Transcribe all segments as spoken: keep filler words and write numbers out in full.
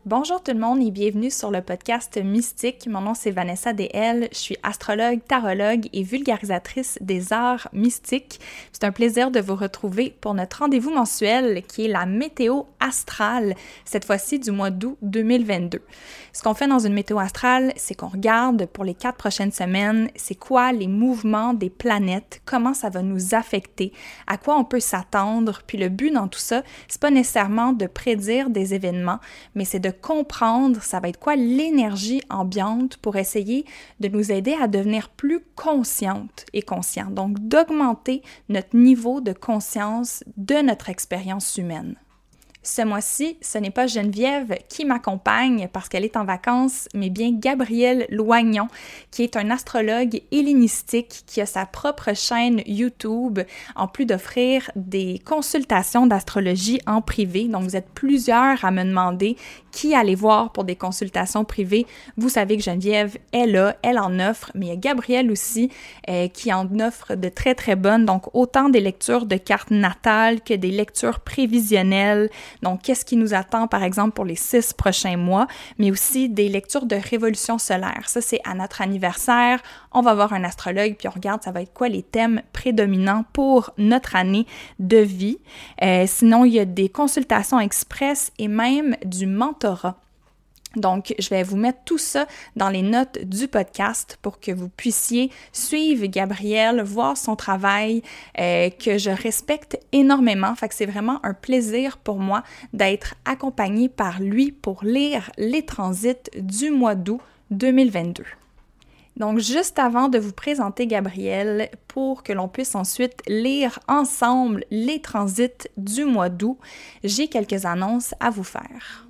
Bonjour tout le monde et bienvenue sur le podcast Mystique. Mon nom c'est Vanessa D L, je suis astrologue, tarologue et vulgarisatrice des arts mystiques. C'est un plaisir de vous retrouver pour notre rendez-vous mensuel qui est la météo astrale, cette fois-ci du mois d'août deux mille vingt-deux. Ce qu'on fait dans une météo astrale, c'est qu'on regarde pour les quatre prochaines semaines, c'est quoi les mouvements des planètes, comment ça va nous affecter, à quoi on peut s'attendre, puis le but dans tout ça, c'est pas nécessairement de prédire des événements, mais c'est de comprendre ça va être quoi l'énergie ambiante pour essayer de nous aider à devenir plus conscientes et conscients, donc d'augmenter notre niveau de conscience de notre expérience humaine. Ce mois-ci, ce n'est pas Geneviève qui m'accompagne parce qu'elle est en vacances, mais bien Gabriel Loignon, qui est un astrologue hellénistique qui a sa propre chaîne YouTube, en plus d'offrir des consultations d'astrologie en privé. Donc, vous êtes plusieurs à me demander qui aller voir pour des consultations privées. Vous savez que Geneviève est là, elle en offre, mais il y a Gabriel aussi euh, qui en offre de très, très bonnes. Donc, autant des lectures de cartes natales que des lectures prévisionnelles. Donc, qu'est-ce qui nous attend, par exemple, pour les six prochains mois, mais aussi des lectures de révolution solaire. Ça, c'est à notre anniversaire. On va voir un astrologue, puis on regarde ça va être quoi les thèmes prédominants pour notre année de vie. Euh, sinon, il y a des consultations express et même du mentorat. Donc, je vais vous mettre tout ça dans les notes du podcast pour que vous puissiez suivre Gabriel, voir son travail euh, que je respecte énormément. Fait que c'est vraiment un plaisir pour moi d'être accompagnée par lui pour lire les transits du mois d'août deux mille vingt-deux. Donc, juste avant de vous présenter Gabriel, pour que l'on puisse ensuite lire ensemble les transits du mois d'août, j'ai quelques annonces à vous faire.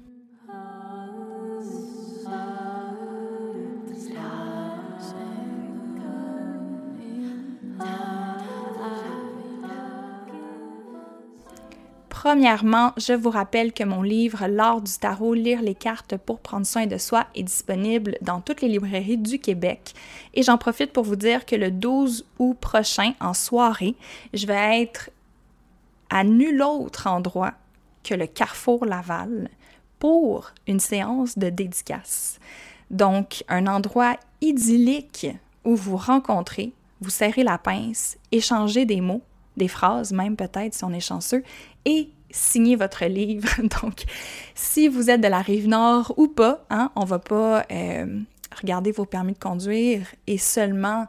Premièrement, je vous rappelle que mon livre « L'art du tarot, lire les cartes pour prendre soin de soi » est disponible dans toutes les librairies du Québec. Et j'en profite pour vous dire que le douze août prochain, en soirée, je vais être à nul autre endroit que le Carrefour Laval pour une séance de dédicace. Donc, un endroit idyllique où vous rencontrez, vous serrez la pince, échangez des mots, des phrases même peut-être si on est chanceux, et signez votre livre. Donc, si vous êtes de la Rive-Nord ou pas, hein, on va pas euh, regarder vos permis de conduire et seulement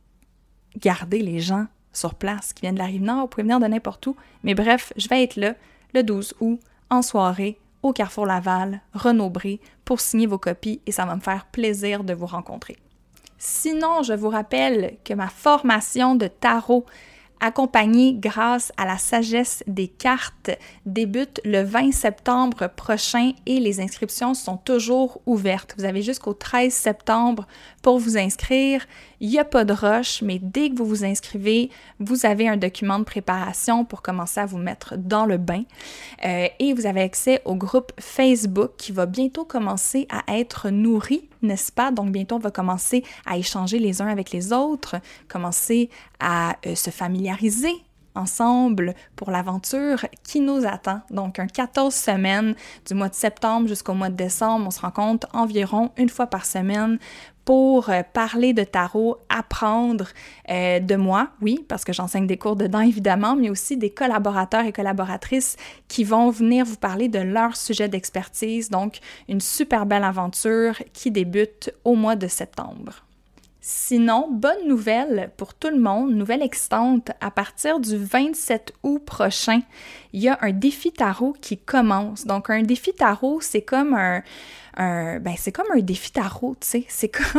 garder les gens sur place qui viennent de la Rive-Nord. Vous pouvez venir de n'importe où. Mais bref, je vais être là le douze août, en soirée, au Carrefour Laval, Renaud-Bré, pour signer vos copies et ça va me faire plaisir de vous rencontrer. Sinon, je vous rappelle que ma formation de tarot accompagnée grâce à la sagesse des cartes, débute le vingt septembre prochain et les inscriptions sont toujours ouvertes. Vous avez jusqu'au treize septembre pour vous inscrire. Il n'y a pas de rush, mais dès que vous vous inscrivez, vous avez un document de préparation pour commencer à vous mettre dans le bain. Euh, et vous avez accès au groupe Facebook qui va bientôt commencer à être nourri, n'est-ce pas? Donc bientôt, on va commencer à échanger les uns avec les autres, commencer à euh, se familiariser ensemble pour l'aventure qui nous attend. Donc, un quatorze semaines du mois de septembre jusqu'au mois de décembre, on se rencontre environ une fois par semaine pour euh, parler de tarot, apprendre euh, de moi, oui, parce que j'enseigne des cours dedans évidemment, mais aussi des collaborateurs et collaboratrices qui vont venir vous parler de leur sujet d'expertise. Donc, une super belle aventure qui débute au mois de septembre. Sinon, bonne nouvelle pour tout le monde, nouvelle excitante, à partir du vingt-sept août prochain, il y a un défi tarot qui commence. Donc, un défi tarot, c'est comme un, un ben, c'est comme un défi tarot, tu sais, c'est comme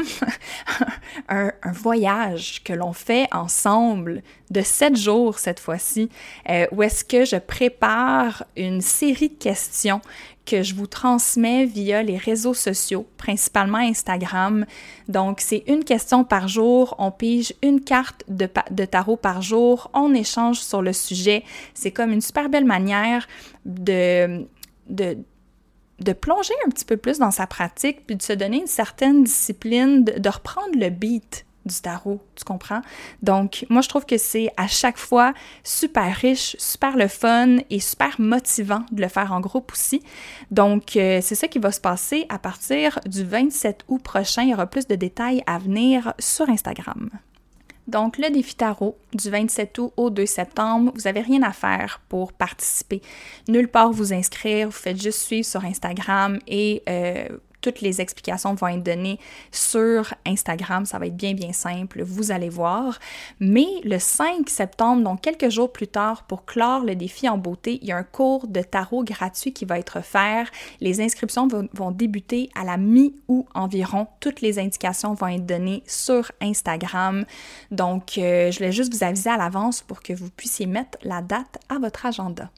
un, un voyage que l'on fait ensemble de sept jours cette fois-ci, euh, où est-ce que je prépare une série de questions que je vous transmets via les réseaux sociaux, principalement Instagram. Donc, c'est une question par jour, on pige une carte de, de tarot par jour, on échange sur le sujet. C'est comme une super belle manière de, de, de plonger un petit peu plus dans sa pratique, puis de se donner une certaine discipline, de, de reprendre le beat du tarot, tu comprends? Donc, moi, je trouve que c'est à chaque fois super riche, super le fun et super motivant de le faire en groupe aussi. Donc, euh, c'est ça qui va se passer à partir du vingt-sept août prochain. Il y aura plus de détails à venir sur Instagram. Donc, le défi tarot du vingt-sept août au deux septembre, vous n'avez rien à faire pour participer. Nulle part vous inscrire, vous faites juste suivre sur Instagram et euh, toutes les explications vont être données sur Instagram. Ça va être bien, bien simple, vous allez voir. Mais le cinq septembre, donc quelques jours plus tard, pour clore le défi en beauté, il y a un cours de tarot gratuit qui va être offert. Les inscriptions vont, vont débuter à la mi-août environ. Toutes les indications vont être données sur Instagram. Donc, euh, je voulais juste vous aviser à l'avance pour que vous puissiez mettre la date à votre agenda.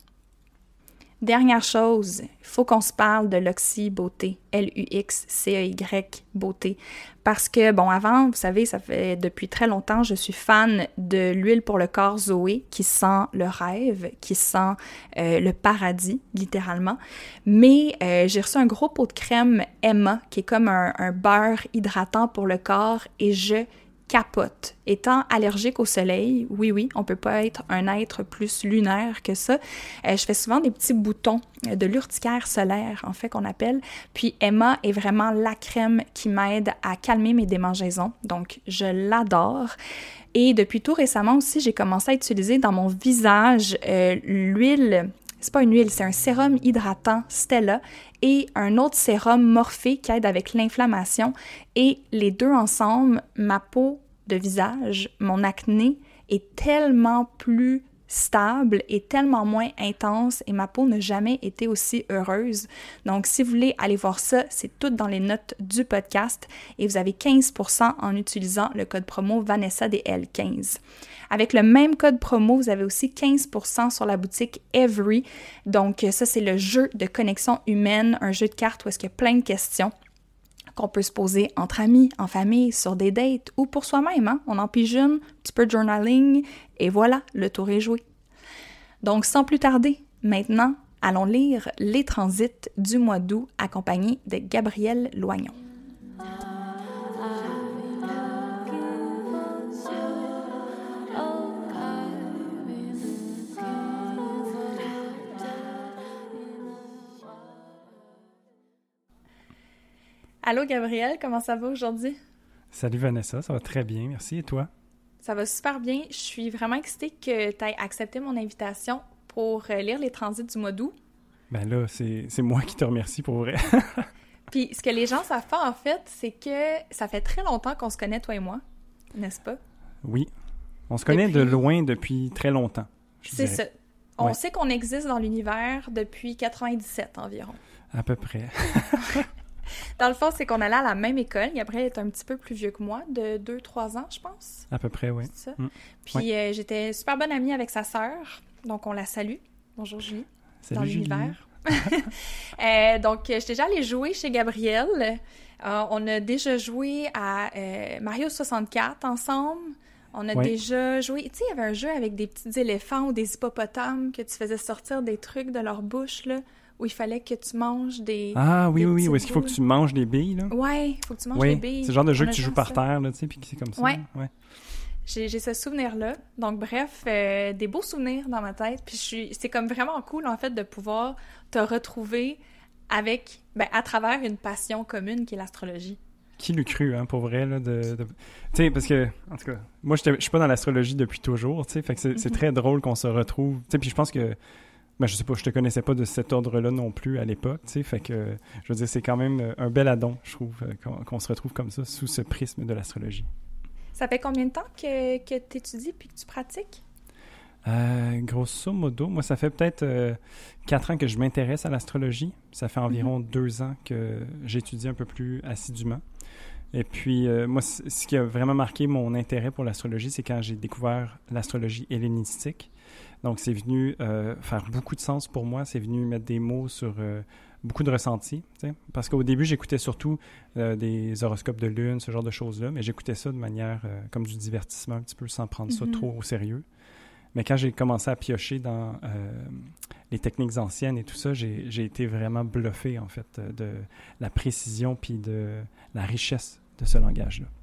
Dernière chose, il faut qu'on se parle de l'Oxy Beauté, L U X C E Y Beauté. Parce que, bon, avant, vous savez, ça fait depuis très longtemps, je suis fan de l'huile pour le corps Zoé, qui sent le rêve, qui sent euh, le paradis, littéralement. Mais euh, j'ai reçu un gros pot de crème Emma, qui est comme un, un beurre hydratant pour le corps, et je capote. Étant allergique au soleil, oui, oui, on peut pas être un être plus lunaire que ça. Euh, je fais souvent des petits boutons de l'urticaire solaire, en fait, qu'on appelle. Puis Emma est vraiment la crème qui m'aide à calmer mes démangeaisons. Donc, je l'adore. Et depuis tout récemment aussi, j'ai commencé à utiliser dans mon visage euh, l'huile... C'est pas une huile, c'est un sérum hydratant Stella et un autre sérum Morphée qui aide avec l'inflammation. Et les deux ensemble, ma peau de visage, mon acné est tellement plus stable et tellement moins intense et ma peau n'a jamais été aussi heureuse. Donc, si vous voulez aller voir ça, c'est tout dans les notes du podcast et vous avez quinze pour cent en utilisant le code promo Vanessa D L quinze. Avec le même code promo, vous avez aussi quinze pour cent sur la boutique Every. Donc, ça, c'est le jeu de connexion humaine, un jeu de cartes où est-ce qu'il y a plein de questions qu'on peut se poser entre amis, en famille, sur des dates ou pour soi-même. Hein? On en pige une, un petit peu de journaling et voilà, le tour est joué. Donc, sans plus tarder, maintenant, allons lire les transits du mois d'août accompagnés de Gabrielle Loignon. Allô Gabrielle, comment ça va aujourd'hui? Salut Vanessa, ça va très bien, merci. Et toi? Ça va super bien. Je suis vraiment excitée que tu aies accepté mon invitation pour lire les transits du mois d'août. Ben là, c'est, c'est moi qui te remercie pour vrai. Puis ce que les gens savent pas en fait, c'est que ça fait très longtemps qu'on se connaît, toi et moi, n'est-ce pas? Oui, on se connaît depuis... de loin depuis très longtemps. C'est dirais. ça. On ouais. sait qu'on existe dans l'univers depuis quatre-vingt-dix-sept environ. À peu près. Dans le fond, c'est qu'on allait à la même école. Gabriel est un petit peu plus vieux que moi, de deux trois ans, je pense. À peu près, oui. C'est ça. Mm. Puis ouais. euh, j'étais super bonne amie avec sa sœur, donc on la salue. Bonjour Julie. Salut dans Julie. L'univers. euh, donc, j'étais déjà allée jouer chez Gabriel. Euh, on a déjà joué à euh, Mario soixante-quatre ensemble. On a ouais. déjà joué... Tu sais, il y avait un jeu avec des petits éléphants ou des hippopotames que tu faisais sortir des trucs de leur bouche, là. Où il fallait que tu manges des... Ah oui, des oui, oui. Où est-ce qu'il faut que tu manges des billes, là? Ouais, il faut que tu manges oui. des billes. C'est le genre de jeu on que tu joues par ça. terre, là, tu sais, puis c'est comme ça. Ouais. ouais. J'ai, j'ai ce souvenir-là. Donc, bref, euh, des beaux souvenirs dans ma tête. Puis je suis... c'est comme vraiment cool, en fait, de pouvoir te retrouver avec... Ben, à travers une passion commune qui est l'astrologie. Qui l'eût cru, hein, pour vrai, là, de... de... Tu sais, parce que, en tout cas, moi, je suis pas dans l'astrologie depuis toujours, tu sais, fait que c'est, mm-hmm. c'est très drôle qu'on se retrouve. Tu sais, puis je pense que... Ben, je sais pas, je te connaissais pas de cet ordre-là non plus à l'époque, tu sais, fait que, je veux dire, c'est quand même un bel addon, je trouve, qu'on, qu'on se retrouve comme ça, sous ce prisme de l'astrologie. Ça fait combien de temps que, que tu étudies puis que tu pratiques? Euh, grosso modo, moi, ça fait peut-être euh, quatre ans que je m'intéresse à l'astrologie. Ça fait environ mm-hmm. deux ans que j'étudie un peu plus assidûment. Et puis, euh, moi, c- ce qui a vraiment marqué mon intérêt pour l'astrologie, c'est quand j'ai découvert l'astrologie hellénistique. Donc, c'est venu euh, faire beaucoup de sens pour moi. C'est venu mettre des mots sur euh, beaucoup de ressentis. T'sais? Parce qu'au début, j'écoutais surtout euh, des horoscopes de lune, ce genre de choses-là. Mais j'écoutais ça de manière euh, comme du divertissement un petit peu, sans prendre ça mm-hmm. trop au sérieux. Mais quand j'ai commencé à piocher dans euh, les techniques anciennes et tout ça, j'ai, j'ai été vraiment bluffé, en fait, de la précision puis de la richesse de ce langage-là.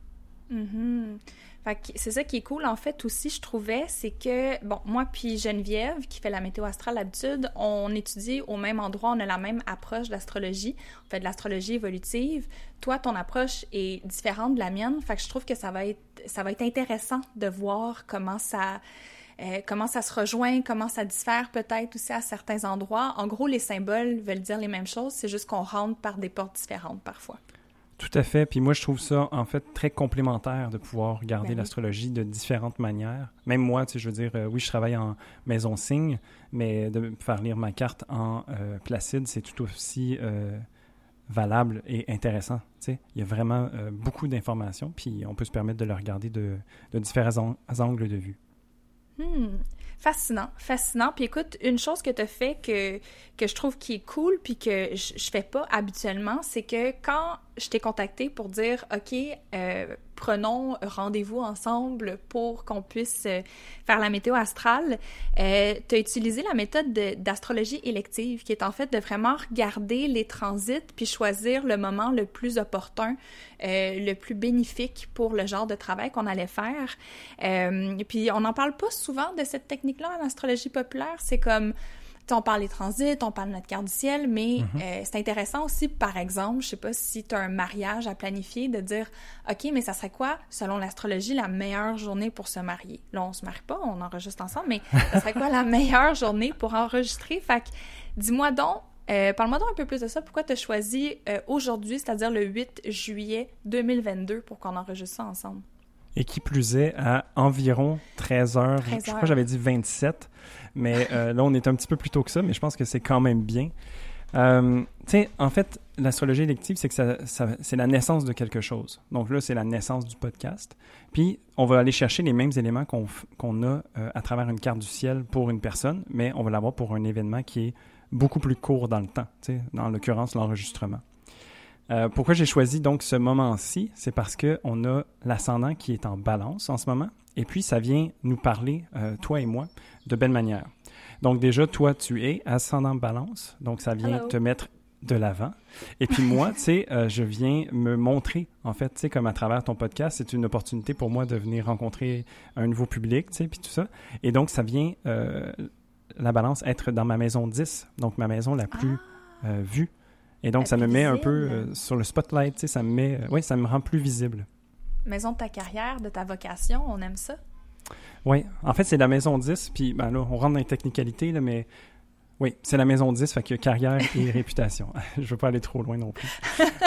Mm-hmm. Fait que c'est ça qui est cool, en fait, aussi, je trouvais, c'est que, bon, moi puis Geneviève, qui fait la météo astrale d'habitude, on étudie au même endroit, on a la même approche de l'astrologie, on fait de l'astrologie évolutive. Toi, ton approche est différente de la mienne, fait que je trouve que ça va être, ça va être intéressant de voir comment ça... Euh, comment ça se rejoint, comment ça diffère peut-être aussi à certains endroits. En gros, les symboles veulent dire les mêmes choses, c'est juste qu'on rentre par des portes différentes parfois. Tout à fait. Puis moi, je trouve ça, en fait, très complémentaire de pouvoir regarder Ben oui. l'astrologie de différentes manières. Même moi, tu sais, je veux dire, euh, oui, je travaille en maison signe, mais de faire lire ma carte en euh, Placide, c'est tout aussi euh, valable et intéressant. Tu sais, il y a vraiment euh, beaucoup d'informations, puis on peut se permettre de le regarder de, de différents an- angles de vue. Hmm. Fascinant, fascinant. Puis écoute, une chose que tu as fait que, que je trouve qui est cool puis que je, je fais pas habituellement, c'est que quand je t'ai contacté pour dire « OK, euh, prenons rendez-vous ensemble pour qu'on puisse euh, faire la météo astrale euh, », tu as utilisé la méthode de, d'astrologie élective qui est en fait de vraiment regarder les transits puis choisir le moment le plus opportun, euh, le plus bénéfique pour le genre de travail qu'on allait faire. Euh, puis on n'en parle pas souvent de cette technique-là en astrologie populaire. C'est comme... on parle des transits, on parle de notre carte du ciel, mais mm-hmm. euh, c'est intéressant aussi, par exemple, je sais pas si tu as un mariage à planifier, de dire « OK, mais ça serait quoi, selon l'astrologie, la meilleure journée pour se marier? » Là, on se marie pas, on enregistre ensemble, mais ça serait quoi la meilleure journée pour enregistrer? Fait que dis-moi donc, euh, parle-moi donc un peu plus de ça. Pourquoi tu as choisi euh, aujourd'hui, c'est-à-dire le huit juillet deux mille vingt-deux, pour qu'on enregistre ça ensemble? Et qui plus est, à environ treize heures, treize heures. Je crois que j'avais dit vingt-sept, mais euh, là, on est un petit peu plus tôt que ça, mais je pense que c'est quand même bien. Euh, tu sais, en fait, l'astrologie élective, c'est que ça, ça, c'est la naissance de quelque chose. Donc là, c'est la naissance du podcast. Puis, on va aller chercher les mêmes éléments qu'on, qu'on a euh, à travers une carte du ciel pour une personne, mais on va l'avoir pour un événement qui est beaucoup plus court dans le temps, tu sais, dans l'occurrence, l'enregistrement. Euh, pourquoi j'ai choisi donc ce moment-ci? C'est parce qu'on a l'ascendant qui est en balance en ce moment, et puis ça vient nous parler, euh, toi et moi, de belle manière. Donc déjà, toi, tu es ascendant balance, donc ça vient Hello. te mettre de l'avant. Et puis moi, tu sais, euh, je viens me montrer, en fait, tu sais, comme à travers ton podcast, c'est une opportunité pour moi de venir rencontrer un nouveau public, tu sais, puis tout ça. Et donc, ça vient, euh, la balance, être dans ma maison dix, donc ma maison la plus ah. euh, vue. Et donc, ça me met un peu euh, sur le spotlight, tu sais, ça me met, euh, oui, ça me rend plus visible. Maison de ta carrière, de ta vocation, on aime ça? Oui, en fait, c'est la maison dix, puis ben là, on rentre dans les technicalités, là, mais oui, c'est la maison dix, fait que carrière et réputation. Je veux pas aller trop loin non plus.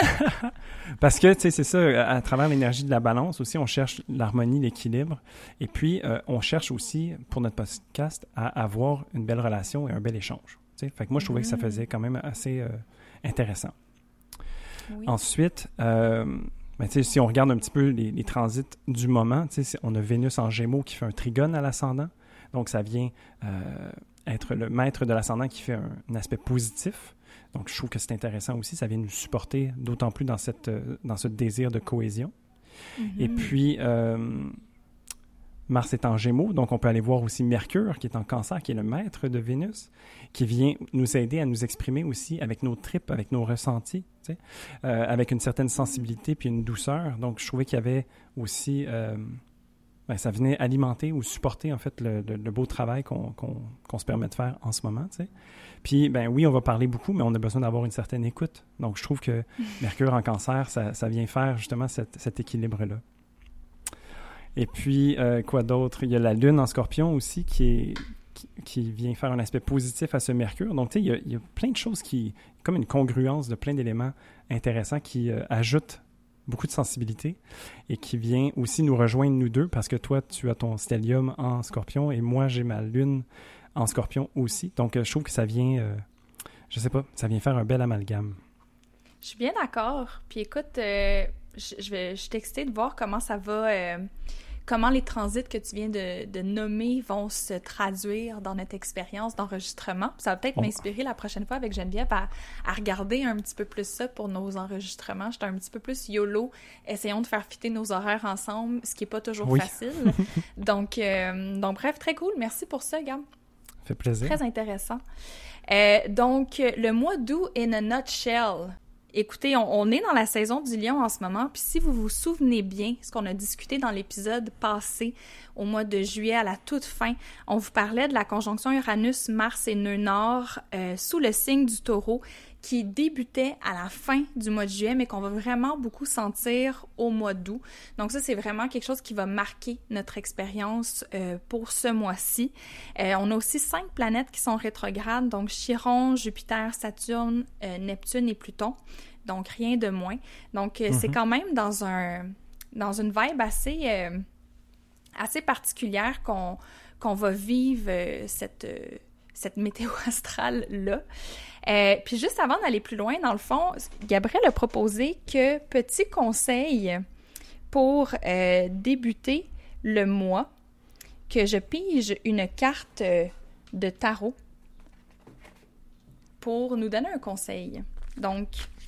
Parce que, tu sais, c'est ça, à travers l'énergie de la balance aussi, on cherche l'harmonie, l'équilibre, et puis euh, on cherche aussi, pour notre podcast, à avoir une belle relation et un bel échange. Tu sais, fait que moi, je trouvais mmh. que ça faisait quand même assez... Euh, intéressant. Oui. Ensuite, euh, ben, si on regarde un petit peu les, les transits du moment, on a Vénus en Gémeaux qui fait un trigone à l'ascendant. Donc, ça vient euh, être le maître de l'ascendant qui fait un, un aspect positif. Donc, je trouve que c'est intéressant aussi. Ça vient nous supporter d'autant plus dans, cette, dans ce désir de cohésion. Mm-hmm. Et puis... Euh, Mars est en Gémeaux, donc on peut aller voir aussi Mercure, qui est en Cancer, qui est le maître de Vénus, qui vient nous aider à nous exprimer aussi avec nos tripes, avec nos ressentis, tu sais, euh, avec une certaine sensibilité puis une douceur. Donc, je trouvais qu'il y avait aussi... Euh, ben, ça venait alimenter ou supporter, en fait, le, le, le beau travail qu'on, qu'on, qu'on se permet de faire en ce moment, tu sais. Puis, ben oui, on va parler beaucoup, mais on a besoin d'avoir une certaine écoute. Donc, je trouve que Mercure en Cancer, ça, ça vient faire justement cette, cet équilibre-là. Et puis, euh, quoi d'autre? Il y a la Lune en Scorpion aussi qui, est, qui, qui vient faire un aspect positif à ce Mercure. Donc, tu sais, il y a, il y a plein de choses qui... comme une congruence de plein d'éléments intéressants qui euh, ajoutent beaucoup de sensibilité et qui vient aussi nous rejoindre, nous deux, parce que toi, tu as ton stellium en Scorpion et moi, j'ai ma Lune en Scorpion aussi. Donc, euh, je trouve que ça vient... Euh, je sais pas, ça vient faire un bel amalgame. Je suis bien d'accord. Puis écoute... Euh... Je, je, vais, je suis excitée de voir comment ça va, euh, comment les transits que tu viens de, de nommer vont se traduire dans notre expérience d'enregistrement. Ça va peut-être oh. m'inspirer la prochaine fois avec Geneviève à, à regarder un petit peu plus ça pour nos enregistrements. J'étais un petit peu plus YOLO. Essayons de faire fitter nos horaires ensemble, ce qui n'est pas toujours oui. facile. donc, euh, donc, bref, très cool. Merci pour ça, Gab. Ça fait plaisir. Très intéressant. Euh, donc, le mois d'août in a nutshell. Écoutez, on, on est dans la saison du lion en ce moment, puis si vous vous souvenez bien, ce qu'on a discuté dans l'épisode passé, au mois de juillet, à la toute fin, on vous parlait de la conjonction Uranus-Mars et nœud nord euh, sous le signe du Taureau, qui débutait à la fin du mois de juillet, mais qu'on va vraiment beaucoup sentir au mois d'août. Donc ça, c'est vraiment quelque chose qui va marquer notre expérience euh, pour ce mois-ci. Euh, on a aussi cinq planètes qui sont rétrogrades, donc Chiron, Jupiter, Saturne, euh, Neptune et Pluton. Donc rien de moins. Donc euh, mm-hmm. c'est quand même dans un dans une vibe assez, euh, assez particulière qu'on, qu'on va vivre euh, cette... Euh, cette météo astrale-là. Euh, puis juste avant d'aller plus loin, dans le fond, Gabriel a proposé que, petit conseil pour euh, débuter le mois, que je pige une carte de tarot pour nous donner un conseil. Donc,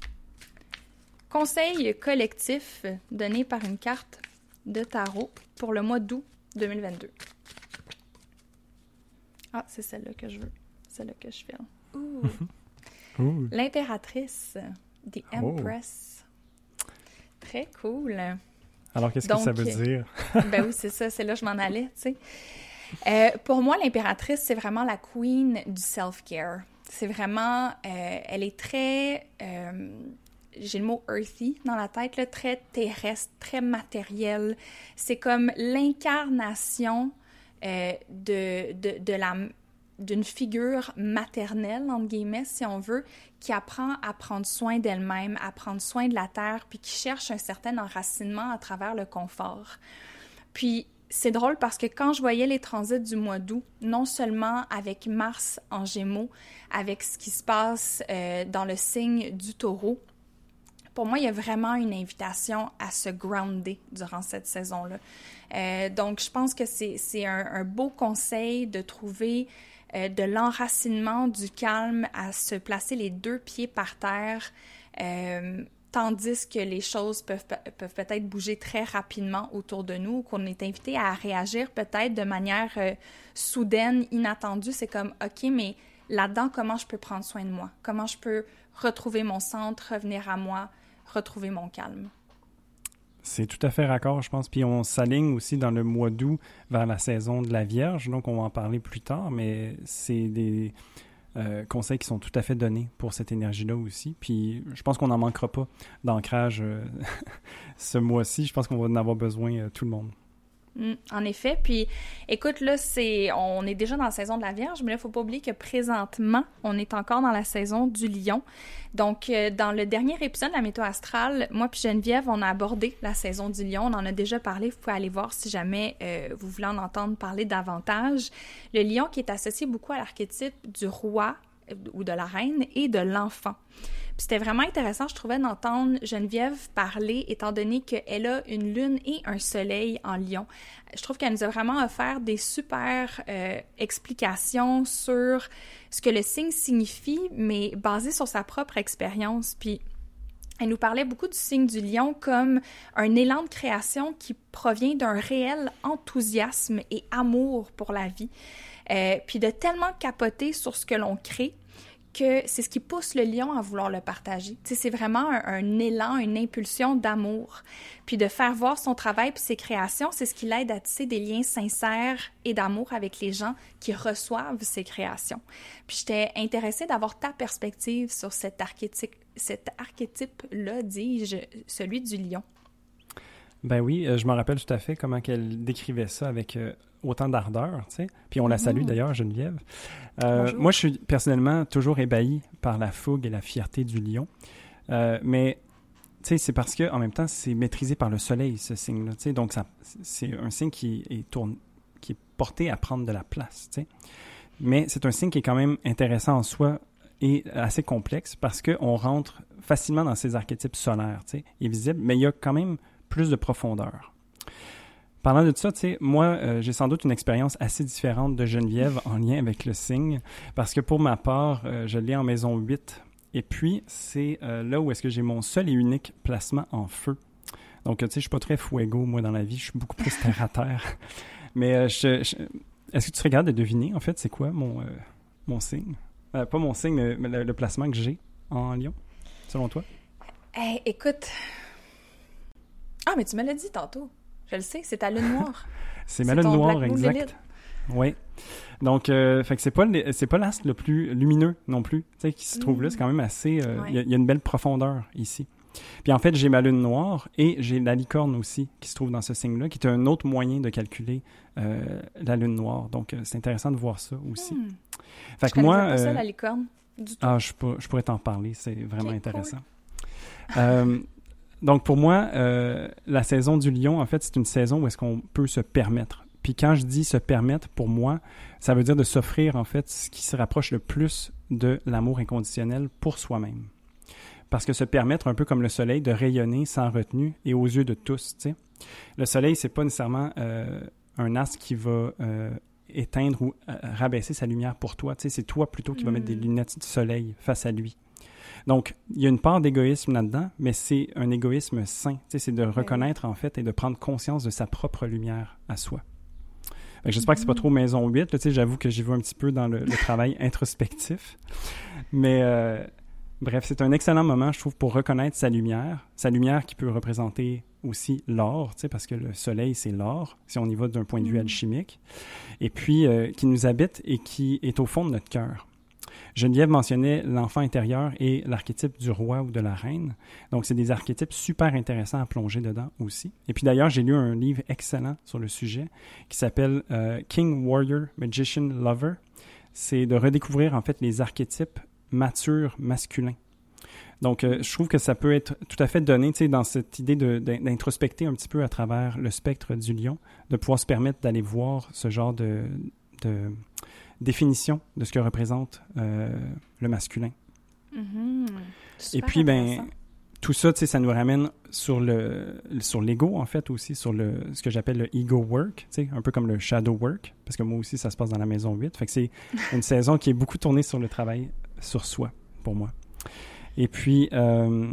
conseil collectif donné par une carte de tarot pour le mois d'août deux mille vingt-deux. Ah, c'est celle-là que je veux. Celle-là que je fais. Ouh. Ouh. L'impératrice. The Empress. Oh. Très cool. Alors, qu'est-ce Donc, que ça veut dire? Ben oui, c'est ça. C'est là que je m'en allais, tu sais. Euh, pour moi, l'impératrice, c'est vraiment la queen du self-care. C'est vraiment... Euh, elle est très... Euh, j'ai le mot earthy dans la tête, là, très terrestre, très matérielle. C'est comme l'incarnation... Euh, de, de, de la, d'une figure maternelle, entre guillemets, si on veut, qui apprend à prendre soin d'elle-même, à prendre soin de la terre, puis qui cherche un certain enracinement à travers le confort. Puis, c'est drôle parce que quand je voyais les transits du mois d'août, non seulement avec Mars en Gémeaux, avec ce qui se passe euh, dans le signe du Taureau, pour moi, il y a vraiment une invitation à se grounder durant cette saison-là. Euh, donc, je pense que c'est, c'est un, un beau conseil de trouver euh, de l'enracinement, du calme, à se placer les deux pieds par terre, euh, tandis que les choses peuvent, peuvent peut-être bouger très rapidement autour de nous, qu'on est invité à réagir peut-être de manière euh, soudaine, inattendue. C'est comme, OK, mais là-dedans, comment je peux prendre soin de moi? Comment je peux retrouver mon centre, revenir à moi, retrouver mon calme? C'est tout à fait raccord, je pense. Puis on s'aligne aussi dans le mois d'août vers la saison de la Vierge, donc on va en parler plus tard, mais c'est des euh, conseils qui sont tout à fait donnés pour cette énergie-là aussi. Puis je pense qu'on n'en manquera pas d'ancrage euh, ce mois-ci. Je pense qu'on va en avoir besoin, euh, tout le monde. Mmh, en effet. Puis, écoute, là, c'est, on est déjà dans la saison de la Vierge, mais là, il ne faut pas oublier que présentement, on est encore dans la saison du Lion. Donc, euh, dans le dernier épisode de la météo astrale, moi puis Geneviève, on a abordé la saison du Lion. On en a déjà parlé. Vous pouvez aller voir si jamais euh, vous voulez en entendre parler davantage. Le Lion qui est associé beaucoup à l'archétype du roi euh, ou de la reine et de l'enfant. Puis c'était vraiment intéressant, je trouvais, d'entendre Geneviève parler, étant donné qu'elle a une lune et un soleil en Lion. Je trouve qu'elle nous a vraiment offert des super euh, explications sur ce que le signe signifie, mais basé sur sa propre expérience. Puis elle nous parlait beaucoup du signe du Lion comme un élan de création qui provient d'un réel enthousiasme et amour pour la vie. Euh, puis de tellement capoter sur ce que l'on crée, que c'est ce qui pousse le lion à vouloir le partager. Tu sais, c'est vraiment un, un élan, une impulsion d'amour. Puis de faire voir son travail puis ses créations, c'est ce qui l'aide à tisser des liens sincères et d'amour avec les gens qui reçoivent ses créations. Puis j'étais intéressée d'avoir ta perspective sur cet archétype, cet archétype-là, dis-je, celui du lion. Ben oui, euh, je me rappelle tout à fait comment qu'elle décrivait ça avec euh, autant d'ardeur, tu sais. Puis on la salue mmh. d'ailleurs, Geneviève. Euh, moi, je suis personnellement toujours ébahi par la fougue et la fierté du lion. Euh, mais, tu sais, c'est parce que en même temps, c'est maîtrisé par le soleil, ce signe-là, tu sais. Donc, ça, c'est un signe qui est, tourne, qui est porté à prendre de la place, tu sais. Mais c'est un signe qui est quand même intéressant en soi et assez complexe parce qu'on rentre facilement dans ces archétypes solaires, tu sais. Il est visible, mais il y a quand même plus de profondeur. Parlant de ça, tu sais, moi, euh, j'ai sans doute une expérience assez différente de Geneviève en lien avec le signe, parce que pour ma part, euh, je l'ai en maison huit, et puis c'est euh, là où est-ce que j'ai mon seul et unique placement en feu. Donc, tu sais, je suis pas très fuego, moi, dans la vie, je suis beaucoup plus terre à terre. Mais euh, je, je, est-ce que tu serais capable de deviner, en fait, c'est quoi mon, euh, mon signe? Euh, pas mon signe, mais, mais le, le placement que j'ai en Lion, selon toi? Hey, écoute... Ah, mais tu me l'as dit tantôt. Je le sais, c'est ta lune noire. C'est ma lune noire, exact. Oui. Donc, euh, fait que c'est pas le, c'est pas l'astre le plus lumineux non plus, tu sais, qui se trouve mmh. là. C'est quand même assez... Il euh, ouais. y, y a une belle profondeur ici. Puis en fait, j'ai ma lune noire et j'ai la licorne aussi qui se trouve dans ce signe-là, qui est un autre moyen de calculer euh, la lune noire. Donc, euh, c'est intéressant de voir ça aussi. Mmh. Fait je que moi, pas euh, ça, la licorne, du tout. Ah, je, pour, je pourrais t'en parler. C'est vraiment okay, intéressant. Cool. euh, donc, pour moi, euh, la saison du lion, en fait, c'est une saison où est-ce qu'on peut se permettre. Puis quand je dis se permettre, pour moi, ça veut dire de s'offrir, en fait, ce qui se rapproche le plus de l'amour inconditionnel pour soi-même. Parce que se permettre, un peu comme le soleil, de rayonner sans retenue et aux yeux de tous, tu sais. Le soleil, c'est pas nécessairement euh, un astre qui va euh, éteindre ou euh, rabaisser sa lumière pour toi, tu sais. C'est toi plutôt qui mmh. va mettre des lunettes de soleil face à lui. Donc, il y a une part d'égoïsme là-dedans, mais c'est un égoïsme sain, tu sais. C'est de reconnaître, en fait, et de prendre conscience de sa propre lumière à soi. Fait que j'espère mm-hmm. que c'est pas trop maison huit. Là, tu sais, j'avoue que j'y vais un petit peu dans le, le travail introspectif. Mais euh, bref, c'est un excellent moment, je trouve, pour reconnaître sa lumière. Sa lumière qui peut représenter aussi l'or, tu sais, parce que le soleil, c'est l'or, si on y va d'un point de vue mm-hmm. alchimique. Et puis, euh, qui nous habite et qui est au fond de notre cœur. Geneviève mentionnait l'enfant intérieur et l'archétype du roi ou de la reine. Donc, c'est des archétypes super intéressants à plonger dedans aussi. Et puis d'ailleurs, j'ai lu un livre excellent sur le sujet qui s'appelle euh, King, Warrior, Magician, Lover. C'est de redécouvrir en fait les archétypes matures masculins. Donc, euh, je trouve que ça peut être tout à fait donné, tu sais, dans cette idée de, d'introspecter un petit peu à travers le spectre du lion, de pouvoir se permettre d'aller voir ce genre de... de définition de ce que représente euh, le masculin. Mm-hmm. Et puis, ben, tout ça, tu sais, ça nous ramène sur le sur l'ego, en fait, aussi, sur le ce que j'appelle le ego work, tu sais, un peu comme le shadow work, parce que moi aussi, ça se passe dans la maison huit. Fait que c'est une saison qui est beaucoup tournée sur le travail sur soi, pour moi. Et puis, euh,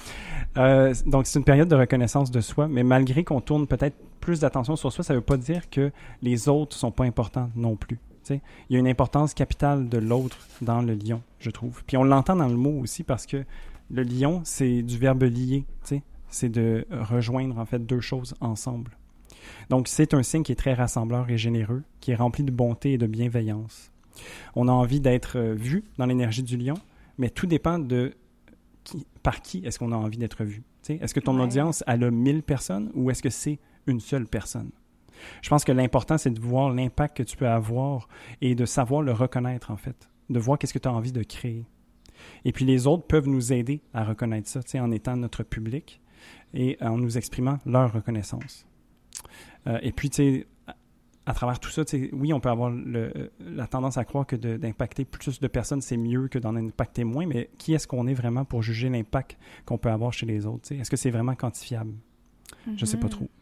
euh, donc, c'est une période de reconnaissance de soi, mais malgré qu'on tourne peut-être plus d'attention sur soi, ça ne veut pas dire que les autres ne sont pas importants non plus. T'sais, il y a une importance capitale de l'autre dans le lion, je trouve. Puis on l'entend dans le mot aussi parce que le lion, c'est du verbe lier, t'sais. C'est de rejoindre en fait deux choses ensemble. Donc c'est un signe qui est très rassembleur et généreux, qui est rempli de bonté et de bienveillance. On a envie d'être vu dans l'énergie du lion, mais tout dépend de qui, par qui est-ce qu'on a envie d'être vu. T'sais, est-ce que ton ouais. audience, elle a mille personnes ou est-ce que c'est une seule personne? Je pense que l'important, c'est de voir l'impact que tu peux avoir et de savoir le reconnaître, en fait. De voir qu'est-ce que tu as envie de créer. Et puis, les autres peuvent nous aider à reconnaître ça, tu sais, en étant notre public et en nous exprimant leur reconnaissance. Euh, et puis, tu sais, à, à travers tout ça, tu sais, oui, on peut avoir le, la tendance à croire que de, d'impacter plus de personnes, c'est mieux que d'en impacter moins, mais qui est-ce qu'on est vraiment pour juger l'impact qu'on peut avoir chez les autres? Tu sais? Est-ce que c'est vraiment quantifiable? Mm-hmm. Je ne sais pas trop.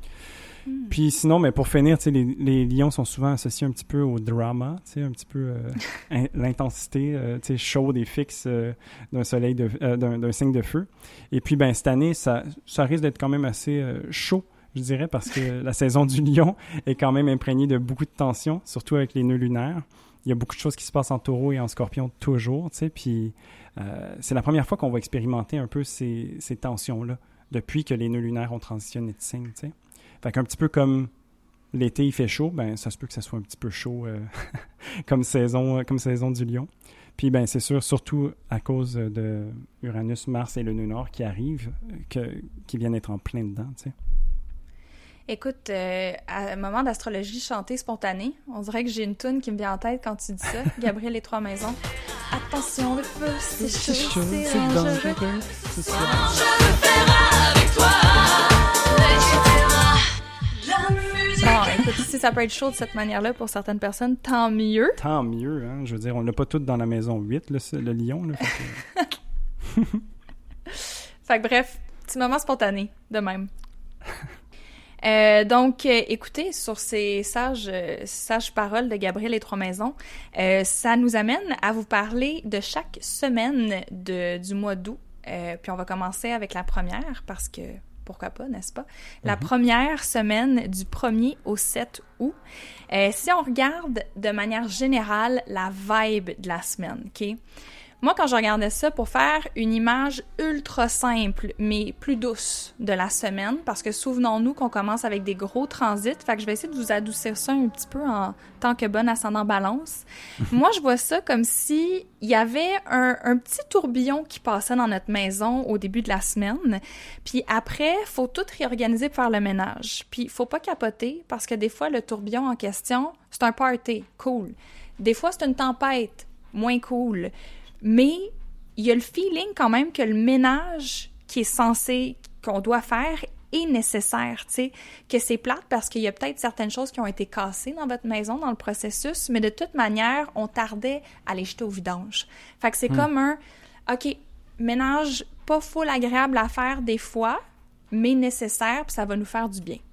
Hmm. Puis sinon, mais pour finir, les, les lions sont souvent associés un petit peu au drama, un petit peu euh, in, l'intensité euh, chaude et fixe euh, d'un soleil, de, euh, d'un, d'un signe de feu. Et puis, ben cette année, ça, ça risque d'être quand même assez euh, chaud, je dirais, parce que la saison du lion est quand même imprégnée de beaucoup de tensions, surtout avec les nœuds lunaires. Il y a beaucoup de choses qui se passent en taureau et en scorpion toujours, tu sais, puis euh, c'est la première fois qu'on va expérimenter un peu ces, ces tensions-là, depuis que les nœuds lunaires ont transitionné de signe, tu sais. Fait qu'un petit peu comme l'été, il fait chaud, ben ça se peut que ça soit un petit peu chaud euh, comme saison comme saison du lion. Puis ben c'est sûr, surtout à cause de Uranus, Mars et le nœud nord qui arrivent, que, qui viennent être en plein dedans, tu sais. Écoute, euh, à un moment d'astrologie chantée spontanée, on dirait que j'ai une toune qui me vient en tête quand tu dis ça. Gabriel Les Trois Maisons. Attention, le feu, c'est chaud, c'est, chaud, c'est, c'est dangereux. dangereux. C'est ça. Je le ferai avec toi. Bon, écoute, si ça peut être chaud de cette manière-là pour certaines personnes, tant mieux. Tant mieux, hein. Je veux dire, on l'a pas tout dans la maison huit, le, le lion. Là, fait, que... fait que bref, petit moment spontané, de même. Euh, donc, euh, écoutez, sur ces sages, euh, sages paroles de Gabriel Les Trois Maisons, euh, ça nous amène à vous parler de chaque semaine de, du mois d'août. Euh, puis on va commencer avec la première parce que... Pourquoi pas, n'est-ce pas? La mm-hmm. première semaine du premier au sept août. Euh, si on regarde de manière générale la vibe de la semaine, OK? Moi, quand je regardais ça, pour faire une image ultra simple, mais plus douce de la semaine, parce que souvenons-nous qu'on commence avec des gros transits, fait que je vais essayer de vous adoucir ça un petit peu en tant que bonne ascendant balance. Moi, je vois ça comme si il y avait un, un petit tourbillon qui passait dans notre maison au début de la semaine, puis après, il faut tout réorganiser pour faire le ménage. Puis il faut pas capoter, parce que des fois, le tourbillon en question, c'est un party, cool. Des fois, c'est une tempête, moins cool. Mais il y a le feeling quand même que le ménage qui est censé, qu'on doit faire est nécessaire, tu sais, que c'est plate parce qu'il y a peut-être certaines choses qui ont été cassées dans votre maison, dans le processus, mais de toute manière, on tardait à les jeter au vidange. Fait que c'est mmh. comme un, OK, ménage pas full agréable à faire des fois, mais nécessaire, puis ça va nous faire du bien.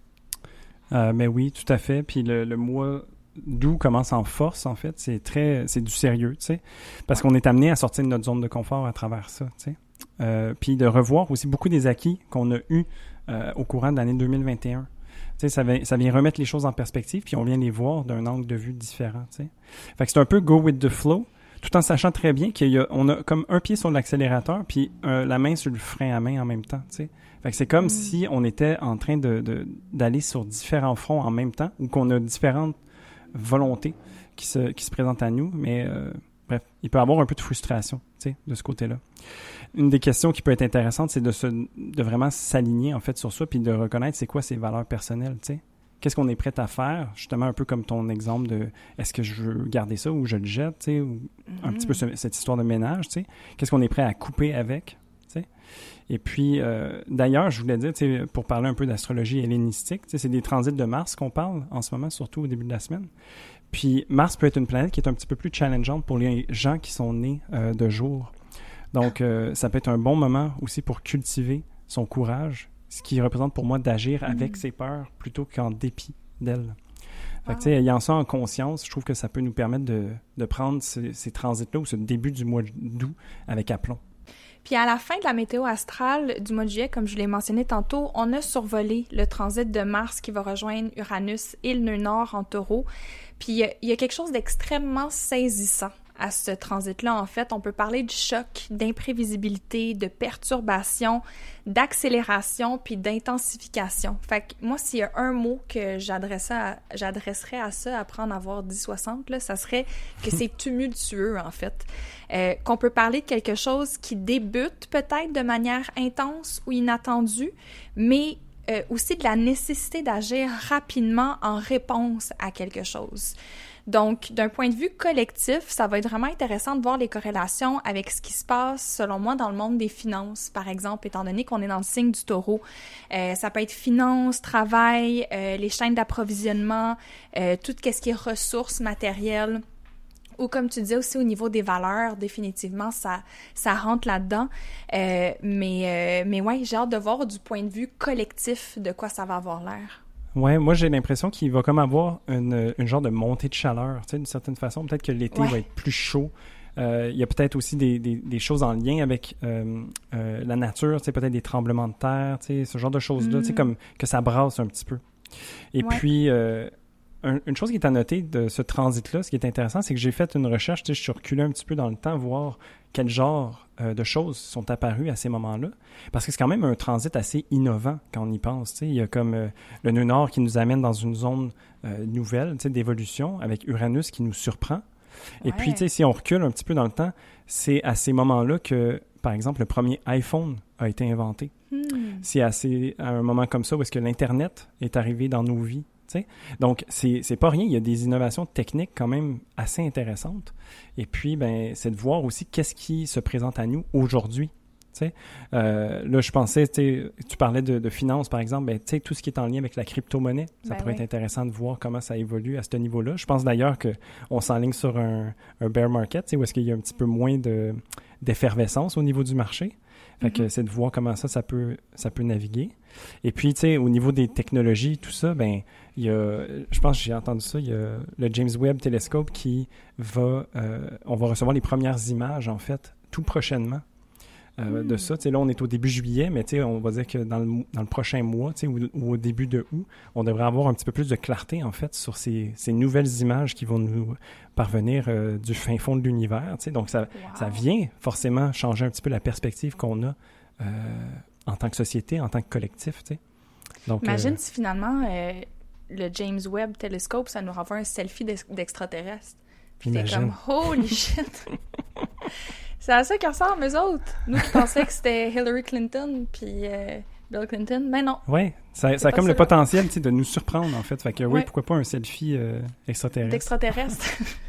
Euh, mais oui, tout à fait. Puis le, le mois d'août commence en force, en fait. C'est très, c'est du sérieux, tu sais. Parce qu'on est amené à sortir de notre zone de confort à travers ça, tu sais. Euh, puis de revoir aussi beaucoup des acquis qu'on a eus euh, au courant de l'année deux mille vingt et un. Tu sais, ça vient, ça vient remettre les choses en perspective, puis on vient les voir d'un angle de vue différent, tu sais. Fait que c'est un peu go with the flow, tout en sachant très bien qu'on a, a comme un pied sur l'accélérateur, puis euh, la main sur le frein à main en même temps, tu sais. Fait que c'est comme mmh. si on était en train de, de, d'aller sur différents fronts en même temps, ou qu'on a différentes volontés qui se, qui se présentent à nous, mais euh, bref, il peut y avoir un peu de frustration, tu sais, de ce côté-là. Une des questions qui peut être intéressante, c'est de, se, de vraiment s'aligner, en fait, sur ça, puis de reconnaître c'est quoi ses valeurs personnelles, tu sais. Qu'est-ce qu'on est prêt à faire, justement, un peu comme ton exemple de est-ce que je veux garder ça ou je le jette, tu sais, ou mm-hmm. un petit peu ce, cette histoire de ménage, tu sais. Qu'est-ce qu'on est prêt à couper avec, tu sais. Et puis, euh, d'ailleurs, je voulais dire, tu sais, pour parler un peu d'astrologie hellénistique, tu sais, c'est des transits de Mars qu'on parle en ce moment, surtout au début de la semaine. Puis, Mars peut être une planète qui est un petit peu plus challengeante pour les gens qui sont nés euh, de jour. Donc, euh, ça peut être un bon moment aussi pour cultiver son courage, ce qui représente pour moi d'agir mmh. avec ses peurs plutôt qu'en dépit d'elles. Fait que, tu sais, ayant ça en conscience, je trouve que ça peut nous permettre de, de prendre ces, ces transits-là ou ce début du mois d'août avec aplomb. Puis à la fin de la météo astrale du mois de juillet, comme je l'ai mentionné tantôt, on a survolé le transit de Mars qui va rejoindre Uranus et le nœud nord en Taureau. Puis il y a quelque chose d'extrêmement saisissant à ce transit-là, en fait. On peut parler de choc, d'imprévisibilité, de perturbation, d'accélération, puis d'intensification. Fait que moi, s'il y a un mot que j'adresserais à, j'adresserais à ça, apprendre à avoir dix soixante, là, ça serait que c'est tumultueux, en fait. Euh, qu'on peut parler de quelque chose qui débute peut-être de manière intense ou inattendue, mais euh, aussi de la nécessité d'agir rapidement en réponse à quelque chose. Donc, d'un point de vue collectif, ça va être vraiment intéressant de voir les corrélations avec ce qui se passe, selon moi, dans le monde des finances, par exemple, étant donné qu'on est dans le signe du taureau. Euh, ça peut être finances, travail, euh, les chaînes d'approvisionnement, euh, tout ce qui est ressources matérielles. Ou comme tu disais aussi au niveau des valeurs, définitivement, ça, ça rentre là-dedans. Euh, mais, euh, mais ouais, j'ai hâte de voir du point de vue collectif de quoi ça va avoir l'air. Ouais, moi j'ai l'impression qu'il va comme avoir une, une genre de montée de chaleur, tu sais, d'une certaine façon. Peut-être que l'été ouais. va être plus chaud. Euh, il y a peut-être aussi des, des, des choses en lien avec euh, euh, la nature, tu sais, peut-être des tremblements de terre, tu sais, ce genre de choses-là, mm. tu sais, comme que ça brasse un petit peu. Et ouais. puis, euh, un, une chose qui est à noter de ce transit-là, ce qui est intéressant, c'est que j'ai fait une recherche, tu sais, je suis reculé un petit peu dans le temps, voir quel genre euh, de choses sont apparues à ces moments-là. Parce que c'est quand même un transit assez innovant quand on y pense. Tu sais. Il y a comme euh, le nœud nord qui nous amène dans une zone euh, nouvelle, tu sais, d'évolution, avec Uranus qui nous surprend. Ouais. Et puis, tu sais, si on recule un petit peu dans le temps, c'est à ces moments-là que, par exemple, le premier iPhone a été inventé. Hmm. C'est assez, à un moment comme ça où est-ce que l'Internet est arrivé dans nos vies. T'sais? Donc, c'est, c'est pas rien. Il y a des innovations techniques quand même assez intéressantes. Et puis, ben, c'est de voir aussi qu'est-ce qui se présente à nous aujourd'hui. Euh, là, je pensais, tu parlais de, de finances, par exemple, ben, tout ce qui est en lien avec la crypto-monnaie, ça ben pourrait oui. être intéressant de voir comment ça évolue à ce niveau-là. Je pense d'ailleurs qu'on s'enligne sur un, un bear market, où est-ce qu'il y a un petit peu moins de, d'effervescence au niveau du marché. Fait que mm-hmm. c'est de voir comment ça, ça peut, ça peut naviguer. Et puis, tu sais, au niveau des technologies, tout ça, ben, il y a, je pense que j'ai entendu ça, il y a le James Webb Telescope qui va, euh, on va recevoir les premières images, en fait, tout prochainement, euh, mm. de ça. Tu sais, là, on est au début juillet, mais tu sais, on va dire que dans le, dans le prochain mois, tu sais, ou, ou au début de août, on devrait avoir un petit peu plus de clarté, en fait, sur ces, ces nouvelles images qui vont nous parvenir euh, du fin fond de l'univers. Tu sais. Donc, ça, wow. ça vient forcément changer un petit peu la perspective qu'on a euh, en tant que société, en tant que collectif, tu sais. Donc, imagine euh, si finalement euh, le James Webb Telescope, ça nous renvoie un selfie d'ex- d'extraterrestre. Puis t'es comme « Holy shit! » C'est à ça qu'ils ressemblent, eux autres. Nous qui pensaient que c'était Hillary Clinton puis euh, Bill Clinton, mais non. Oui, ça, ça a comme le potentiel de nous surprendre, en fait. Fait que oui, ouais. pourquoi pas un selfie euh, extraterrestre. D'extraterrestre.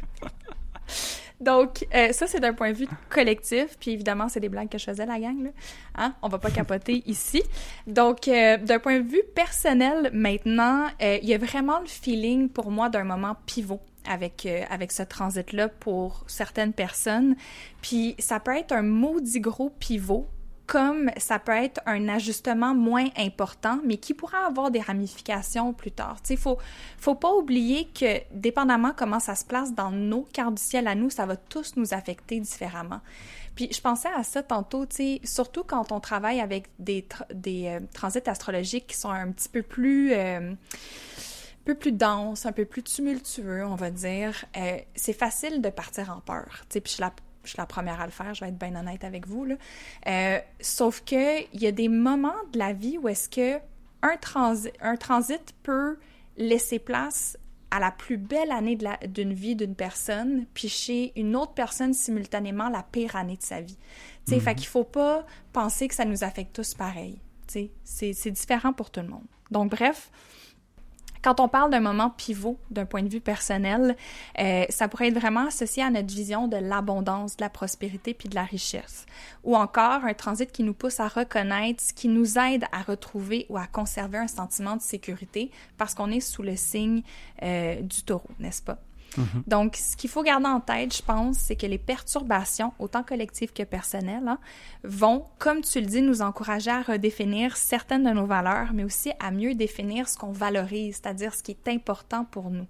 Donc, euh, ça, c'est d'un point de vue collectif. Puis évidemment, c'est des blagues que je faisais, la gang, là. Hein? On va pas capoter ici. Donc, euh, d'un point de vue personnel, maintenant, euh, il y a vraiment le feeling, pour moi, d'un moment pivot avec, euh, avec ce transit-là pour certaines personnes. Puis, ça peut être un maudit gros pivot, comme ça peut être un ajustement moins important, mais qui pourra avoir des ramifications plus tard. Tu sais, il faut, faut pas oublier que, dépendamment comment ça se place dans nos cartes du ciel à nous, ça va tous nous affecter différemment. Puis je pensais à ça tantôt, tu sais, surtout quand on travaille avec des, tra- des euh, transits astrologiques qui sont un petit peu plus... Euh, un peu plus denses, un peu plus tumultueux, on va dire. Euh, c'est facile de partir en peur. Tu sais, puis je suis la Je suis la première à le faire, je vais être bien honnête avec vous, là. Euh, sauf que il y a des moments de la vie où est-ce que un, transi- un transit peut laisser place à la plus belle année de la, d'une vie d'une personne, puis chez une autre personne simultanément la pire année de sa vie. Tu sais, mm-hmm. Fait qu'il faut pas penser que ça nous affecte tous pareil. Tu sais, c'est, c'est différent pour tout le monde. Donc bref, quand on parle d'un moment pivot d'un point de vue personnel, euh, ça pourrait être vraiment associé à notre vision de l'abondance, de la prospérité puis de la richesse. Ou encore un transit qui nous pousse à reconnaître ce qui nous aide à retrouver ou à conserver un sentiment de sécurité parce qu'on est sous le signe euh, du taureau, n'est-ce pas? Mm-hmm. Donc, ce qu'il faut garder en tête, je pense, c'est que les perturbations, autant collectives que personnelles, hein, vont, comme tu le dis, nous encourager à redéfinir certaines de nos valeurs, mais aussi à mieux définir ce qu'on valorise, c'est-à-dire ce qui est important pour nous.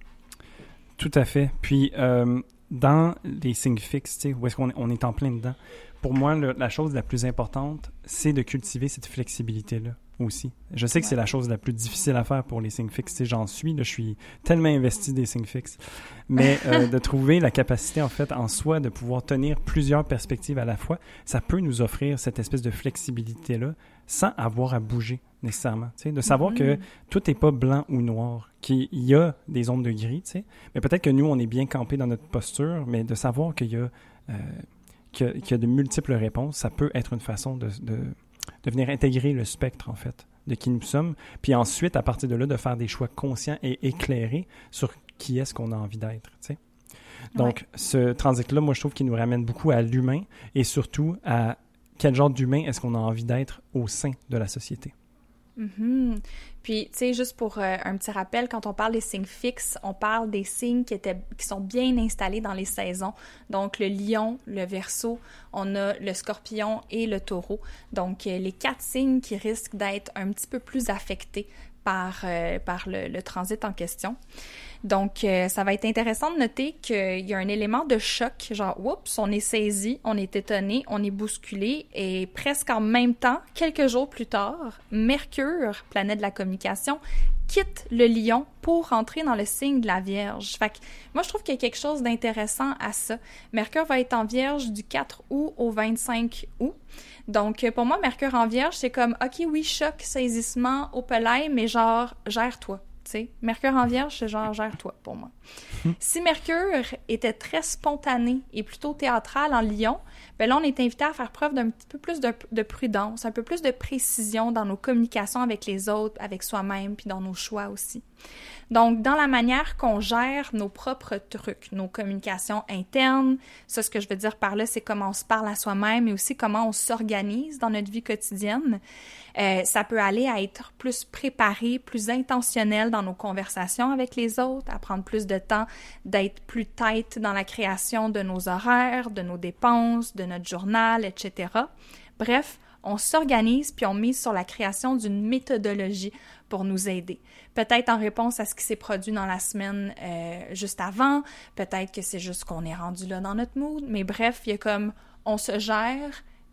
Tout à fait. Puis, euh, dans les signes fixes, tu sais, où est-ce qu'on est, on est en plein dedans, pour moi, le, la chose la plus importante, c'est de cultiver cette flexibilité-là aussi. Je sais que ouais. c'est la chose la plus difficile à faire pour les signes fixes. Tu sais, j'en suis, là, je suis tellement investi des signes fixes. Mais euh, de trouver la capacité, en fait, en soi, de pouvoir tenir plusieurs perspectives à la fois, ça peut nous offrir cette espèce de flexibilité-là sans avoir à bouger nécessairement. Tu sais, de savoir mm-hmm. que tout n'est pas blanc ou noir, qu'il y a des ondes de gris, tu sais. Mais peut-être que nous, on est bien campés dans notre posture, mais de savoir qu'il y a... Euh, Qu'il y, a, qu'il y a de multiples réponses, ça peut être une façon de, de, de venir intégrer le spectre, en fait, de qui nous sommes. Puis ensuite, à partir de là, de faire des choix conscients et éclairés sur qui est-ce qu'on a envie d'être, tu sais. Donc, ouais. ce transit-là, moi, je trouve qu'il nous ramène beaucoup à l'humain et surtout à quel genre d'humain est-ce qu'on a envie d'être au sein de la société. Mm-hmm. Puis, tu sais, juste pour euh, un petit rappel, quand on parle des signes fixes, on parle des signes qui, étaient, qui sont bien installés dans les saisons. Donc, le lion, le verseau, on a le scorpion et le taureau. Donc, euh, les quatre signes qui risquent d'être un petit peu plus affectés par, euh, par le, le transit en question. Donc, euh, ça va être intéressant de noter qu'il y a un élément de choc, genre, oups, on est saisi, on est étonné, on est bousculé, et presque en même temps, quelques jours plus tard, Mercure, planète de la communication, quitte le lion pour entrer dans le signe de la Vierge. Fait que moi, je trouve qu'il y a quelque chose d'intéressant à ça. Mercure va être en Vierge du quatre août au vingt-cinq août. Donc, pour moi, Mercure en Vierge, c'est comme, OK, oui, choc, saisissement, au pelay, mais genre, gère-toi. T'sais. Mercure en Vierge, c'est genre, gère-toi, pour moi. Si Mercure était très spontané et plutôt théâtral en Lion, ben là, on est invité à faire preuve d'un petit peu plus de, de prudence, un peu plus de précision dans nos communications avec les autres, avec soi-même, puis dans nos choix aussi. Donc, dans la manière qu'on gère nos propres trucs, nos communications internes, ça, ce que je veux dire par là, c'est comment on se parle à soi-même, mais aussi comment on s'organise dans notre vie quotidienne. Euh, ça peut aller à être plus préparé, plus intentionnel dans nos conversations avec les autres, à prendre plus de temps, d'être plus tight dans la création de nos horaires, de nos dépenses, de notre journal, et cetera. Bref, on s'organise puis on mise sur la création d'une méthodologie pour nous aider. Peut-être en réponse à ce qui s'est produit dans la semaine euh, juste avant, peut-être que c'est juste qu'on est rendu là dans notre mood, mais bref, il y a comme, on se gère,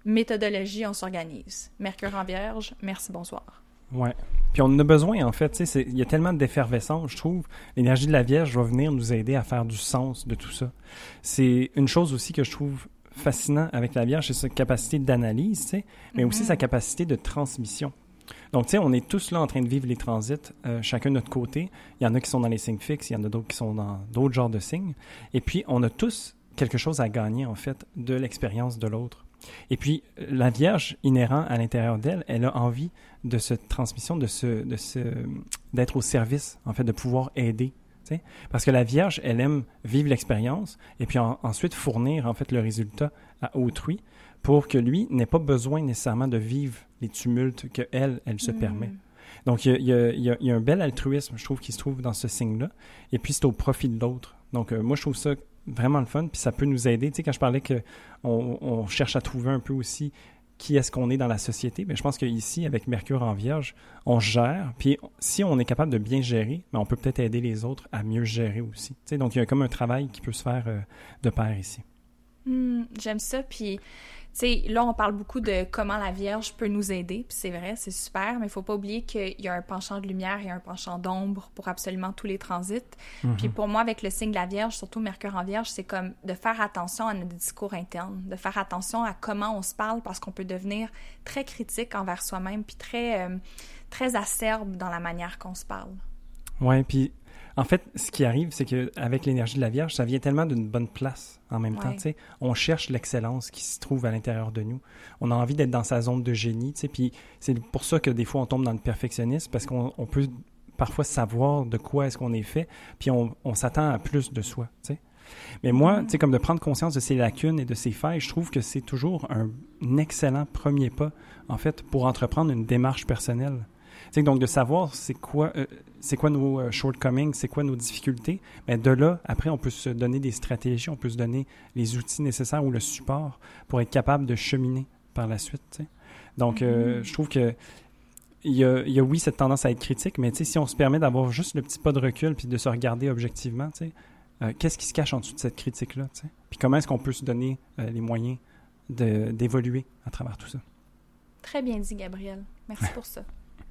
méthodologie, on s'organise. Mercure en Vierge, merci, bonsoir. Ouais. Puis on en a besoin, en fait. Tu sais, il y a tellement d'effervescence, je trouve. L'énergie de la Vierge va venir nous aider à faire du sens de tout ça. C'est une chose aussi que je trouve fascinant avec la Vierge, c'est sa capacité d'analyse, tu sais, mais mm-hmm. aussi sa capacité de transmission. Donc, tu sais, on est tous là en train de vivre les transits, euh, chacun de notre côté. Il y en a qui sont dans les signes fixes, il y en a d'autres qui sont dans d'autres genres de signes. Et puis, on a tous quelque chose à gagner, en fait, de l'expérience de l'autre. Et puis, la Vierge, inhérent à l'intérieur d'elle, elle a envie de cette transmission, de se, de se, d'être au service, en fait, de pouvoir aider. T'sais? Parce que la Vierge, elle aime vivre l'expérience et puis en, ensuite fournir, en fait, le résultat à autrui pour que lui n'ait pas besoin nécessairement de vivre les tumultes qu'elle, elle se mmh. permet. Donc, il y a, y, a, y a un bel altruisme, je trouve, qui se trouve dans ce signe-là. Et puis, c'est au profit de l'autre. Donc, euh, moi, je trouve ça vraiment le fun, puis ça peut nous aider. Tu sais, quand je parlais qu'on on cherche à trouver un peu aussi qui est-ce qu'on est dans la société, bien, je pense qu'ici, avec Mercure en Vierge, on gère, puis si on est capable de bien gérer, bien, on peut peut-être aider les autres à mieux gérer aussi. Tu sais, donc, il y a comme un travail qui peut se faire euh, de pair ici. Mmh, j'aime ça, puis... Tu sais, là, on parle beaucoup de comment la Vierge peut nous aider, puis c'est vrai, c'est super, mais il faut pas oublier qu'il y a un penchant de lumière et un penchant d'ombre pour absolument tous les transits. Mm-hmm. Puis pour moi, avec le signe de la Vierge, surtout Mercure en Vierge, c'est comme de faire attention à notre discours interne, de faire attention à comment on se parle, parce qu'on peut devenir très critique envers soi-même, puis très, euh, très acerbe dans la manière qu'on se parle. Ouais, puis... En fait, ce qui arrive, c'est qu'avec l'énergie de la Vierge, ça vient tellement d'une bonne place en même ouais. temps. T'sais. On cherche l'excellence qui se trouve à l'intérieur de nous. On a envie d'être dans sa zone de génie. Puis c'est pour ça que des fois, on tombe dans le perfectionnisme, parce qu'on on peut parfois savoir de quoi est-ce qu'on est fait, puis on, on s'attend à plus de soi. T'sais. Mais moi, mm-hmm. comme de prendre conscience de ses lacunes et de ses failles, je trouve que c'est toujours un, un excellent premier pas, en fait, pour entreprendre une démarche personnelle. T'sais, donc, de savoir c'est quoi, euh, c'est quoi nos euh, shortcomings, c'est quoi nos difficultés, bien, de là, après, on peut se donner des stratégies, on peut se donner les outils nécessaires ou le support pour être capable de cheminer par la suite. T'sais. Donc, euh, mm-hmm. je trouve que il y a, il y a, oui, cette tendance à être critique, mais si on se permet d'avoir juste le petit pas de recul puis de se regarder objectivement, euh, qu'est-ce qui se cache en dessous de cette critique-là? T'sais? Puis comment est-ce qu'on peut se donner euh, les moyens de, d'évoluer à travers tout ça? Très bien dit, Gabriel. Merci pour ça.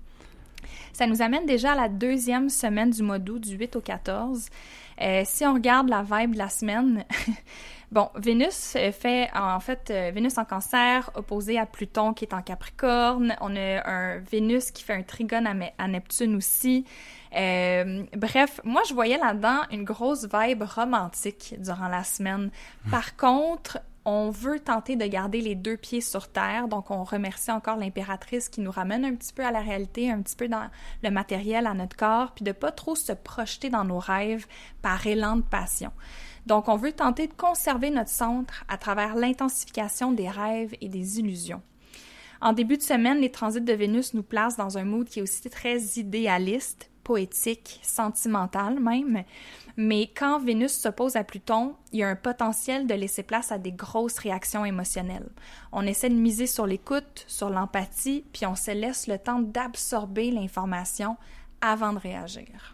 Ça nous amène déjà à la deuxième semaine du mois d'août, du huit au quatorze. Euh, si on regarde la vibe de la semaine, bon, Vénus fait, en fait, euh, Vénus en Cancer, opposée à Pluton qui est en Capricorne. On a un Vénus qui fait un trigone à, à Neptune aussi. Euh, bref, moi, je voyais là-dedans une grosse vibe romantique durant la semaine. Par contre, on veut tenter de garder les deux pieds sur terre, donc on remercie encore l'impératrice qui nous ramène un petit peu à la réalité, un petit peu dans le matériel, à notre corps, puis de pas trop se projeter dans nos rêves par élan de passion. Donc, on veut tenter de conserver notre centre à travers l'intensification des rêves et des illusions. En début de semaine, les transits de Vénus nous placent dans un mood qui est aussi très idéaliste, poétique, sentimental même. Mais quand Vénus s'oppose à Pluton, il y a un potentiel de laisser place à des grosses réactions émotionnelles. On essaie de miser sur l'écoute, sur l'empathie, puis on se laisse le temps d'absorber l'information avant de réagir.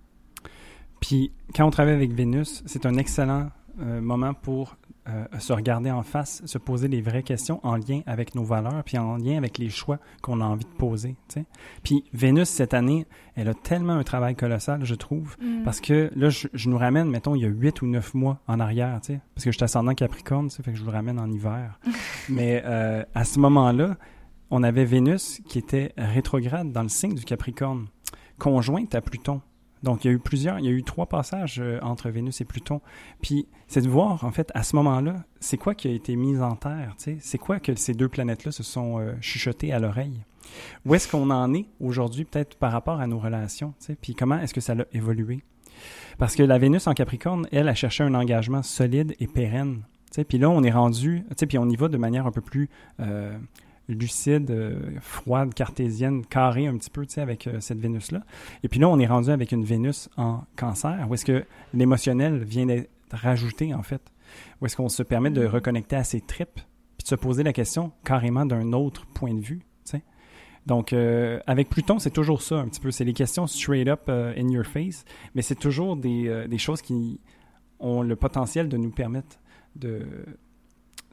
Puis, quand on travaille avec Vénus, c'est un excellent euh, moment pour euh, se regarder en face, se poser les vraies questions en lien avec nos valeurs, puis en lien avec les choix qu'on a envie de poser. T'sais. Puis, Vénus, cette année, elle a tellement un travail colossal, je trouve, mm. parce que là, je, je nous ramène, mettons, il y a huit ou neuf mois en arrière, t'sais, parce que je suis ascendant Capricorne, fait que je vous ramène en hiver. Mais euh, à ce moment-là, on avait Vénus qui était rétrograde dans le signe du Capricorne, conjointe à Pluton. Donc, il y a eu plusieurs, il y a eu trois passages euh, entre Vénus et Pluton. Puis, c'est de voir, en fait, à ce moment-là, c'est quoi qui a été mis en terre, tu sais? C'est quoi que ces deux planètes-là se sont euh, chuchotées à l'oreille? Où est-ce qu'on en est aujourd'hui, peut-être, par rapport à nos relations, tu sais? Puis, comment est-ce que ça a évolué? Parce que la Vénus en Capricorne, elle, a cherché un engagement solide et pérenne, tu sais? Puis là, on est rendu, tu sais, puis on y va de manière un peu plus... Euh, lucide, euh, froide, cartésienne, carrée un petit peu, tu sais, avec euh, cette Vénus-là. Et puis là, on est rendu avec une Vénus en Cancer, où est-ce que l'émotionnel vient d'être rajouté, en fait. Où est-ce qu'on se permet de reconnecter à ses tripes, puis de se poser la question carrément d'un autre point de vue, tu sais. Donc, euh, avec Pluton, c'est toujours ça, un petit peu. C'est les questions straight up uh, in your face, mais c'est toujours des, euh, des choses qui ont le potentiel de nous permettre de...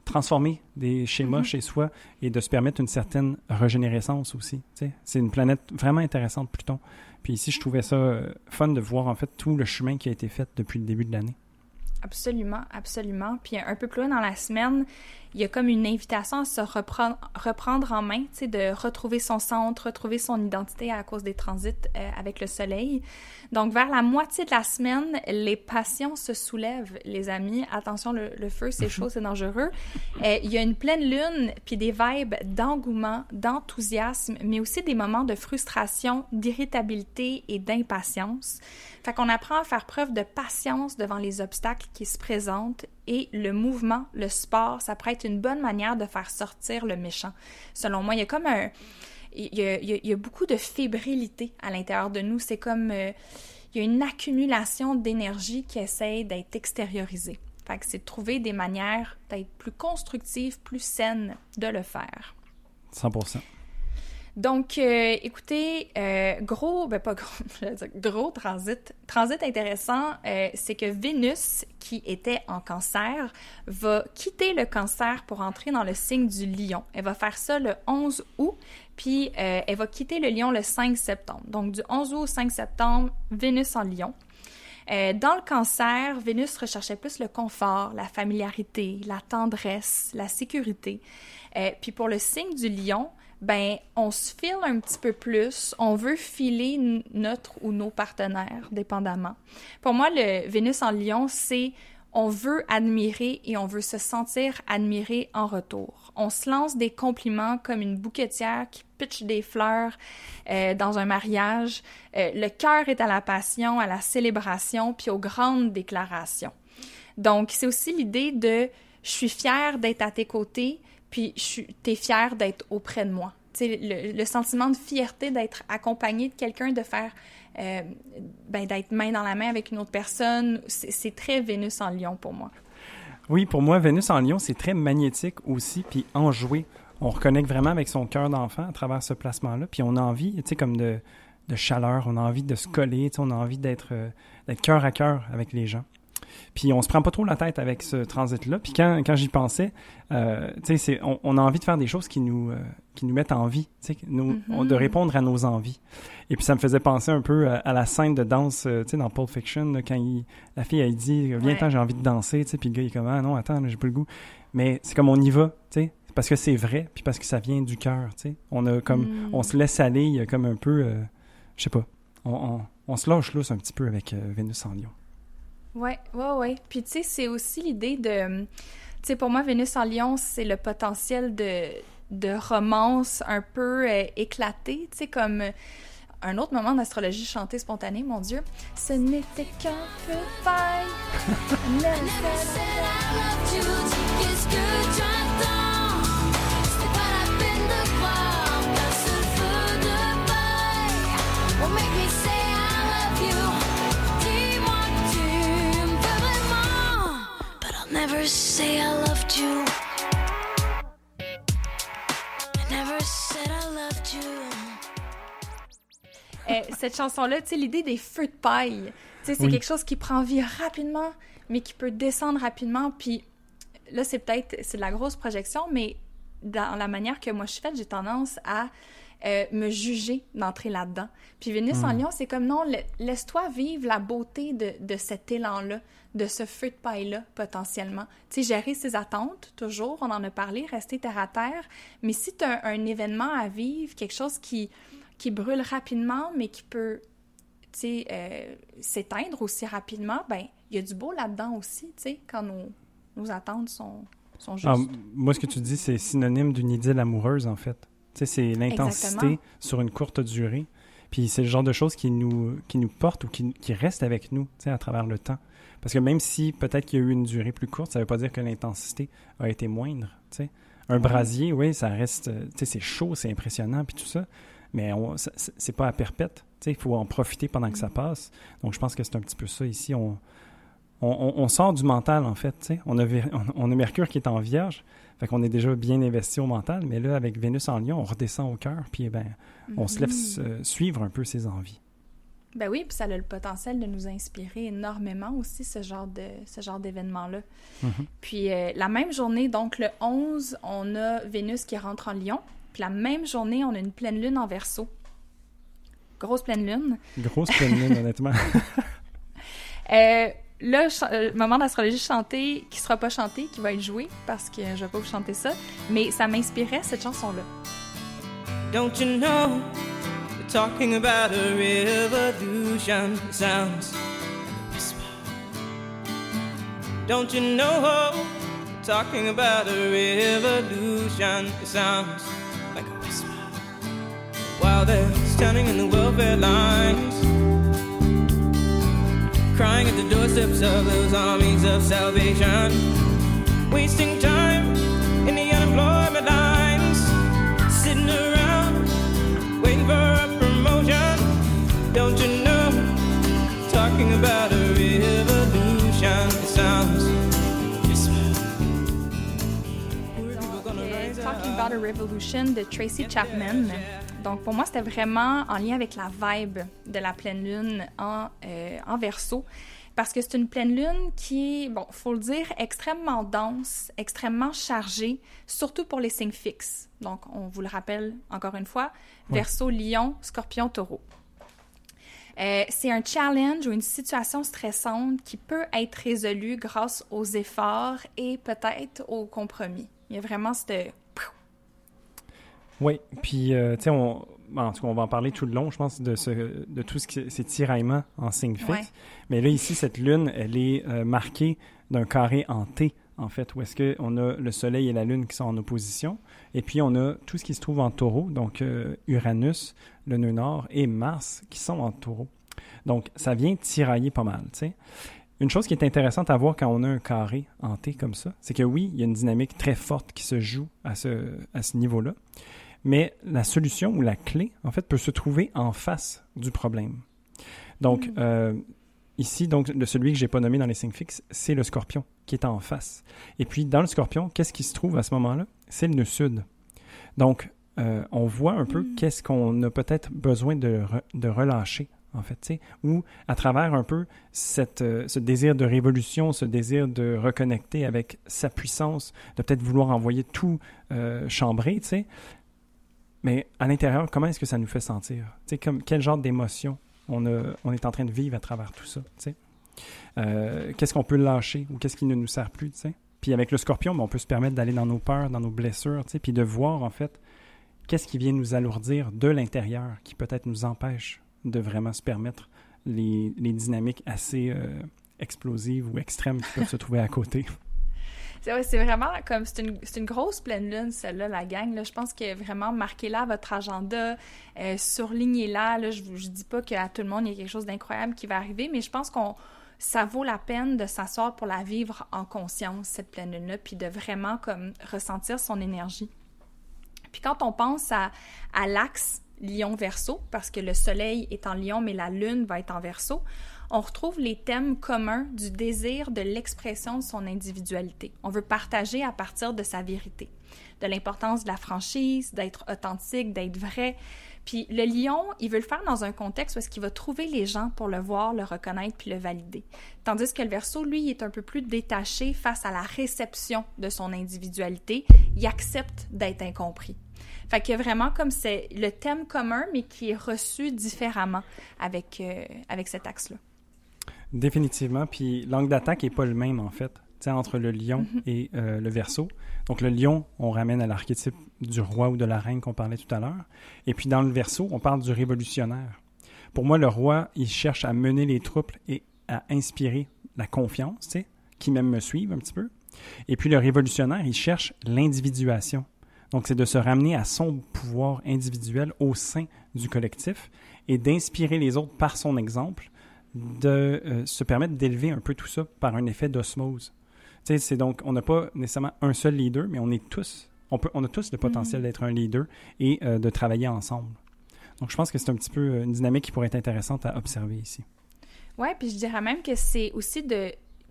transformer des schémas mm-hmm. chez soi et de se permettre une certaine régénérescence aussi. Tu sais. C'est une planète vraiment intéressante, Pluton. Puis ici, je trouvais ça euh, fun de voir en fait tout le chemin qui a été fait depuis le début de l'année. Absolument, absolument. Puis un peu plus loin dans la semaine, il y a comme une invitation à se reprendre, reprendre en main, tu sais, de retrouver son centre, retrouver son identité à cause des transits euh, avec le soleil. Donc, vers la moitié de la semaine, les passions se soulèvent, les amis. Attention, le, le feu, c'est chaud, c'est dangereux. Euh, il y a une pleine lune, puis des vibes d'engouement, d'enthousiasme, mais aussi des moments de frustration, d'irritabilité et d'impatience. Fait qu'on apprend à faire preuve de patience devant les obstacles qui se présentent et le mouvement, le sport, ça pourrait être une bonne manière de faire sortir le méchant. Selon moi, il y a comme un... Il y a, il y a, il y a beaucoup de fébrilité à l'intérieur de nous. C'est comme... Euh, il y a une accumulation d'énergie qui essaie d'être extériorisée. Fait que c'est de trouver des manières d'être plus constructives, plus saines de le faire. cent pour cent. Donc, euh, écoutez, euh, gros, ben pas gros, je veux dire, gros transit. Transit intéressant, euh, c'est que Vénus, qui était en Cancer, va quitter le Cancer pour entrer dans le signe du Lion. Elle va faire ça le onze août, puis euh, elle va quitter le Lion le cinq septembre. Donc, du onze août au cinq septembre, Vénus en Lion. Euh, dans le Cancer, Vénus recherchait plus le confort, la familiarité, la tendresse, la sécurité. Euh, puis pour le signe du Lion, ben on se file un petit peu plus, on veut filer n- notre ou nos partenaires, dépendamment. Pour moi, le Vénus en Lion, c'est on veut admirer et on veut se sentir admiré en retour. On se lance des compliments comme une bouquetière qui pitche des fleurs euh, dans un mariage. Euh, le cœur est à la passion, à la célébration, puis aux grandes déclarations. Donc, c'est aussi l'idée de « je suis fière d'être à tes côtés », puis « t'es fière d'être auprès de moi ». Tu sais, le, le sentiment de fierté d'être accompagné de quelqu'un, de faire, euh, ben, d'être main dans la main avec une autre personne, c'est, c'est très Vénus en Lion pour moi. Oui, pour moi, Vénus en Lion, c'est très magnétique aussi, puis enjoué. On reconnecte vraiment avec son cœur d'enfant à travers ce placement-là, puis on a envie, tu sais, comme de, de chaleur, on a envie de se coller, tu sais, on a envie d'être, euh, d'être cœur à cœur avec les gens. Puis on se prend pas trop la tête avec ce transit-là. Puis quand, quand j'y pensais, euh, tu sais, c'est, on, on a envie de faire des choses qui nous, euh, qui nous mettent en vie, tu sais, nous, mm-hmm. on, de répondre à nos envies. Et puis ça me faisait penser un peu à, à la scène de danse, euh, tu sais, dans Pulp Fiction, là, quand il, la fille, elle dit « Viens-t'en, ouais. j'ai envie de danser », tu sais, puis le gars, il est comme « Ah non, attends, là, j'ai pas le goût ». Mais c'est comme on y va, tu sais, parce que c'est vrai, puis parce que ça vient du cœur, tu sais. On a comme, mm. on se laisse aller, il y a comme un peu, euh, je sais pas, on, on, on se lâche lousse un petit peu avec euh, Vénus en Lion. Oui, oui, oui. Puis, tu sais, c'est aussi l'idée de... Tu sais, pour moi, Vénus en Lion, c'est le potentiel de, de romance un peu euh, éclaté, tu sais, comme euh, un autre moment d'astrologie chantée spontanée, mon Dieu. Ce n'était qu'un peu faille. Qu'est-ce que j'attends? C'est pas la peine de croire qu'un seul feu de paille will make me say I love you. Never say I loved you. I never said I loved you. Euh, cette chanson-là, tu sais, l'idée des feux de paille, tu sais, c'est oui. quelque chose qui prend vie rapidement, mais qui peut descendre rapidement. Puis là, c'est peut-être, c'est de la grosse projection, mais dans la manière que moi je suis faite, j'ai tendance à euh, me juger d'entrer là-dedans. Puis Vénus mmh. en Lion, c'est comme non, laisse-toi vivre la beauté de, de cet élan-là, de ce feu de paille-là, potentiellement. Tu sais, gérer ses attentes, toujours, on en a parlé, rester terre à terre, mais si tu as un, un événement à vivre, quelque chose qui, qui brûle rapidement, mais qui peut, tu sais, euh, s'éteindre aussi rapidement, ben il y a du beau là-dedans aussi, tu sais, quand nos, nos attentes sont, sont justes. Ah, moi, ce que tu dis, c'est synonyme d'une idylle amoureuse, en fait. Tu sais, c'est l'intensité Exactement. Sur une courte durée. Puis c'est le genre de choses qui nous, qui nous portent ou qui, qui restent avec nous, tu sais, à travers le temps. Parce que même si peut-être qu'il y a eu une durée plus courte, ça ne veut pas dire que l'intensité a été moindre, tu sais. Un brasier, oui, ça reste, tu sais, c'est chaud, c'est impressionnant, puis tout ça, mais on, ça, c'est pas à perpète, tu sais, il faut en profiter pendant que ça passe. Donc je pense que c'est un petit peu ça ici, on, on, on sort du mental, en fait, tu sais. On a, on a Mercure qui est en Vierge, fait qu'on est déjà bien investi au mental, mais là, avec Vénus en Lion, on redescend au cœur, puis ben, on mm-hmm. se laisse euh, suivre un peu ses envies. Ben oui, puis ça a le potentiel de nous inspirer énormément aussi, ce genre de ce genre d'événement-là. Mm-hmm. Puis euh, la même journée, donc le onze, on a Vénus qui rentre en Lion. Puis la même journée, on a une pleine lune en Verseau. Grosse pleine lune. Grosse pleine lune, honnêtement. euh, là, ch- euh, moment d'astrologie chantée, qui sera pas chanté, qui va être joué, parce que je vais pas vous chanter ça, mais ça m'inspirait, cette chanson-là. Don't you know, we're talking about a revolution, it sounds like a whisper. Don't you know, we're talking about a revolution, it sounds like a whisper. While they're standing in the welfare lines, crying at the doorsteps of those armies of salvation, wasting time in the unemployment lines, sitting around waiting for a promotion. Don't you know, talking about a revolution, it sounds donc, Talking About a Revolution de Tracy Chapman. Donc, pour moi, c'était vraiment en lien avec la vibe de la pleine lune en, euh, en Verseau. Parce que c'est une pleine lune qui est, bon, faut le dire, extrêmement dense, extrêmement chargée, surtout pour les signes fixes. Donc, on vous le rappelle encore une fois, oui. Verseau, Lion, Scorpion, Taureau. Euh, c'est un challenge ou une situation stressante qui peut être résolue grâce aux efforts et peut-être au compromis. Il y a vraiment cette... Oui, puis, euh, tu sais, on... en tout cas, on va en parler tout le long, je pense, de, ce, de tout ce qui ces tiraillements en signe fixe. Ouais. Mais là, ici, cette lune, elle est euh, marquée d'un carré en T, en fait, où est-ce qu'on a le Soleil et la Lune qui sont en opposition. Et puis, on a tout ce qui se trouve en Taureau, donc euh, Uranus, le nœud nord, et Mars qui sont en Taureau. Donc, ça vient tirailler pas mal, tu sais. Une chose qui est intéressante à voir quand on a un carré en T comme ça, c'est que oui, il y a une dynamique très forte qui se joue à ce, à ce niveau-là. Mais la solution ou la clé, en fait, peut se trouver en face du problème. Donc, mmh. euh, ici, donc, de celui que je n'ai pas nommé dans les signes fixes, c'est le Scorpion qui est en face. Et puis, dans le Scorpion, qu'est-ce qui se trouve à ce moment-là? C'est le nœud sud. Donc, euh, on voit un peu mmh. qu'est-ce qu'on a peut-être besoin de, re, de relâcher, en fait, tu sais, ou à travers un peu cette, euh, ce désir de révolution, ce désir de reconnecter avec sa puissance, de peut-être vouloir envoyer tout euh, chambrer, tu sais. Mais à l'intérieur, comment est-ce que ça nous fait sentir? Tu sais, comme quel genre d'émotion on, a, on est en train de vivre à travers tout ça, tu sais? Euh, qu'est-ce qu'on peut lâcher ou qu'est-ce qui ne nous sert plus, tu sais? Puis avec le Scorpion, ben, on peut se permettre d'aller dans nos peurs, dans nos blessures, tu sais, puis de voir, en fait, qu'est-ce qui vient nous alourdir de l'intérieur, qui peut-être nous empêche de vraiment se permettre les, les dynamiques assez euh, explosives ou extrêmes qui peuvent se trouver à côté. C'est, c'est vraiment comme, c'est une, c'est une grosse pleine lune, celle-là, la gang. Là. Je pense que vraiment, marquez-la à votre agenda, euh, surlignez-la. Là. Je ne dis pas qu'à tout le monde, il y a quelque chose d'incroyable qui va arriver, mais je pense qu'on ça vaut la peine de s'asseoir pour la vivre en conscience, cette pleine lune-là, puis de vraiment comme ressentir son énergie. Puis quand on pense à, à l'axe Lion-Verseau, parce que le Soleil est en Lion, mais la Lune va être en Verseau, on retrouve les thèmes communs du désir de l'expression de son individualité. On veut partager à partir de sa vérité, de l'importance de la franchise, d'être authentique, d'être vrai. Puis le Lion, il veut le faire dans un contexte où est-ce qu'il va trouver les gens pour le voir, le reconnaître puis le valider. Tandis que le Verseau, lui, il est un peu plus détaché face à la réception de son individualité. Il accepte d'être incompris. Fait qu'il y a vraiment comme c'est le thème commun, mais qui est reçu différemment avec, euh, avec cet axe-là. Définitivement. Puis l'angle d'attaque n'est pas le même, en fait, tu sais, entre le Lion mm-hmm. et euh, le Verseau. Donc le Lion, on ramène à l'archétype du roi ou de la reine qu'on parlait tout à l'heure. Et puis dans le Verseau, on parle du révolutionnaire. Pour moi, le roi, il cherche à mener les troupes et à inspirer la confiance, tu sais, qui même me suivent un petit peu. Et puis le révolutionnaire, il cherche l'individuation. Donc, c'est de se ramener à son pouvoir individuel au sein du collectif et d'inspirer les autres par son exemple, de euh, se permettre d'élever un peu tout ça par un effet d'osmose. Tu sais, c'est donc, on n'a pas nécessairement un seul leader, mais on est tous, on peut, on a tous le potentiel mm-hmm. d'être un leader et euh, de travailler ensemble. Donc, je pense que c'est un petit peu une dynamique qui pourrait être intéressante à observer ici. Oui, puis je dirais même que c'est aussi de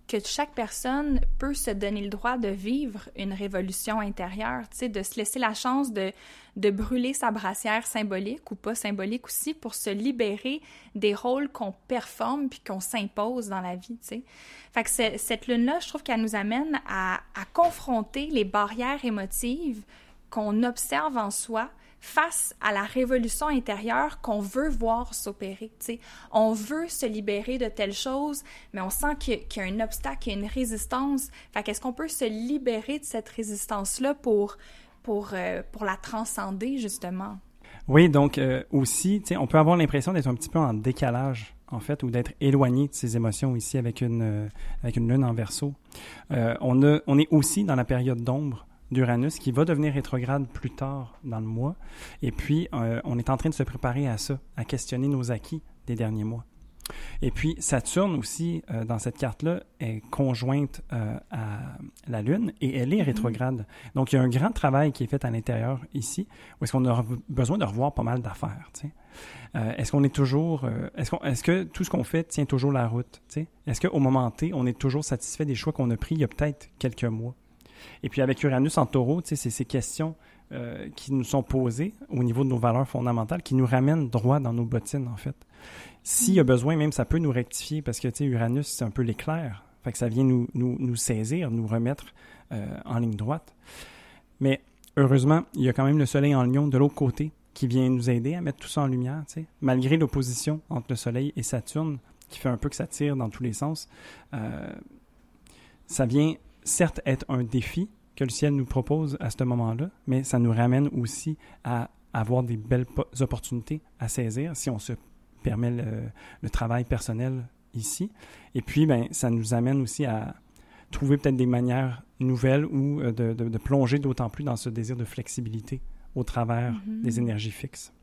que chaque personne peut se donner le droit de vivre une révolution intérieure, tu sais, de se laisser la chance de, de brûler sa brassière symbolique ou pas symbolique aussi pour se libérer des rôles qu'on performe puis qu'on s'impose dans la vie, tu sais. Fait que c'est, cette lune-là, je trouve qu'elle nous amène à, à confronter les barrières émotives qu'on observe en soi face à la révolution intérieure qu'on veut voir s'opérer. T'sais. On veut se libérer de telle chose, mais on sent qu'il y, a, qu'il y a un obstacle, qu'il y a une résistance. Fait qu'est-ce qu'on peut se libérer de cette résistance-là pour, pour, euh, pour la transcender, justement? Oui, donc euh, aussi, on peut avoir l'impression d'être un petit peu en décalage, en fait, ou d'être éloigné de ses émotions ici avec une, euh, avec une lune en Verseau. Euh, on, a, on est aussi dans la période d'ombre d'Uranus qui va devenir rétrograde plus tard dans le mois. Et puis, euh, on est en train de se préparer à ça, à questionner nos acquis des derniers mois. Et puis, Saturne aussi, euh, dans cette carte-là, est conjointe euh, à la Lune et elle est rétrograde. Donc, il y a un grand travail qui est fait à l'intérieur ici, où est-ce qu'on a besoin de revoir pas mal d'affaires, tu sais. Euh, est-ce qu'on est toujours... Euh, est-ce, qu'on, est-ce que tout ce qu'on fait tient toujours la route, tu sais? Est-ce qu'au moment T, on est toujours satisfait des choix qu'on a pris il y a peut-être quelques mois? Et puis avec Uranus en Taureau, tu sais, c'est ces questions euh, qui nous sont posées au niveau de nos valeurs fondamentales, qui nous ramènent droit dans nos bottines, en fait. S'il y a besoin, même, ça peut nous rectifier, parce que, tu sais, Uranus, c'est un peu l'éclair. Fait que ça vient nous, nous, nous saisir, nous remettre euh, en ligne droite. Mais heureusement, il y a quand même le Soleil en Lion de l'autre côté qui vient nous aider à mettre tout ça en lumière, tu sais. Malgré l'opposition entre le Soleil et Saturne, qui fait un peu que ça tire dans tous les sens, euh, ça vient... certes être un défi que le ciel nous propose à ce moment-là, mais ça nous ramène aussi à avoir des belles po- opportunités à saisir si on se permet le, le travail personnel ici. Et puis, ben, ça nous amène aussi à trouver peut-être des manières nouvelles ou de, de, de plonger d'autant plus dans ce désir de flexibilité au travers mm-hmm. des énergies fixes.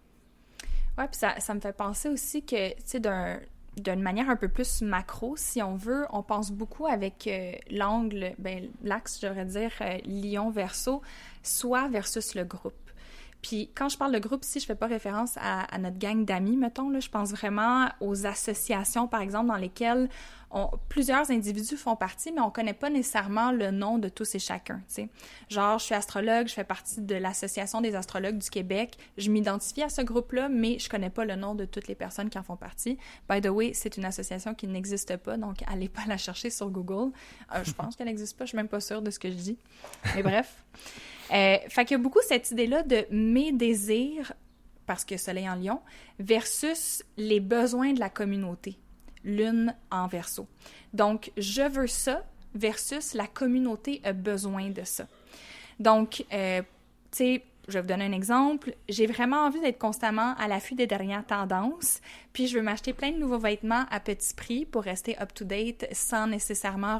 Oui, puis ça, ça me fait penser aussi que, tu sais, d'un... d'une manière un peu plus macro, si on veut, on pense beaucoup avec euh, l'angle, ben, l'axe, je devrais dire, euh, Lion-Verseau, soi versus le groupe. Puis quand je parle de groupe ici, je fais pas référence à, à notre gang d'amis, mettons, là, je pense vraiment aux associations, par exemple, dans lesquelles on, plusieurs individus font partie, mais on connaît pas nécessairement le nom de tous et chacun, tu sais. Genre, je suis astrologue, je fais partie de l'Association des astrologues du Québec, je m'identifie à ce groupe-là, mais je connais pas le nom de toutes les personnes qui en font partie. By the way, c'est une association qui n'existe pas, donc allez pas la chercher sur Google. Euh, je pense qu'elle n'existe pas, je suis même pas sûre de ce que je dis. Mais bref. Euh, fait qu'il y a beaucoup cette idée-là de mes désirs, parce que Soleil en Lion, versus les besoins de la communauté. Lune en Verseau. Donc, je veux ça versus la communauté a besoin de ça. Donc, euh, tu sais, je vais vous donner un exemple. J'ai vraiment envie d'être constamment à l'affût des dernières tendances, puis je veux m'acheter plein de nouveaux vêtements à petit prix pour rester up-to-date sans nécessairement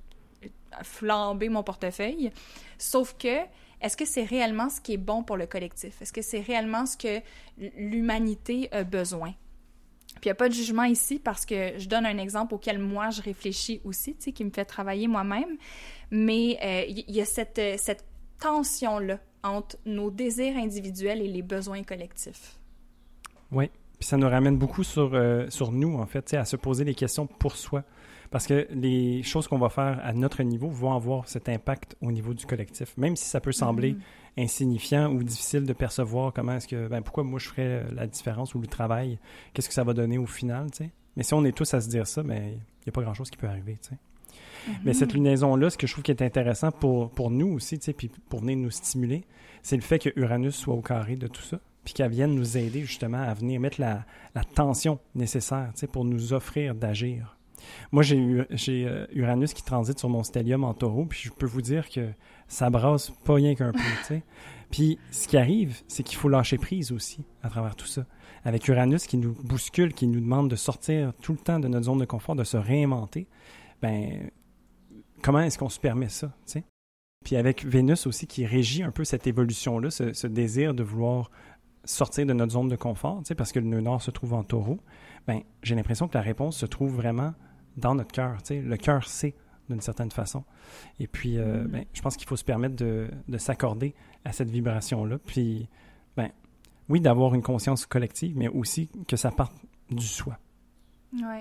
flamber mon portefeuille. Sauf que, est-ce que c'est réellement ce qui est bon pour le collectif? Est-ce que c'est réellement ce que l'humanité a besoin? Puis il n'y a pas de jugement ici parce que je donne un exemple auquel moi je réfléchis aussi, tu sais, qui me fait travailler moi-même. Mais il euh, y, y a cette, cette tension-là entre nos désirs individuels et les besoins collectifs. Oui, puis ça nous ramène beaucoup sur, euh, sur nous, en fait, tu sais, à se poser des questions pour soi. Parce que les choses qu'on va faire à notre niveau vont avoir cet impact au niveau du collectif. Même si ça peut sembler mm-hmm. insignifiant ou difficile de percevoir comment est-ce que, ben pourquoi moi je ferais la différence ou le travail, qu'est-ce que ça va donner au final, tu sais. Mais si on est tous à se dire ça, ben il n'y a pas grand-chose qui peut arriver, tu sais. Mm-hmm. Mais cette lunaison-là, ce que je trouve qui est intéressant pour, pour nous aussi, tu sais, puis pour venir nous stimuler, c'est le fait que Uranus soit au carré de tout ça, puis qu'elle vienne nous aider justement à venir mettre la, la tension nécessaire, tu sais, pour nous offrir d'agir. Moi, j'ai, eu, j'ai euh, Uranus qui transite sur mon stellium en Taureau, puis je peux vous dire que ça brasse pas rien qu'un peu, tu sais. Puis, ce qui arrive, c'est qu'il faut lâcher prise aussi à travers tout ça. Avec Uranus qui nous bouscule, qui nous demande de sortir tout le temps de notre zone de confort, de se réinventer, ben comment est-ce qu'on se permet ça, tu sais? Puis avec Vénus aussi qui régit un peu cette évolution-là, ce, ce désir de vouloir sortir de notre zone de confort, tu sais, parce que le nœud nord se trouve en Taureau, ben j'ai l'impression que la réponse se trouve vraiment dans notre cœur, tu sais. Le cœur sait d'une certaine façon. Et puis, euh, mm. ben, je pense qu'il faut se permettre de, de s'accorder à cette vibration-là. Puis, ben, oui, d'avoir une conscience collective, mais aussi que ça parte du soi. Oui.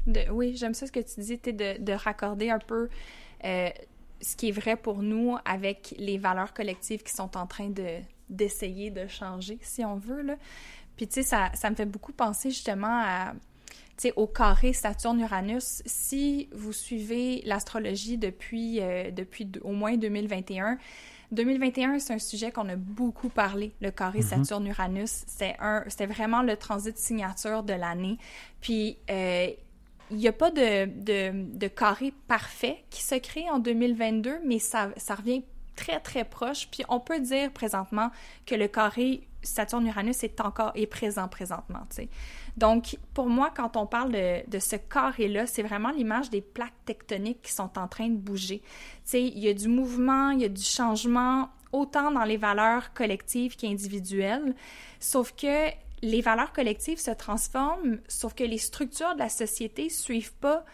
De, oui, j'aime ça ce que tu dis, de, de raccorder un peu euh, ce qui est vrai pour nous avec les valeurs collectives qui sont en train de, d'essayer de changer, si on veut, là. Puis, tu sais, ça, ça me fait beaucoup penser justement à, tu sais, au carré Saturne-Uranus. Si vous suivez l'astrologie depuis, euh, depuis de, au moins deux mille vingt et un, deux mille vingt et un, c'est un sujet qu'on a beaucoup parlé, le carré mm-hmm. Saturne-Uranus. C'était, un, c'était vraiment le transit signature de l'année. Puis, euh, il n'y a pas de, de, de carré parfait qui se crée en deux mille vingt-deux, mais ça, ça revient très, très proche. Puis on peut dire présentement que le carré Saturne-Uranus est encore est présent présentement, tu sais. Donc, pour moi, quand on parle de, de ce carré-là, c'est vraiment l'image des plaques tectoniques qui sont en train de bouger. Tu sais, il y a du mouvement, il y a du changement, autant dans les valeurs collectives qu'individuelles, sauf que les valeurs collectives se transforment, sauf que les structures de la société ne suivent pas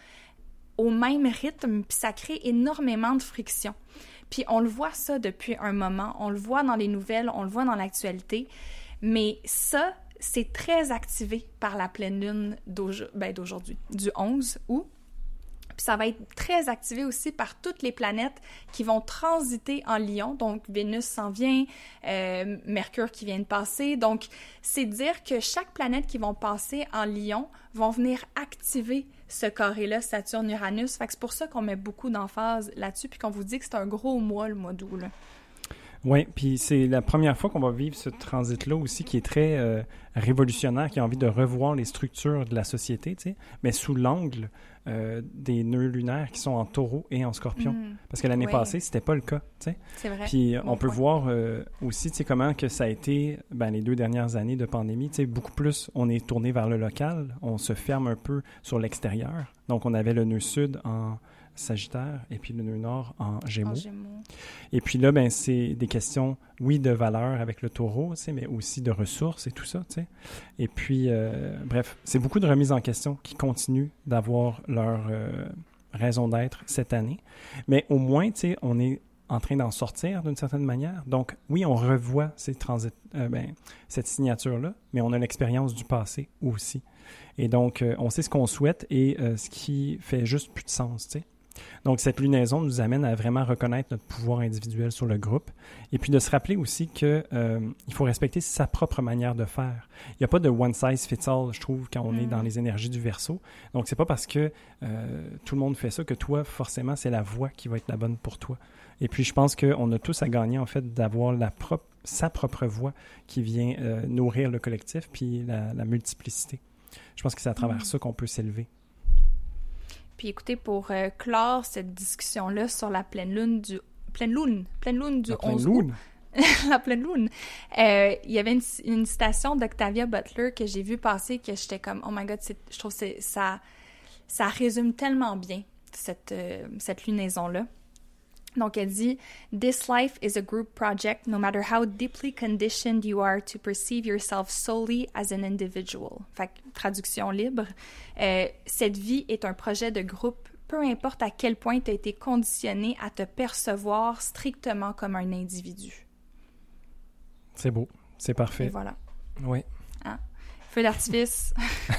au même rythme, puis ça crée énormément de friction. Puis on le voit ça depuis un moment, on le voit dans les nouvelles, on le voit dans l'actualité, mais ça, c'est très activé par la pleine lune d'aujourd'hui, ben d'aujourd'hui, du onze août. Puis ça va être très activé aussi par toutes les planètes qui vont transiter en Lion. Donc, Vénus s'en vient, euh, Mercure qui vient de passer. Donc, c'est dire que chaque planète qui vont passer en Lion vont venir activer ce carré-là, Saturne-Uranus. Fait que c'est pour ça qu'on met beaucoup d'emphase là-dessus puis qu'on vous dit que c'est un gros mois, le mois d'août, là. Oui, puis c'est la première fois qu'on va vivre ce transit-là aussi qui est très euh, révolutionnaire, qui a envie de revoir les structures de la société, tu sais, mais sous l'angle euh, des nœuds lunaires qui sont en taureau et en scorpion. Mmh. Parce que l'année oui. passée, c'était pas le cas, tu sais. C'est vrai. Puis bon on peut point. voir euh, aussi, tu sais, comment que ça a été, ben, les deux dernières années de pandémie, tu sais, beaucoup plus, on est tourné vers le local, on se ferme un peu sur l'extérieur. Donc, on avait le nœud sud en Sagittaire et puis le nœud nord en Gémeaux. En Gémeaux. Et puis là, ben c'est des questions, oui, de valeur avec le taureau, tu sais, mais aussi de ressources et tout ça, tu sais. Et puis, euh, bref, c'est beaucoup de remises en question qui continuent d'avoir leur euh, raison d'être cette année. Mais au moins, tu sais, on est en train d'en sortir d'une certaine manière. Donc, oui, on revoit ces transits, euh, ben, cette signature-là, mais on a l'expérience du passé aussi. Et donc, euh, on sait ce qu'on souhaite et euh, ce qui fait juste plus de sens, tu sais. Donc, cette lunaison nous amène à vraiment reconnaître notre pouvoir individuel sur le groupe et puis de se rappeler aussi qu'il euh, faut respecter sa propre manière de faire. Il n'y a pas de one size fits all, je trouve, quand on mm. est dans les énergies du Verseau. Donc, c'est pas parce que euh, tout le monde fait ça que toi, forcément, c'est la voie qui va être la bonne pour toi. Et puis, je pense qu'on a tous à gagner, en fait, d'avoir la propre, sa propre voie qui vient euh, nourrir le collectif puis la, la multiplicité. Je pense que c'est à travers mm. ça qu'on peut s'élever. Puis écoutez, pour euh, clore cette discussion-là sur la pleine lune du... Pleine lune! Pleine lune du onze août. La pleine lune. Euh, il y avait une, une citation d'Octavia Butler que j'ai vue passer que j'étais comme « Oh my God! » Je trouve que c'est, ça, ça résume tellement bien cette, euh, cette lunaison-là. Donc, elle dit « This life is a group project, no matter how deeply conditioned you are to perceive yourself solely as an individual. » Fait que, traduction libre. Euh, cette vie est un projet de groupe, peu importe à quel point tu as été conditionné à te percevoir strictement comme un individu. C'est beau, c'est parfait. Et voilà. Oui. Hein? Feu d'artifice.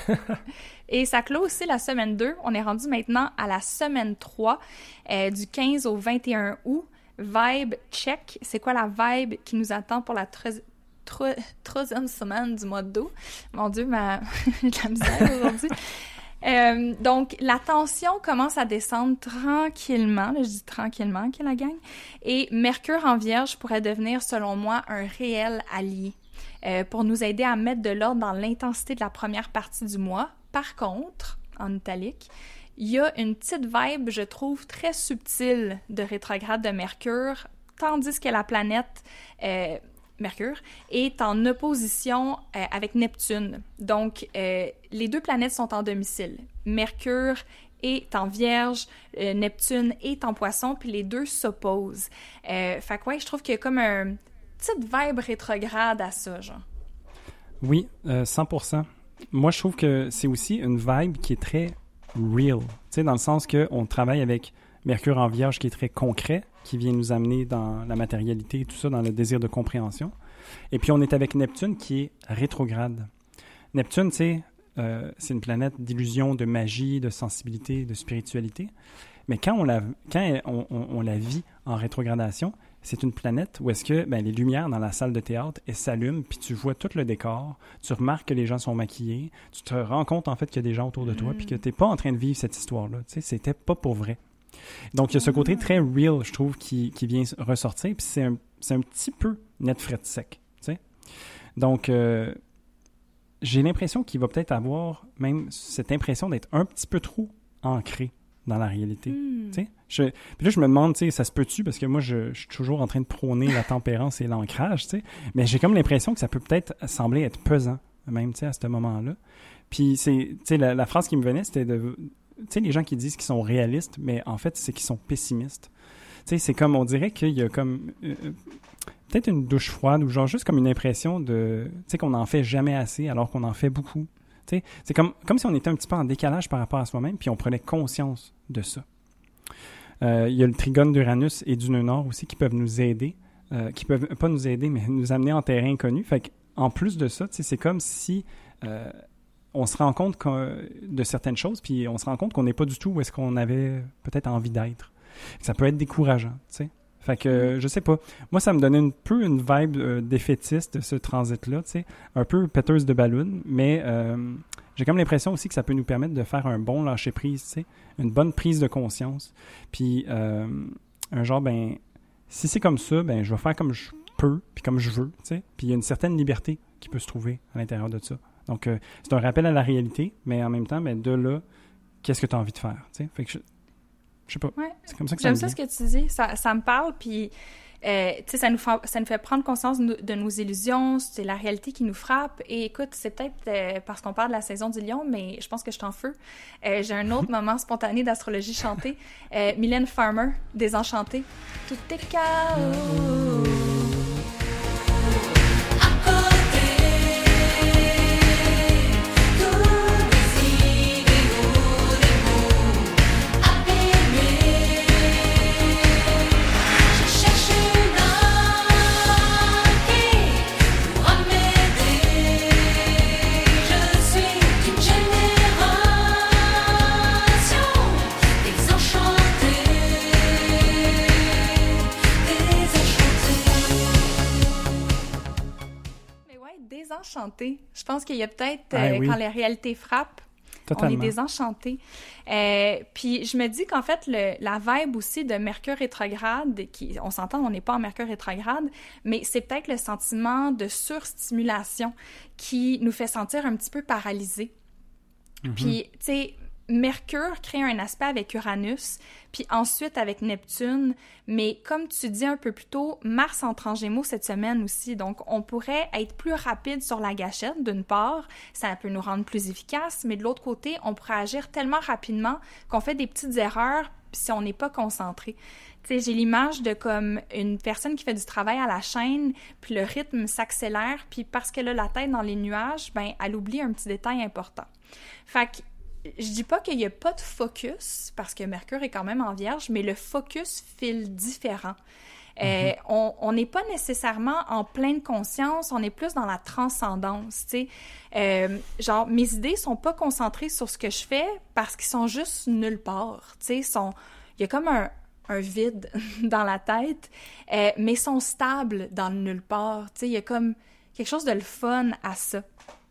Et ça clôt aussi la semaine deux. On est rendu maintenant à la semaine trois, euh, du quinze au vingt et un août. Vibe check. C'est quoi la vibe qui nous attend pour la troisième tro- tro- semaine du mois d'août? Mon Dieu, ma... j'ai de la misère aujourd'hui. Euh, donc, la tension commence à descendre tranquillement. Là, je dis tranquillement, que la gang. Et Mercure en Vierge pourrait devenir, selon moi, un réel allié. Euh, pour nous aider à mettre de l'ordre dans l'intensité de la première partie du mois. Par contre, en italique, il y a une petite vibe, je trouve, très subtile de rétrograde de Mercure, tandis que la planète euh, Mercure est en opposition euh, avec Neptune. Donc, euh, les deux planètes sont en domicile. Mercure est en Vierge, euh, Neptune est en Poisson, puis les deux s'opposent. Euh, fait que ouais, je trouve qu'il y a comme un petite vibe rétrograde à ça, genre. Oui, euh, cent pour cent. Moi, je trouve que c'est aussi une vibe qui est très real, tu sais, dans le sens qu'on travaille avec Mercure en Vierge qui est très concret, qui vient nous amener dans la matérialité et tout ça, dans le désir de compréhension. Et puis, on est avec Neptune qui est rétrograde. Neptune, tu sais, euh, c'est une planète d'illusion, de magie, de sensibilité, de spiritualité. Mais quand on la, quand on, on, on la vit en rétrogradation, c'est une planète où est-ce que ben, les lumières dans la salle de théâtre, elles s'allument, puis tu vois tout le décor, tu remarques que les gens sont maquillés, tu te rends compte en fait qu'il y a des gens autour de toi, mm. puis que tu n'es pas en train de vivre cette histoire-là. Tu sais, c'était pas pour vrai. Donc, il y a ce côté très real, je trouve, qui, qui vient ressortir, puis c'est un, c'est un petit peu net fret sec. Tu sais? Donc, euh, j'ai l'impression qu'il va peut-être avoir même cette impression d'être un petit peu trop ancré dans la réalité. Mm. Tu sais? Je, puis là, je me demande, tu sais, ça se peut-tu? Parce que moi, je, je suis toujours en train de prôner la tempérance et l'ancrage, tu sais. Mais j'ai comme l'impression que ça peut peut-être sembler être pesant, même, tu sais, à ce moment-là. Puis, c'est, tu sais, la, la phrase qui me venait, c'était de... Tu sais, les gens qui disent qu'ils sont réalistes, mais en fait, c'est qu'ils sont pessimistes. Tu sais, c'est comme, on dirait qu'il y a comme... Euh, peut-être une douche froide ou genre juste comme une impression de... Tu sais, qu'on n'en fait jamais assez alors qu'on en fait beaucoup. Tu sais, c'est comme, comme si on était un petit peu en décalage par rapport à soi-même, puis on prenait conscience de ça. Euh, il y a le trigone d'Uranus et du nœud nord aussi qui peuvent nous aider, euh, qui peuvent pas nous aider, mais nous amener en terrain inconnu. Fait qu'en plus de ça, c'est comme si euh, on se rend compte de certaines choses, puis on se rend compte qu'on n'est pas du tout où est-ce qu'on avait peut-être envie d'être. Ça peut être décourageant, tu sais. Fait que, euh, je sais pas. Moi, ça me donnait un peu une vibe euh, défaitiste, ce transit-là, tu sais. Un peu péteuse de ballon, mais euh, j'ai comme l'impression aussi que ça peut nous permettre de faire un bon lâcher-prise, tu sais. Une bonne prise de conscience. Puis, euh, un genre, ben, si c'est comme ça, ben, je vais faire comme je peux, puis comme je veux, tu sais. Puis, il y a une certaine liberté qui peut se trouver à l'intérieur de ça. Donc, euh, c'est un rappel à la réalité, mais en même temps, ben, de là, qu'est-ce que tu as envie de faire, tu sais. Fait que je... Je sais pas. Ouais. C'est comme ça que J'aime ça ça ce que tu dis. Ça, ça me parle, puis euh, tu sais, ça nous fait, ça nous fait prendre conscience de, de nos illusions. C'est la réalité qui nous frappe. Et écoute, c'est peut-être euh, parce qu'on parle de la saison du lion, mais je pense que je suis en feu. Euh, j'ai un autre moment spontané d'astrologie chantée. Euh, Mylène Farmer, Désenchantée. Tout est chaos. Désenchanté. Je pense qu'il y a peut-être, euh, ah, oui. quand les réalités frappent, Totalement. On est désenchanté. Euh, puis je me dis qu'en fait, le, la vibe aussi de Mercure rétrograde, qui, on s'entend, on n'est pas en Mercure rétrograde, mais c'est peut-être le sentiment de surstimulation qui nous fait sentir un petit peu paralysés. Mm-hmm. Puis, tu sais, Mercure crée un aspect avec Uranus, puis ensuite avec Neptune, mais comme tu dis un peu plus tôt, Mars entre en Gémeaux cette semaine aussi, donc on pourrait être plus rapide sur la gâchette, d'une part, ça peut nous rendre plus efficaces, mais de l'autre côté, on pourrait agir tellement rapidement qu'on fait des petites erreurs si on n'est pas concentré. Tu sais, j'ai l'image de comme une personne qui fait du travail à la chaîne, puis le rythme s'accélère, puis parce qu'elle a la tête dans les nuages, ben elle oublie un petit détail important. Fait que je dis pas qu'il n'y a pas de focus, parce que Mercure est quand même en Vierge, mais le focus file différent. Euh, mm-hmm. On n'est pas nécessairement en pleine conscience, on est plus dans la transcendance, tu sais. Euh, genre, mes idées sont pas concentrées sur ce que je fais parce qu'ils sont juste nulle part, tu sais. Sont... Il y a comme un, un vide dans la tête, euh, mais sont stables dans le nulle part, tu sais. Il y a comme quelque chose de le fun à ça.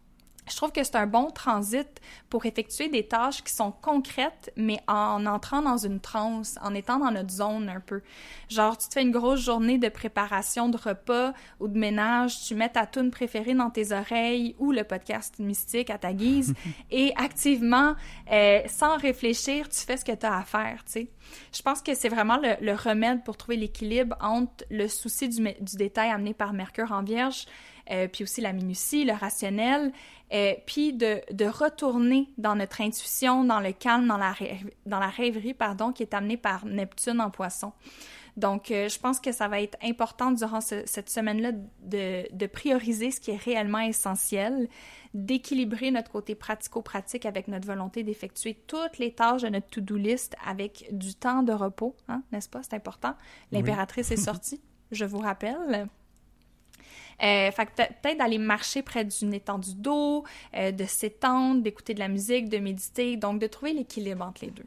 Je trouve que c'est un bon transit pour effectuer des tâches qui sont concrètes, mais en entrant dans une transe, en étant dans notre zone un peu. Genre, tu te fais une grosse journée de préparation de repas ou de ménage, tu mets ta toune préférée dans tes oreilles ou le podcast mystique à ta guise et activement, euh, sans réfléchir, tu fais ce que tu as à faire, tu sais. Je pense que c'est vraiment le, le remède pour trouver l'équilibre entre le souci du, du détail amené par Mercure en Vierge, Euh, puis aussi la minutie, le rationnel, euh, puis de, de retourner dans notre intuition, dans le calme, dans la, rêve, dans la rêverie, pardon, qui est amenée par Neptune en Poisson. Donc, euh, je pense que ça va être important durant ce, cette semaine-là de, de prioriser ce qui est réellement essentiel, d'équilibrer notre côté pratico-pratique avec notre volonté d'effectuer toutes les tâches de notre to-do list avec du temps de repos, hein, n'est-ce pas? C'est important. L'impératrice oui. est sortie, je vous rappelle. Euh, fait que peut- peut-être d'aller marcher près d'une étendue d'eau, euh, de s'étendre, d'écouter de la musique, de méditer, donc de trouver l'équilibre entre les deux.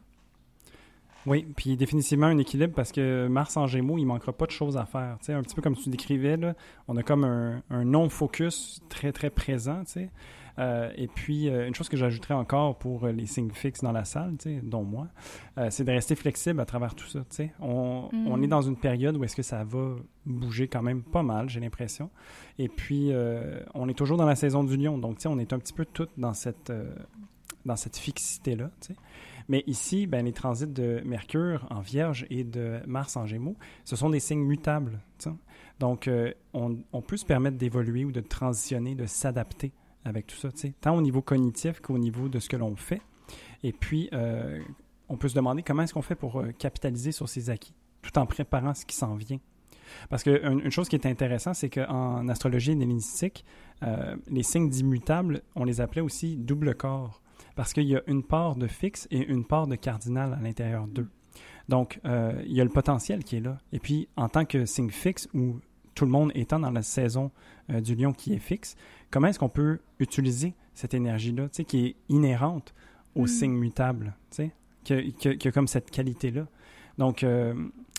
Oui, puis définitivement un équilibre parce que Mars en Gémeaux, il manquera pas de choses à faire. Tu sais, un petit peu comme tu décrivais, là, on a comme un, un non-focus très, très présent, tu sais. Euh, et puis, euh, une chose que j'ajouterais encore pour euh, les signes fixes dans la salle, tu sais, dont moi, euh, c'est de rester flexible à travers tout ça, tu sais. On, mm. on est dans une période où est-ce que ça va bouger quand même pas mal, j'ai l'impression. Et puis, euh, on est toujours dans la saison du lion, donc, tu sais, on est un petit peu toutes dans cette, euh, dans cette fixité-là, tu sais. Mais ici, ben, les transits de Mercure en Vierge et de Mars en Gémeaux, ce sont des signes mutables. T'sais. Donc, euh, on, on peut se permettre d'évoluer ou de transitionner, de s'adapter avec tout ça, t'sais, tant au niveau cognitif qu'au niveau de ce que l'on fait. Et puis, euh, on peut se demander comment est-ce qu'on fait pour euh, capitaliser sur ces acquis, tout en préparant ce qui s'en vient. Parce qu'une une chose qui est intéressante, c'est qu'en astrologie hellénistique, euh, les signes d'immutables, on les appelait aussi double corps. Parce qu'il y a une part de fixe et une part de cardinal à l'intérieur d'eux. Donc, euh, il y a le potentiel qui est là. Et puis, en tant que signe fixe, où tout le monde étant dans la saison euh, du lion qui est fixe, comment est-ce qu'on peut utiliser cette énergie-là, tu sais, qui est inhérente au mmh. signe mutable, tu sais, qui a, qui, a, qui a comme cette qualité-là. Donc, euh,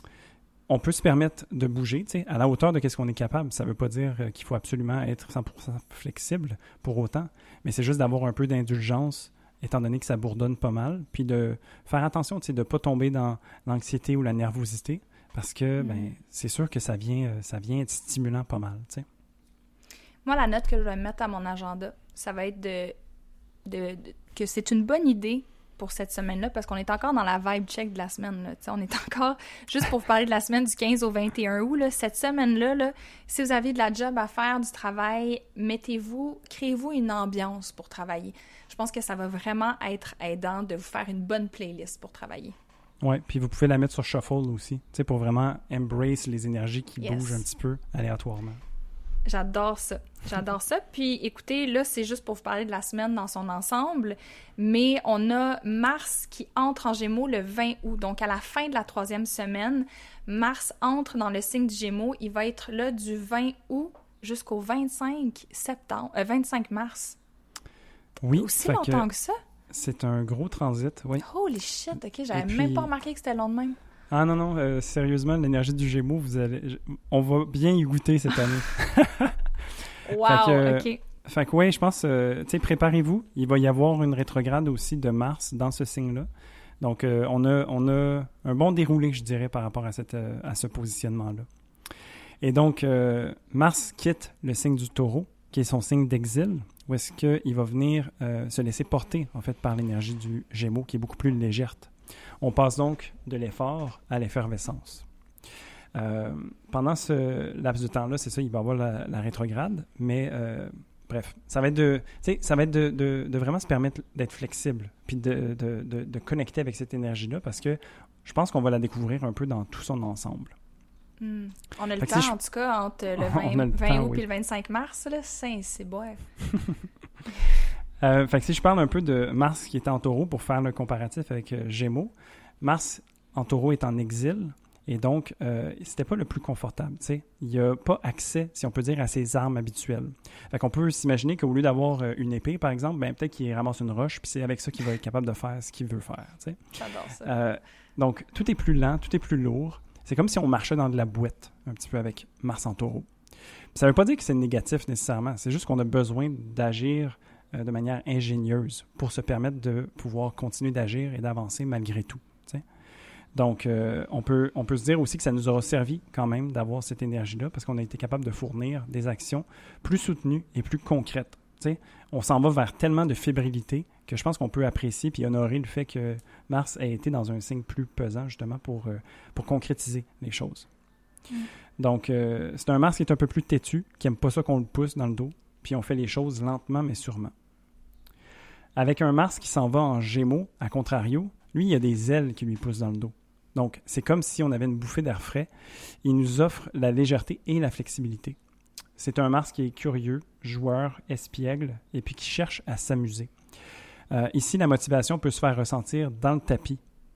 on peut se permettre de bouger, tu sais, à la hauteur de ce qu'on est capable. Ça ne veut pas dire euh, qu'il faut absolument être cent pour cent flexible pour autant, mais c'est juste d'avoir un peu d'indulgence étant donné que ça bourdonne pas mal, puis de faire attention, tu sais, de ne pas tomber dans l'anxiété ou la nervosité, parce que, mm. ben, c'est sûr que ça vient, ça vient être stimulant pas mal, tu sais. Moi, la note que je vais mettre à mon agenda, ça va être de, de, de que c'est une bonne idée pour cette semaine-là, parce qu'on est encore dans la vibe check de la semaine, là, tu sais, on est encore, juste pour vous parler de la semaine du quinze au vingt et un août, là, cette semaine-là, là, si vous avez de la job à faire, du travail, mettez-vous, créez-vous une ambiance pour travailler. Je pense que ça va vraiment être aidant de vous faire une bonne playlist pour travailler. Oui, puis vous pouvez la mettre sur Shuffle aussi, tu sais, pour vraiment embrace les énergies qui yes. bougent un petit peu aléatoirement. J'adore ça. J'adore ça. Puis, écoutez, là, c'est juste pour vous parler de la semaine dans son ensemble, mais on a Mars qui entre en Gémeaux le vingt août. Donc, à la fin de la troisième semaine, Mars entre dans le signe du Gémeaux. Il va être là du vingt août jusqu'au vingt-cinq septembre, euh, vingt-cinq mars. Oui. Aussi longtemps que, que ça? C'est un gros transit, oui. Holy shit, OK. J'avais puis... même pas remarqué que c'était long de même. Ah non, non, euh, sérieusement, l'énergie du Gémeaux, vous allez, on va bien y goûter cette année. Wow, fait que, OK. Fait que oui, je pense, euh, tu sais, préparez-vous. Il va y avoir une rétrograde aussi de Mars dans ce signe-là. Donc, euh, on, a, on a un bon déroulé, je dirais, par rapport à, cette, euh, à ce positionnement-là. Et donc, euh, Mars quitte le signe du Taureau, qui est son signe d'exil, où est-ce qu'il va venir euh, se laisser porter, en fait, par l'énergie du Gémeaux, qui est beaucoup plus légère. On passe donc de l'effort à l'effervescence. Euh, pendant ce laps de temps-là, c'est ça, il va y avoir la, la rétrograde, mais euh, bref, ça va être, de, ça va être de, de, de vraiment se permettre d'être flexible, puis de, de, de, de connecter avec cette énergie-là, parce que je pense qu'on va la découvrir un peu dans tout son ensemble. Mm. On a le fait temps, si en je... tout cas, entre le vingt, le vingt temps, août oui. et le vingt-cinq mars, là, c'est, c'est bref. Euh, fait que si je parle un peu de Mars qui est en Taureau pour faire le comparatif avec euh, Gémeaux, Mars en Taureau est en exil et donc euh, c'était pas le plus confortable, tu sais. Il n'y a pas accès, si on peut dire, à ses armes habituelles. Fait qu'on peut s'imaginer qu'au lieu d'avoir euh, une épée, par exemple, ben peut-être qu'il ramasse une roche puis c'est avec ça qu'il va être capable de faire ce qu'il veut faire, tu sais. J'adore ça. Euh, donc tout est plus lent, tout est plus lourd. C'est comme si on marchait dans de la boîte un petit peu avec Mars en Taureau. Puis ça veut pas dire que c'est négatif nécessairement, c'est juste qu'on a besoin d'agir de manière ingénieuse pour se permettre de pouvoir continuer d'agir et d'avancer malgré tout. T'sais. Donc, euh, on peut, on peut se dire aussi que ça nous aura servi quand même d'avoir cette énergie-là parce qu'on a été capable de fournir des actions plus soutenues et plus concrètes. T'sais. On s'en va vers tellement de fébrilité que je pense qu'on peut apprécier puis honorer le fait que Mars ait été dans un signe plus pesant justement pour, euh, pour concrétiser les choses. Mm. Donc, euh, c'est un Mars qui est un peu plus têtu, qui n'aime pas ça qu'on le pousse dans le dos, puis on fait les choses lentement mais sûrement. Avec un Mars qui s'en va en Gémeaux, à contrario, lui, il y a des ailes qui lui poussent dans le dos. Donc, c'est comme si on avait une bouffée d'air frais. Il nous offre la légèreté et la flexibilité. C'est un Mars qui est curieux, joueur, espiègle, et puis qui cherche à s'amuser. Euh, ici, la motivation peut se faire ressentir dans le tapis,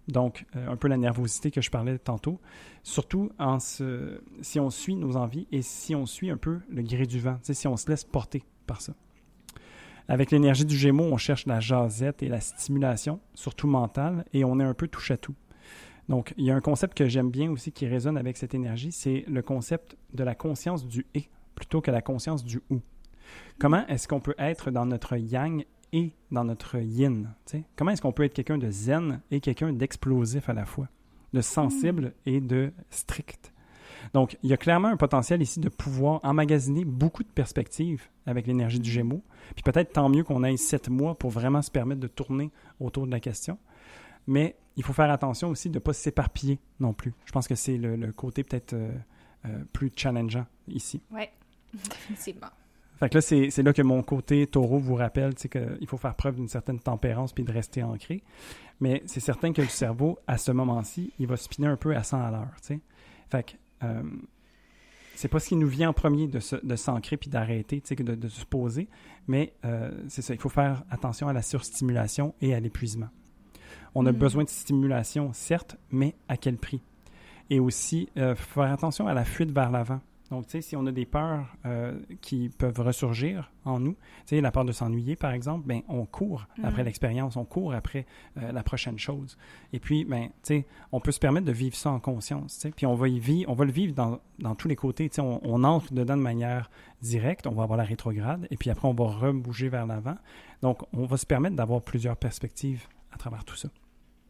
Donc, euh, un peu la nervosité que je parlais tantôt, surtout en se, si on suit nos envies et si on suit un peu le gré du vent, tu sais, si on se laisse porter par ça. Avec l'énergie du Gémeaux, on cherche la jasette et la stimulation, surtout mentale, et on est un peu touche-à-tout. Donc, il y a un concept que j'aime bien aussi qui résonne avec cette énergie, c'est le concept de la conscience du « et » plutôt que la conscience du « ou ». Comment est-ce qu'on peut être dans notre yang et dans notre yin? T'sais? Comment est-ce qu'on peut être quelqu'un de zen et quelqu'un d'explosif à la fois, de sensible et de strict? Donc, il y a clairement un potentiel ici de pouvoir emmagasiner beaucoup de perspectives avec l'énergie du Gémeaux. Puis peut-être tant mieux qu'on ait sept mois pour vraiment se permettre de tourner autour de la question. Mais il faut faire attention aussi de ne pas s'éparpiller non plus. Je pense que c'est le, le côté peut-être euh, euh, plus challengeant ici. Oui, définitivement. Fait que là, c'est, c'est là que mon côté taureau vous rappelle qu'il faut faire preuve d'une certaine tempérance puis de rester ancré. Mais c'est certain que le cerveau, à ce moment-ci, il va spinner un peu à cent à l'heure. T'sais. Fait que euh, c'est pas ce qui nous vient en premier de, se, de s'ancrer puis d'arrêter, de, de, de se poser. Mais euh, c'est ça, il faut faire attention à la surstimulation et à l'épuisement. On a mmh. besoin de stimulation, certes, mais à quel prix? Et aussi, euh, faire attention à la fuite vers l'avant. Donc, tu sais, si on a des peurs euh, qui peuvent ressurgir en nous, tu sais, la peur de s'ennuyer, par exemple, bien, on court mmh. après l'expérience, on court après euh, la prochaine chose. Et puis, bien, tu sais, on peut se permettre de vivre ça en conscience, tu sais, puis on va y vivre, on va le vivre dans, dans tous les côtés, tu sais, on, on entre dedans de manière directe, on va avoir la rétrograde, et puis après, on va rebouger vers l'avant. Donc, on va se permettre d'avoir plusieurs perspectives à travers tout ça.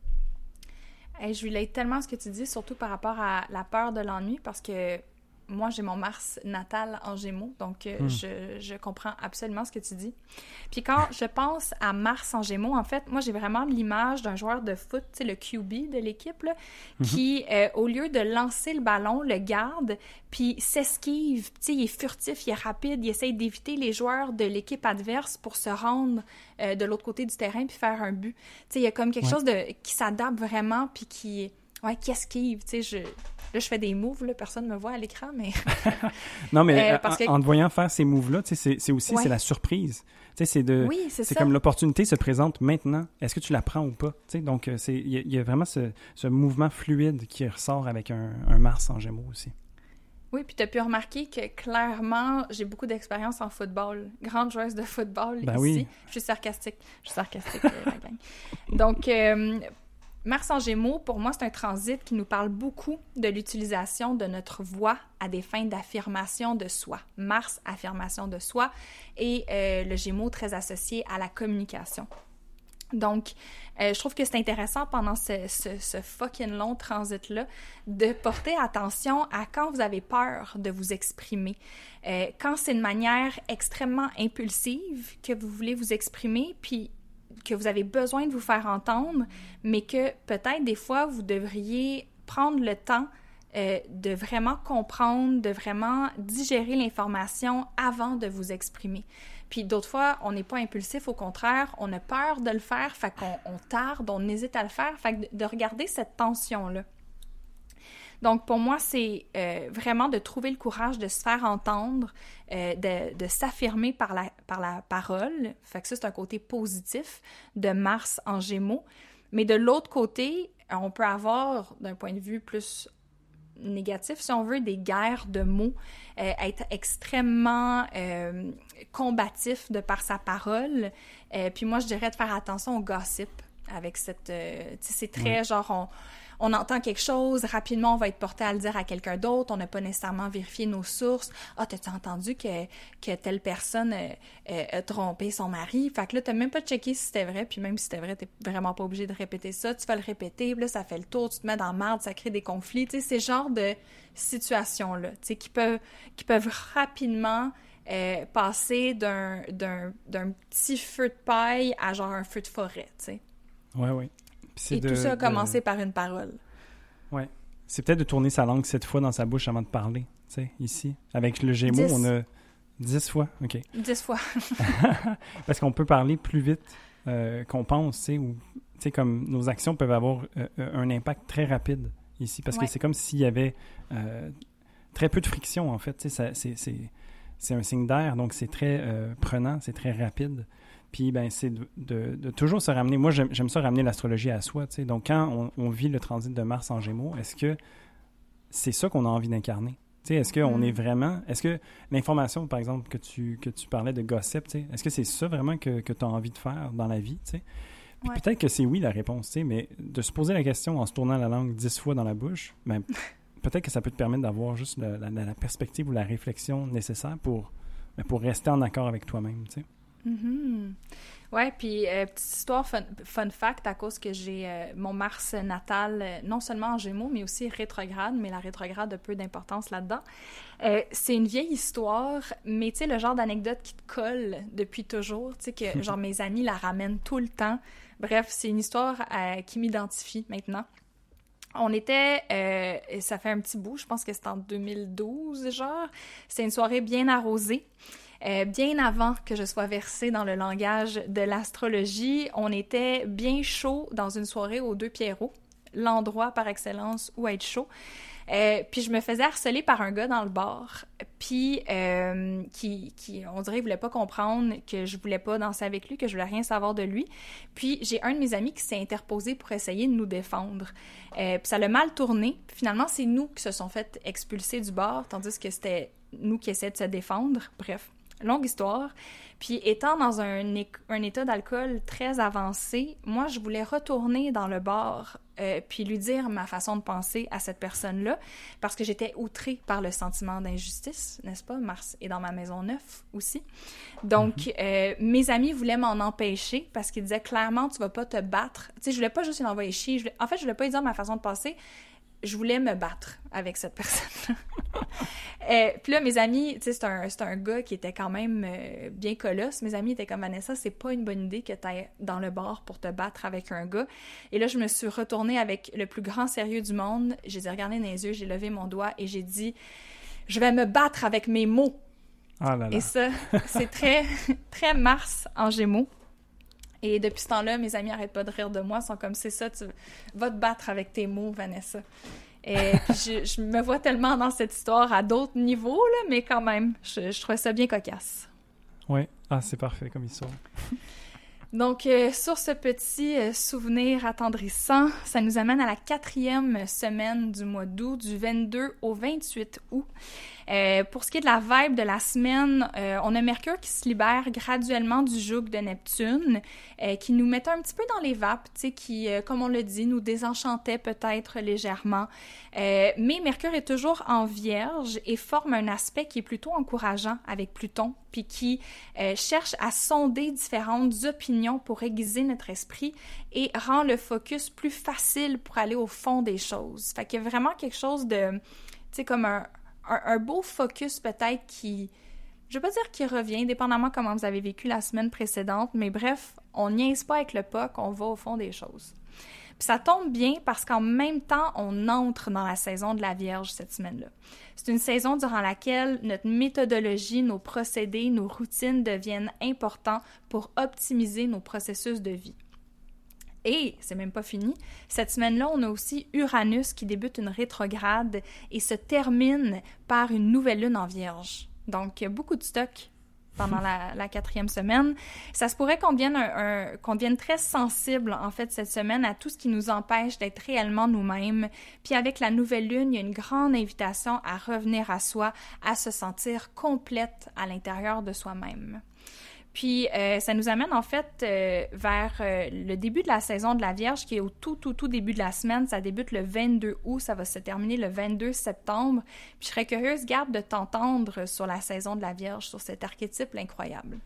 Hey, je relate tellement ce que tu dis, surtout par rapport à la peur de l'ennui, parce que moi, j'ai mon Mars natal en Gémeaux, donc euh, mm. je, je comprends absolument ce que tu dis. Puis quand je pense à Mars en Gémeaux, en fait, moi, j'ai vraiment l'image d'un joueur de foot, tu sais, le Q B de l'équipe, là, mm-hmm. qui, euh, au lieu de lancer le ballon, le garde, puis s'esquive, tu sais, il est furtif, il est rapide, il essaye d'éviter les joueurs de l'équipe adverse pour se rendre euh, de l'autre côté du terrain puis faire un but. Tu sais, il y a comme quelque ouais. chose de, qui s'adapte vraiment puis qui, ouais, qui esquive, tu sais, je... Là, je fais des moves, là, personne ne me voit à l'écran, mais... non, mais euh, parce en, que... en te voyant faire ces moves-là, tu sais, c'est, c'est aussi ouais. c'est la surprise. Tu sais, c'est de... Oui, c'est, c'est ça. comme l'opportunité se présente maintenant. Est-ce que tu la prends ou pas? Tu sais, donc, c'est, il y, y a vraiment ce, ce mouvement fluide qui ressort avec un, un Mars en Gémeaux aussi. Oui, puis tu as pu remarquer que, clairement, j'ai beaucoup d'expérience en football. Grande joueuse de football ben ici. Oui. Je suis sarcastique. Je suis sarcastique, euh, la gang. Donc... Euh, Mars en Gémeaux, pour moi, c'est un transit qui nous parle beaucoup de l'utilisation de notre voix à des fins d'affirmation de soi. Mars, affirmation de soi, et euh, le Gémeaux très associé à la communication. Donc, euh, je trouve que c'est intéressant pendant ce, ce, ce fucking long transit-là de porter attention à quand vous avez peur de vous exprimer. Euh, quand c'est une manière extrêmement impulsive que vous voulez vous exprimer, puis que vous avez besoin de vous faire entendre, mais que peut-être des fois, vous devriez prendre le temps euh, de vraiment comprendre, de vraiment digérer l'information avant de vous exprimer. Puis d'autres fois, on n'est pas impulsif, au contraire, on a peur de le faire, fait qu'on on tarde, on hésite à le faire, fait que de, de regarder cette tension-là. Donc, pour moi, c'est euh, vraiment de trouver le courage de se faire entendre, euh, de, de s'affirmer par la, par la parole. Fait que ça, c'est un côté positif de Mars en Gémeaux. Mais de l'autre côté, on peut avoir, d'un point de vue plus négatif, si on veut, des guerres de mots, euh, être extrêmement euh, combatif de par sa parole. Euh, puis moi, je dirais de faire attention au gossip avec cette... Euh, tu sais, c'est très, ouais. genre, on... On entend quelque chose, rapidement, on va être porté à le dire à quelqu'un d'autre. On n'a pas nécessairement vérifié nos sources. « Ah, t'as-tu entendu que, que telle personne euh, euh, a trompé son mari? » Fait que là, t'as même pas checké si c'était vrai. Puis même si c'était vrai, t'es vraiment pas obligé de répéter ça. Tu vas le répéter, puis là, ça fait le tour. Tu te mets dans la merde, ça crée des conflits. Tu sais, c'est ce genre de situations-là, tu sais, qui peuvent, qui peuvent rapidement euh, passer d'un, d'un, d'un petit feu de paille à genre un feu de forêt, tu sais. Ouais, ouais. Et de, tout ça a commencé de... par une parole. Oui. C'est peut-être de tourner sa langue sept fois dans sa bouche avant de parler, tu sais, ici. Avec le Gémeaux, dix. On a dix fois, OK. Dix fois. Parce qu'on peut parler plus vite euh, qu'on pense, tu sais, ou, tu sais, comme nos actions peuvent avoir euh, un impact très rapide ici, parce ouais. que c'est comme s'il y avait euh, très peu de friction, en fait, tu sais, ça, c'est, c'est, c'est un signe d'air, donc c'est très euh, prenant, c'est très rapide. Puis, ben, c'est de, de, de toujours se ramener. Moi, j'aime, j'aime ça ramener l'astrologie à soi, tu sais. Donc, quand on, on vit le transit de Mars en Gémeaux, est-ce que c'est ça qu'on a envie d'incarner? Tu sais, est-ce qu'on mm. est vraiment... Est-ce que l'information, par exemple, que tu, que tu parlais de gossip, tu sais, est-ce que c'est ça vraiment que, que tu as envie de faire dans la vie, tu sais? Puis ouais. Peut-être que c'est oui la réponse, tu sais, mais de se poser la question en se tournant la langue dix fois dans la bouche, ben, peut-être que ça peut te permettre d'avoir juste la, la, la perspective ou la réflexion nécessaire pour, ben, pour rester en accord avec toi-même, tu sais. Mm-hmm. Ouais, puis euh, petite histoire, fun, fun fact, à cause que j'ai euh, mon Mars natal, euh, non seulement en Gémeaux, mais aussi rétrograde, mais la rétrograde a peu d'importance là-dedans. Euh, c'est une vieille histoire, mais tu sais, le genre d'anecdote qui te colle depuis toujours, tu sais, que genre mes amis la ramènent tout le temps. Bref, c'est une histoire euh, qui m'identifie maintenant. On était, euh, ça fait un petit bout, je pense que c'était en deux mille douze, genre. C'était une soirée bien arrosée. Euh, bien avant que je sois versée dans le langage de l'astrologie, on était bien chaud dans une soirée aux Deux Pierrots, l'endroit par excellence où être chaud. Euh, puis je me faisais harceler par un gars dans le bar, puis euh, qui, qui, on dirait, il voulait pas comprendre que je voulais pas danser avec lui, que je voulais rien savoir de lui. Puis j'ai un de mes amis qui s'est interposé pour essayer de nous défendre. Euh, puis ça l'a mal tourné. Puis finalement, c'est nous qui se sont fait expulser du bar, tandis que c'était nous qui essayions de se défendre. Bref. Longue histoire. Puis étant dans un, é- un état d'alcool très avancé, moi, je voulais retourner dans le bar euh, puis lui dire ma façon de penser à cette personne-là parce que j'étais outrée par le sentiment d'injustice, n'est-ce pas? Mars est dans ma maison neuf aussi. Donc, mm-hmm. euh, mes amis voulaient m'en empêcher parce qu'ils disaient clairement, tu vas pas te battre. Tu sais, je voulais pas juste lui envoyer chier. Je voulais... En fait, je voulais pas lui dire ma façon de penser. Je voulais me battre avec cette personne. euh, puis là, mes amis, tu sais, c'est un, c'est un gars qui était quand même euh, bien colosse. Mes amis étaient comme, Vanessa, c'est pas une bonne idée que t'ailles dans le bar pour te battre avec un gars. Et là, je me suis retournée avec le plus grand sérieux du monde. J'ai dit, regardez dans les yeux, j'ai levé mon doigt et j'ai dit, je vais me battre avec mes mots. Ah là là. Et ça, c'est très, très Mars en Gémeaux. Et depuis ce temps-là, mes amis n'arrêtent pas de rire de moi. Ils sont comme, c'est ça, tu vas te battre avec tes mots, Vanessa. Et puis je, je me vois tellement dans cette histoire à d'autres niveaux, là, mais quand même, je, je trouvais ça bien cocasse. Oui, ah, c'est parfait comme histoire. Donc, euh, sur ce petit euh, souvenir attendrissant, ça nous amène à la quatrième semaine du mois d'août, du vingt-deux au vingt-huit août. Euh, pour ce qui est de la vibe de la semaine, euh, on a Mercure qui se libère graduellement du joug de Neptune, euh, qui nous mettait un petit peu dans les vapes, tu sais, qui, euh, comme on le dit, nous désenchantait peut-être légèrement. Euh, mais Mercure est toujours en Vierge et forme un aspect qui est plutôt encourageant avec Pluton, puis qui euh, cherche à sonder différentes opinions pour aiguiser notre esprit et rend le focus plus facile pour aller au fond des choses. Fait qu'il y a vraiment quelque chose de, tu sais, comme un Un, un beau focus peut-être qui, je ne veux pas dire qui revient, dépendamment comment vous avez vécu la semaine précédente, mais bref, on niaise pas avec le P O C, on va au fond des choses. Puis ça tombe bien parce qu'en même temps, on entre dans la saison de la Vierge cette semaine-là. C'est une saison durant laquelle notre méthodologie, nos procédés, nos routines deviennent importants pour optimiser nos processus de vie. Et, c'est même pas fini, cette semaine-là, on a aussi Uranus qui débute une rétrograde et se termine par une nouvelle lune en Vierge. Donc, il y a beaucoup de stock pendant la, la quatrième semaine. Ça se pourrait qu'on devienne, un, un, qu'on devienne très sensible, en fait, cette semaine à tout ce qui nous empêche d'être réellement nous-mêmes. Puis avec la nouvelle lune, il y a une grande invitation à revenir à soi, à se sentir complète à l'intérieur de soi-même. Puis, euh, ça nous amène, en fait, euh, vers euh, le début de la saison de la Vierge, qui est au tout, tout, tout début de la semaine. Ça débute le vingt-deux août, ça va se terminer le vingt-deux septembre. Puis, je serais curieuse, Gab, de t'entendre sur la saison de la Vierge, sur cet archétype incroyable.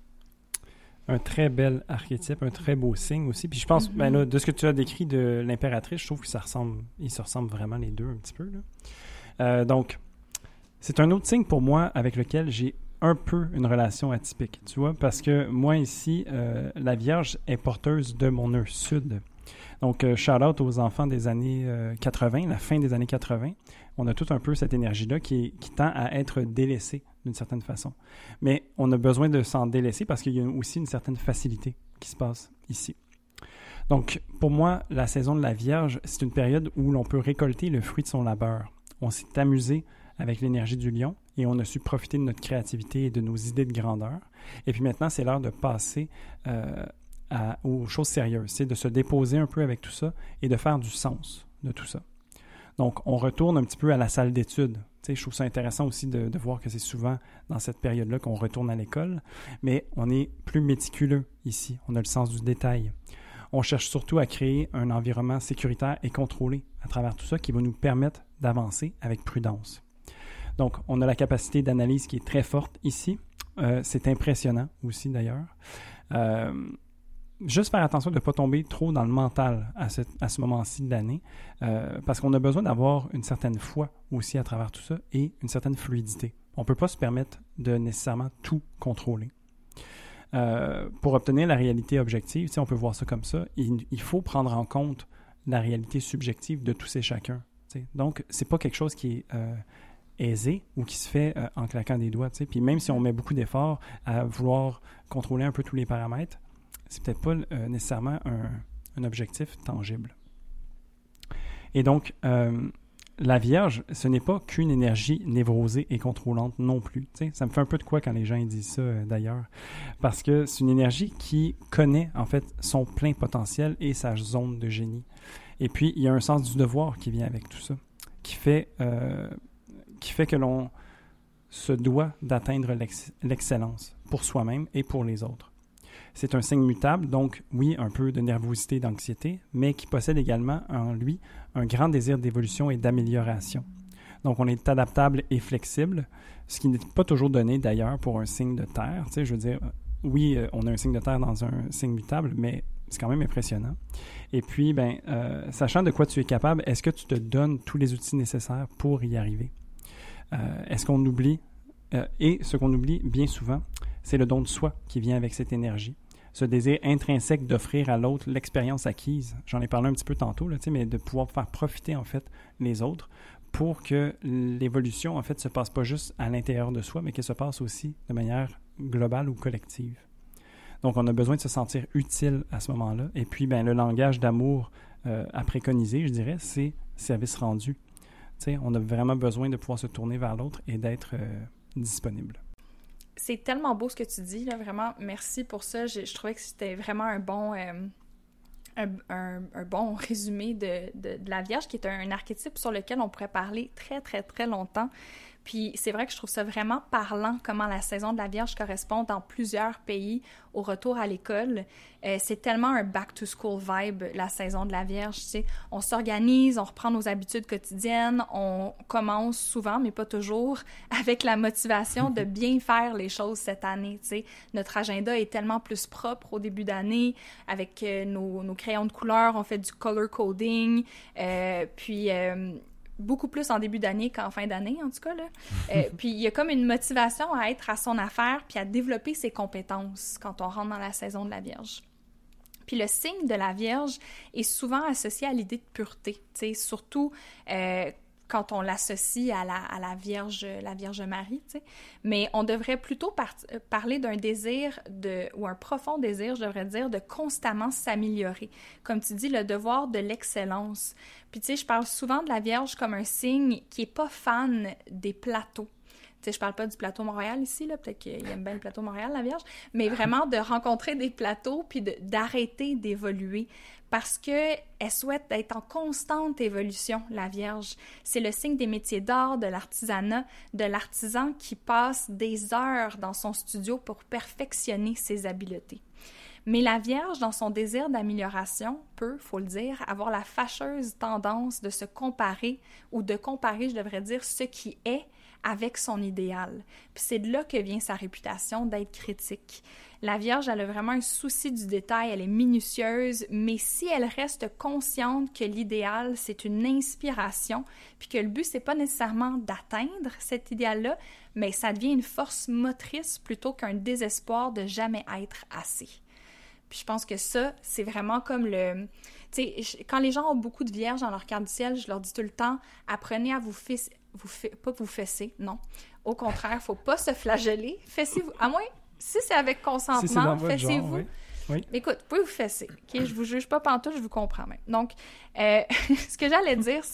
Un très bel archétype, un très beau signe aussi. Puis, je pense, mm-hmm. ben là, de ce que tu as décrit de l'impératrice, je trouve que ça ressemble, ils se ressemblent vraiment les deux un petit peu, là. Euh, donc, c'est un autre signe pour moi avec lequel j'ai un peu une relation atypique, tu vois, parce que moi ici, euh, la Vierge est porteuse de mon nœud sud. Donc, euh, shout-out aux enfants des années euh, quatre-vingts, la fin des années quatre-vingts. On a tout un peu cette énergie-là qui, est, qui tend à être délaissée d'une certaine façon. Mais on a besoin de s'en délaisser parce qu'il y a aussi une certaine facilité qui se passe ici. Donc, pour moi, la saison de la Vierge, c'est une période où l'on peut récolter le fruit de son labeur. On s'est amusé avec l'énergie du lion et on a su profiter de notre créativité et de nos idées de grandeur. Et puis maintenant, c'est l'heure de passer euh, à, aux choses sérieuses, c'est de se déposer un peu avec tout ça et de faire du sens de tout ça. Donc, on retourne un petit peu à la salle d'études. Tu sais, je trouve ça intéressant aussi de, de voir que c'est souvent dans cette période-là qu'on retourne à l'école, mais on est plus méticuleux ici. On a le sens du détail. On cherche surtout à créer un environnement sécuritaire et contrôlé à travers tout ça qui va nous permettre d'avancer avec prudence. Donc, on a la capacité d'analyse qui est très forte ici. Euh, c'est impressionnant aussi, d'ailleurs. Euh, juste faire attention de ne pas tomber trop dans le mental à ce, à ce moment-ci de l'année, euh, parce qu'on a besoin d'avoir une certaine foi aussi à travers tout ça et une certaine fluidité. On ne peut pas se permettre de nécessairement tout contrôler. Euh, pour obtenir la réalité objective, tu sais, on peut voir ça comme ça, il, il faut prendre en compte la réalité subjective de tous et chacun. Tu sais. Donc, ce n'est pas quelque chose qui est euh, aisé ou qui se fait euh, en claquant des doigts. Tu sais. Puis même si on met beaucoup d'efforts à vouloir contrôler un peu tous les paramètres, c'est peut-être pas euh, nécessairement un, un objectif tangible. Et donc, euh, la Vierge, ce n'est pas qu'une énergie névrosée et contrôlante non plus. Tu sais, ça me fait un peu de quoi quand les gens disent ça, euh, d'ailleurs. Parce que c'est une énergie qui connaît, en fait, son plein potentiel et sa zone de génie. Et puis, il y a un sens du devoir qui vient avec tout ça, qui fait, euh, qui fait que l'on se doit d'atteindre l'ex- l'excellence pour soi-même et pour les autres. C'est un signe mutable, donc oui, un peu de nervosité et d'anxiété, mais qui possède également en lui un grand désir d'évolution et d'amélioration. Donc, on est adaptable et flexible, ce qui n'est pas toujours donné d'ailleurs pour un signe de terre. Tu sais, je veux dire, oui, on a un signe de terre dans un signe mutable, mais c'est quand même impressionnant. Et puis, ben, euh, sachant de quoi tu es capable, est-ce que tu te donnes tous les outils nécessaires pour y arriver? Euh, est-ce qu'on oublie, euh, et ce qu'on oublie bien souvent, c'est le don de soi qui vient avec cette énergie. Ce désir intrinsèque d'offrir à l'autre l'expérience acquise. J'en ai parlé un petit peu tantôt, là, mais de pouvoir faire profiter en fait les autres pour que l'évolution en fait se passe pas juste à l'intérieur de soi, mais qu'elle se passe aussi de manière globale ou collective. Donc, on a besoin de se sentir utile à ce moment-là. Et puis, ben, le langage d'amour euh, à préconiser, je dirais, c'est service rendu. Tu sais, on a vraiment besoin de pouvoir se tourner vers l'autre et d'être euh, disponible. C'est tellement beau ce que tu dis, là, vraiment, merci pour ça. Je, je trouvais que c'était vraiment un bon, euh, un, un, un bon résumé de, de, de la Vierge, qui est un, un archétype sur lequel on pourrait parler très, très, très longtemps. Puis c'est vrai que je trouve ça vraiment parlant comment la saison de la Vierge correspond dans plusieurs pays au retour à l'école. Euh, c'est tellement un back-to-school vibe, la saison de la Vierge, tu sais. On s'organise, on reprend nos habitudes quotidiennes, on commence souvent, mais pas toujours, avec la motivation de bien faire les choses cette année, tu sais. Notre agenda est tellement plus propre au début d'année, avec euh, nos, nos crayons de couleur, on fait du color coding, euh, puis... Euh, beaucoup plus en début d'année qu'en fin d'année, en tout cas, là. Euh, puis il y a comme une motivation à être à son affaire puis à développer ses compétences quand on rentre dans la saison de la Vierge. Puis le signe de la Vierge est souvent associé à l'idée de pureté, tu sais, surtout euh, quand on l'associe à la, à la Vierge, la Vierge Marie, tu sais. Mais on devrait plutôt par- parler d'un désir, de, ou un profond désir, je devrais dire, de constamment s'améliorer. Comme tu dis, le devoir de l'excellence. Puis tu sais, je parle souvent de la Vierge comme un signe qui n'est pas fan des plateaux. Tu sais, je parle pas du plateau Montréal ici, là, peut-être qu'il aime bien le plateau Montréal, la Vierge, mais vraiment de rencontrer des plateaux puis de, d'arrêter d'évoluer parce qu'elle souhaite être en constante évolution, la Vierge. C'est le signe des métiers d'art, de l'artisanat, de l'artisan qui passe des heures dans son studio pour perfectionner ses habiletés. Mais la Vierge, dans son désir d'amélioration, peut, faut le dire, avoir la fâcheuse tendance de se comparer, ou de comparer, je devrais dire, ce qui est avec son idéal. Puis c'est de là que vient sa réputation d'être critique. La Vierge, elle a vraiment un souci du détail, elle est minutieuse, mais si elle reste consciente que l'idéal, c'est une inspiration, puis que le but, c'est pas nécessairement d'atteindre cet idéal-là, mais ça devient une force motrice plutôt qu'un désespoir de jamais être assez. Puis je pense que ça, c'est vraiment comme le... Tu sais, quand les gens ont beaucoup de vierges dans leur carte du ciel, je leur dis tout le temps, apprenez à vous fesser, vous fa... pas vous fesser, non. Au contraire, il ne faut pas se flageller. Fessez-vous, à moins, si c'est avec consentement, si fessez-vous. Oui. Oui. Écoute, vous pouvez vous fesser, OK? Je vous juge pas pantoute, je vous comprends même. Donc, euh, ce que j'allais dire, c'est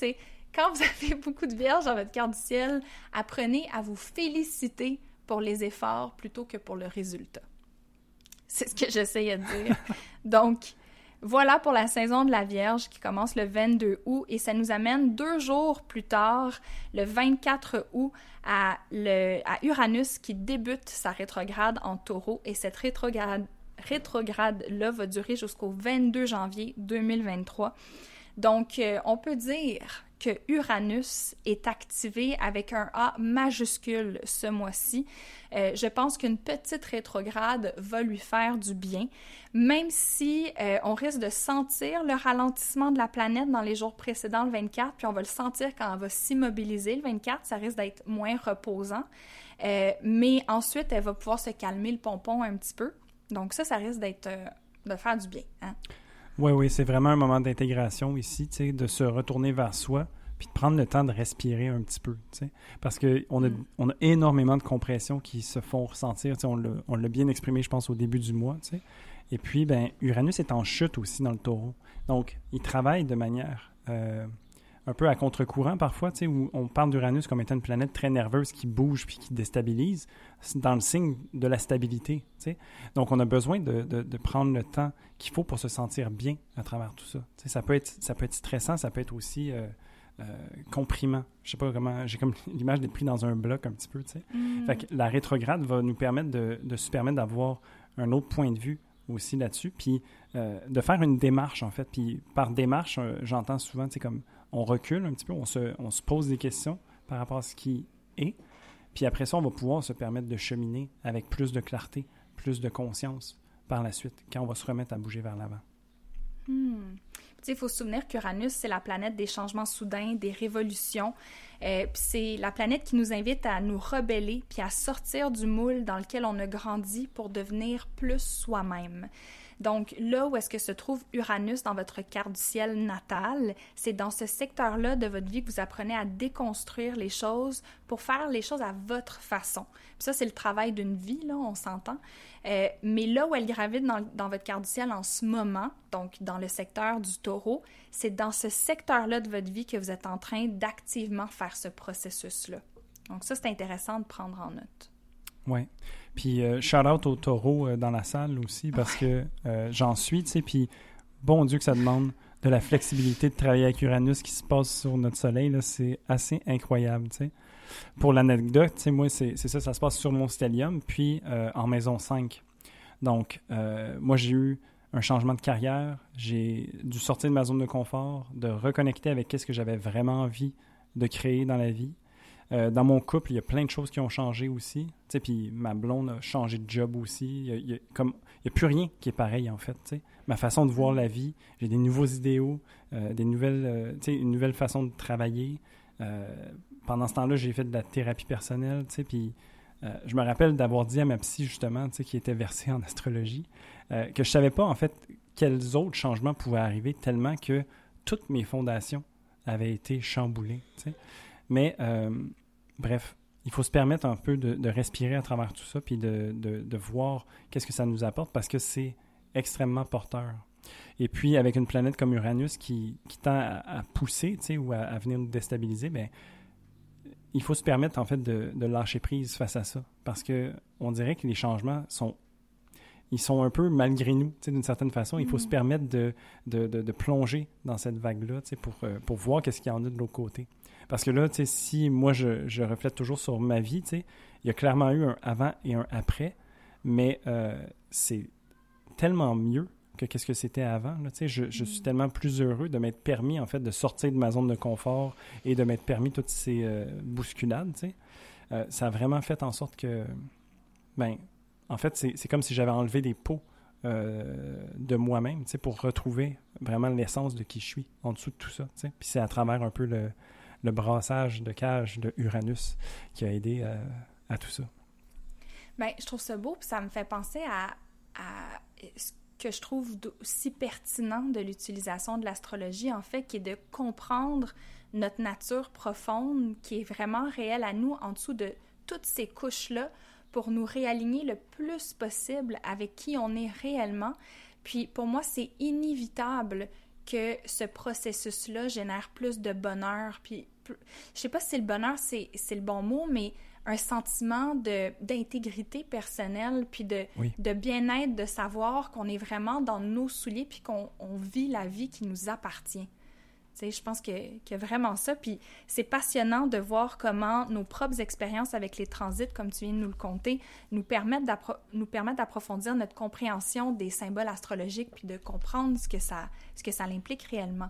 quand vous avez beaucoup de vierges dans votre carte du ciel, apprenez à vous féliciter pour les efforts plutôt que pour le résultat. C'est ce que j'essayais de dire. Donc, voilà pour la saison de la Vierge qui commence le vingt-deux août et ça nous amène deux jours plus tard, le vingt-quatre août, à, le, à Uranus qui débute sa rétrograde en Taureau et cette rétrograde, rétrograde-là va durer jusqu'au vingt-deux janvier deux mille vingt-trois. Donc, euh, on peut dire que Uranus est activé avec un A majuscule ce mois-ci. Euh, je pense qu'une petite rétrograde va lui faire du bien, même si euh, on risque de sentir le ralentissement de la planète dans les jours précédents, le vingt-quatre, puis on va le sentir quand elle va s'immobiliser, le vingt-quatre, ça risque d'être moins reposant. Euh, mais ensuite, elle va pouvoir se calmer le pompon un petit peu. Donc ça, ça risque d'être, euh, de faire du bien, hein? Oui, oui, c'est vraiment un moment d'intégration ici, tu sais, de se retourner vers soi, puis de prendre le temps de respirer un petit peu, tu sais, parce qu'on a, mm. on a énormément de compressions qui se font ressentir, tu sais, on l'a, on l'a bien exprimé, je pense, au début du mois, tu sais, et puis, ben Uranus est en chute aussi dans le Taureau, donc il travaille de manière euh, un peu à contre-courant parfois, tu sais, où on parle d'Uranus comme étant une planète très nerveuse qui bouge puis qui déstabilise, c'est dans le signe de la stabilité, tu sais. Donc, on a besoin de, de, de prendre le temps qu'il faut pour se sentir bien à travers tout ça. Tu sais, ça peut être, ça peut être stressant, ça peut être aussi euh, euh, comprimant. Je sais pas comment, j'ai comme l'image d'être pris dans un bloc un petit peu, tu sais. Mm. Fait que la rétrograde va nous permettre de, de se permettre d'avoir un autre point de vue aussi là-dessus, puis euh, de faire une démarche, en fait. Puis par démarche, euh, j'entends souvent, tu sais, comme on recule un petit peu, on se, on se pose des questions par rapport à ce qui est, puis après ça, on va pouvoir se permettre de cheminer avec plus de clarté, plus de conscience par la suite, quand on va se remettre à bouger vers l'avant. Hmm. Tu sais, il faut se souvenir qu'Uranus, c'est la planète des changements soudains, des révolutions. Euh, puis c'est la planète qui nous invite à nous rebeller puis à sortir du moule dans lequel on a grandi pour devenir plus soi-même. Donc là où est-ce que se trouve Uranus dans votre carte du ciel natale, c'est dans ce secteur-là de votre vie que vous apprenez à déconstruire les choses pour faire les choses à votre façon. Puis ça, c'est le travail d'une vie, là, on s'entend. Euh, mais là où elle gravite dans, dans votre carte du ciel en ce moment, donc dans le secteur du Taureau, c'est dans ce secteur-là de votre vie que vous êtes en train d'activement faire ce processus-là. Donc ça, c'est intéressant de prendre en note. Oui. Puis, euh, shout-out au Taureau euh, dans la salle aussi, parce que euh, j'en suis, tu sais, puis bon Dieu que ça demande de la flexibilité de travailler avec Uranus qui se passe sur notre soleil, là, c'est assez incroyable, tu sais. Pour l'anecdote, tu sais, moi, c'est, c'est ça, ça se passe sur mon stellium, puis euh, en maison cinq. Donc, euh, moi, j'ai eu un changement de carrière, j'ai dû sortir de ma zone de confort, de reconnecter avec qu'est-ce que j'avais vraiment envie de créer dans la vie. Euh, dans mon couple, il y a plein de choses qui ont changé aussi. Tu sais, puis ma blonde a changé de job aussi. Il y a, il y a, comme, il y a plus rien qui est pareil, en fait. Tu sais. Ma façon de voir la vie, j'ai des nouveaux idéaux, euh, des nouvelles, euh, tu sais, une nouvelle façon de travailler. Euh, pendant ce temps-là, j'ai fait de la thérapie personnelle, tu sais, puis euh, je me rappelle d'avoir dit à ma psy, justement, tu sais, qui était versée en astrologie, euh, que je savais pas, en fait, quels autres changements pouvaient arriver tellement que toutes mes fondations avaient été chamboulées, tu sais. Mais, euh, bref, il faut se permettre un peu de, de respirer à travers tout ça puis de, de, de voir qu'est-ce que ça nous apporte parce que c'est extrêmement porteur. Et puis, avec une planète comme Uranus qui, qui tend à, à pousser, tu sais, ou à, à venir nous déstabiliser, bien, il faut se permettre, en fait, de, de lâcher prise face à ça parce qu'on dirait que les changements sont... Ils sont un peu malgré nous, tu sais, d'une certaine façon. Il faut mmh. se permettre de, de, de, de plonger dans cette vague-là, tu sais, pour, pour voir qu'est-ce qu'il y en a de l'autre côté. Parce que là, tu sais, si moi, je, je reflète toujours sur ma vie, tu sais, il y a clairement eu un avant et un après, mais euh, c'est tellement mieux que qu'est-ce que c'était avant. Là, tu sais, je, je suis tellement plus heureux de m'être permis, en fait, de sortir de ma zone de confort et de m'être permis toutes ces euh, bousculades, tu sais. Euh, ça a vraiment fait en sorte que, ben, en fait, c'est, c'est comme si j'avais enlevé des pots euh, de moi-même, tu sais, pour retrouver vraiment l'essence de qui je suis en dessous de tout ça, tu sais. Puis c'est à travers un peu le, le brassage de cage de Uranus qui a aidé à, à tout ça. Bien, je trouve ça beau, puis ça me fait penser à, à ce que je trouve si pertinent de l'utilisation de l'astrologie, en fait, qui est de comprendre notre nature profonde, qui est vraiment réelle à nous, en dessous de toutes ces couches-là, pour nous réaligner le plus possible avec qui on est réellement. Puis pour moi, c'est inévitable que ce processus-là génère plus de bonheur. Puis, plus, je sais pas si c'est le bonheur, c'est, c'est le bon mot, mais un sentiment de, d'intégrité personnelle, puis de, oui. de bien-être, de savoir qu'on est vraiment dans nos souliers, puis qu'on on vit la vie qui nous appartient. Tu sais, je pense que, que vraiment ça. Puis c'est passionnant de voir comment nos propres expériences avec les transits, comme tu viens de nous le conter, nous permettent, d'appro- nous permettent d'approfondir notre compréhension des symboles astrologiques, puis de comprendre ce que ça, ce que ça implique réellement.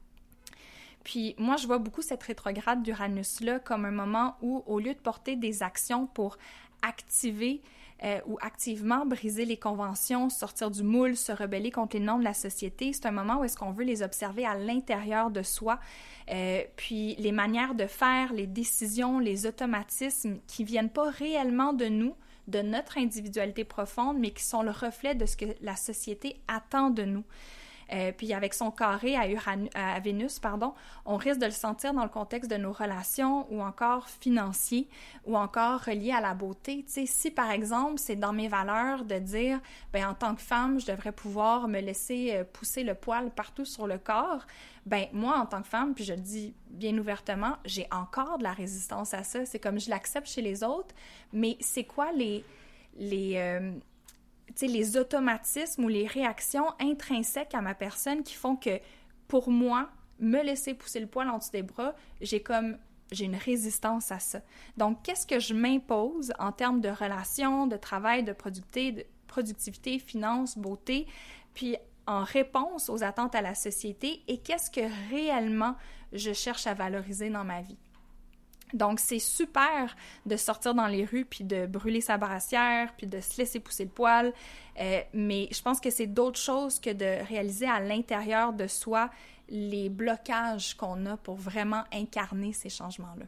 Puis moi, je vois beaucoup cette rétrograde d'Uranus-là comme un moment où, au lieu de porter des actions pour activer euh, ou activement briser les conventions, sortir du moule, se rebeller contre les normes de la société, c'est un moment où est-ce qu'on veut les observer à l'intérieur de soi, euh, puis les manières de faire, les décisions, les automatismes qui viennent pas réellement de nous, de notre individualité profonde, mais qui sont le reflet de ce que la société attend de nous. Euh, puis avec son carré à, Uranus, à Vénus, pardon, on risque de le sentir dans le contexte de nos relations ou encore financiers ou encore reliés à la beauté. Tu sais, si par exemple, c'est dans mes valeurs de dire, ben en tant que femme, je devrais pouvoir me laisser pousser le poil partout sur le corps, ben moi, en tant que femme, puis je le dis bien ouvertement, j'ai encore de la résistance à ça. C'est comme je l'accepte chez les autres, mais c'est quoi les... les euh, tu sais, les automatismes ou les réactions intrinsèques à ma personne qui font que, pour moi, me laisser pousser le poil en dessous des bras, j'ai comme, j'ai une résistance à ça. Donc, qu'est-ce que je m'impose en termes de relations, de travail, de productivité, de productivité, finances, beauté, puis en réponse aux attentes à la société, et qu'est-ce que réellement je cherche à valoriser dans ma vie? Donc, c'est super de sortir dans les rues puis de brûler sa brassière puis de se laisser pousser le poil, euh, mais je pense que c'est d'autres choses que de réaliser à l'intérieur de soi les blocages qu'on a pour vraiment incarner ces changements-là.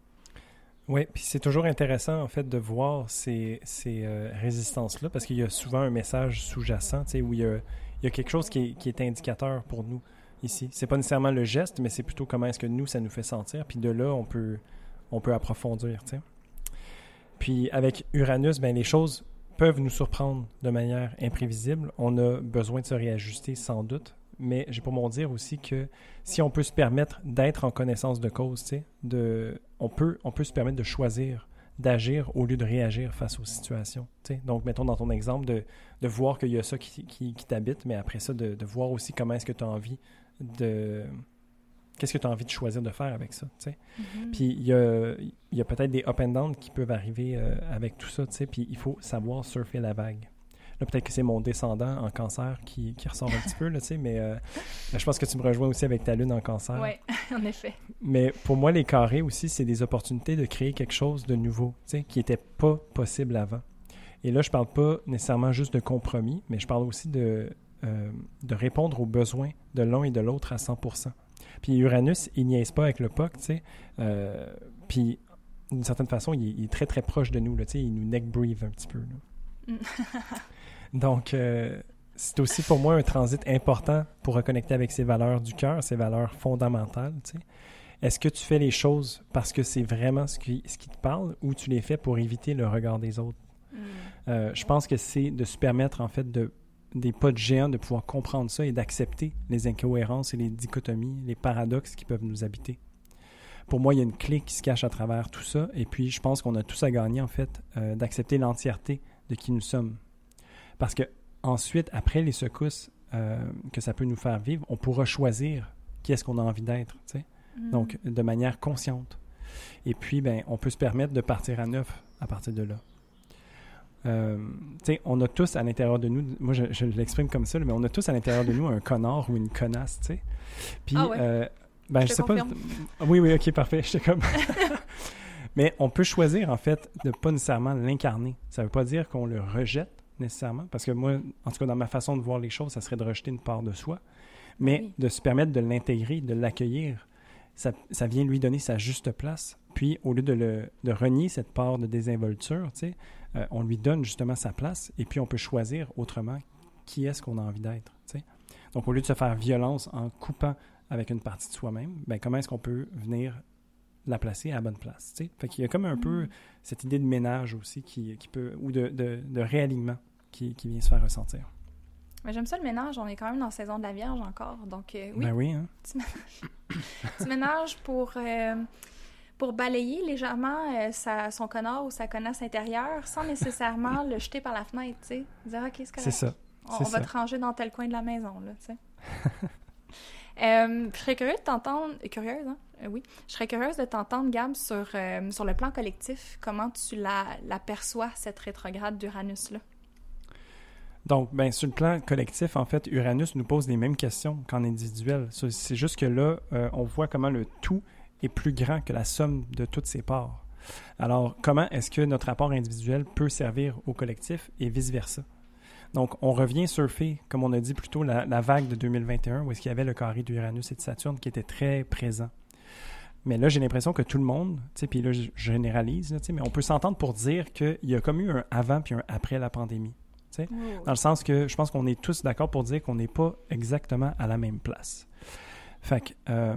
Oui, puis c'est toujours intéressant, en fait, de voir ces, ces euh, résistances-là, parce qu'il y a souvent un message sous-jacent, tu sais, où il y a, il y a quelque chose qui est, qui est indicateur pour nous ici. C'est pas nécessairement le geste, mais c'est plutôt comment est-ce que nous, ça nous fait sentir, puis de là, on peut... on peut approfondir, tu sais. Puis avec Uranus, ben les choses peuvent nous surprendre de manière imprévisible. On a besoin de se réajuster sans doute, mais j'ai pour mon dire aussi que si on peut se permettre d'être en connaissance de cause, tu sais, de, on peut, on peut se permettre de choisir, d'agir au lieu de réagir face aux situations, tu sais. Donc, mettons dans ton exemple, de, de voir qu'il y a ça qui, qui, qui t'habite, mais après ça, de, de voir aussi comment est-ce que tu as envie de... Qu'est-ce que tu as envie de choisir de faire avec ça, tu sais? Mm-hmm. Puis il y a, y a peut-être des up and down qui peuvent arriver euh, avec tout ça, tu sais, puis il faut savoir surfer la vague. Là, peut-être que c'est mon descendant en cancer qui, qui ressort un petit peu, là, tu sais, mais euh, je pense que tu me rejoins aussi avec ta lune en cancer. Oui, en effet. Mais pour moi, les carrés aussi, c'est des opportunités de créer quelque chose de nouveau, tu sais, qui n'était pas possible avant. Et là, je parle pas nécessairement juste de compromis, mais je parle aussi de, euh, de répondre aux besoins de l'un et de l'autre à cent pour cent. Puis Uranus, il niaise pas avec le P O C, tu sais. Euh, puis, d'une certaine façon, il est, il est très, très proche de nous, là, tu sais. Il nous neck-breathe un petit peu, là. Donc, euh, c'est aussi pour moi un transit important pour reconnecter avec ses valeurs du cœur, ses valeurs fondamentales, tu sais. Est-ce que tu fais les choses parce que c'est vraiment ce qui, ce qui te parle ou tu les fais pour éviter le regard des autres? Mm. Euh, je pense que c'est de se permettre, en fait, de des pas de géant, de pouvoir comprendre ça et d'accepter les incohérences et les dichotomies, les paradoxes qui peuvent nous habiter. Pour moi, il y a une clé qui se cache à travers tout ça, et puis je pense qu'on a tous à gagner, en fait, euh, d'accepter l'entièreté de qui nous sommes. Parce que ensuite, après les secousses euh, que ça peut nous faire vivre, on pourra choisir qui est-ce qu'on a envie d'être, tu sais. Mm. Donc, de manière consciente. Et puis, ben, on peut se permettre de partir à neuf à partir de là. Euh, tu sais, on a tous à l'intérieur de nous, moi je, je l'exprime comme ça, mais on a tous à l'intérieur de nous un connard ou une connasse, tu sais. Puis, ah ouais. euh, ben je, je sais confirme. pas. Oui, oui, ok, parfait. J'étais comme. Mais on peut choisir, en fait, de pas nécessairement l'incarner. Ça veut pas dire qu'on le rejette nécessairement, parce que moi, en tout cas, dans ma façon de voir les choses, ça serait de rejeter une part de soi, mais oui. de se permettre de l'intégrer, de l'accueillir. Ça, ça vient lui donner sa juste place. Puis, au lieu de, le, de renier cette part de désinvolture, tu sais, euh, on lui donne justement sa place et puis on peut choisir autrement qui est-ce qu'on a envie d'être, tu sais. Donc, au lieu de se faire violence en coupant avec une partie de soi-même, ben comment est-ce qu'on peut venir la placer à la bonne place, tu sais. Fait qu'il y a comme un mmh. peu cette idée de ménage aussi qui, qui peut, ou de, de, de réalignement qui, qui vient se faire ressentir. Mais j'aime ça le ménage, on est quand même dans la saison de la Vierge encore, donc euh, oui. Ben oui, hein? Petit ménage, petit ménage pour, euh, pour balayer légèrement euh, sa, son connard ou sa connasse intérieure sans nécessairement le jeter par la fenêtre, tu sais. Dire, OK, c'est correct. C'est ça. On, c'est on va ça. te ranger dans tel coin de la maison, là, tu sais. euh, je serais curieuse de t'entendre... Curieuse, hein? Euh, oui. Je serais curieuse de t'entendre, Gab, sur, euh, sur le plan collectif. Comment tu la, la perçois, cette rétrograde d'Uranus-là? Donc, ben, sur le plan collectif, en fait, Uranus nous pose les mêmes questions qu'en individuel. C'est juste que là, euh, on voit comment le tout est plus grand que la somme de toutes ses parts. Alors, comment est-ce que notre rapport individuel peut servir au collectif et vice-versa? Donc, on revient surfer, comme on a dit plus tôt, la, la vague de deux mille vingt et un, où est-ce qu'il y avait le carré d'Uranus et de Saturne qui était très présent. Mais là, j'ai l'impression que tout le monde, tu sais, puis là, je généralise, là, tu sais, mais on peut s'entendre pour dire qu'il y a comme eu un avant puis un après la pandémie. Oh. Dans le sens que je pense qu'on est tous d'accord pour dire qu'on n'est pas exactement à la même place. Fait que, euh,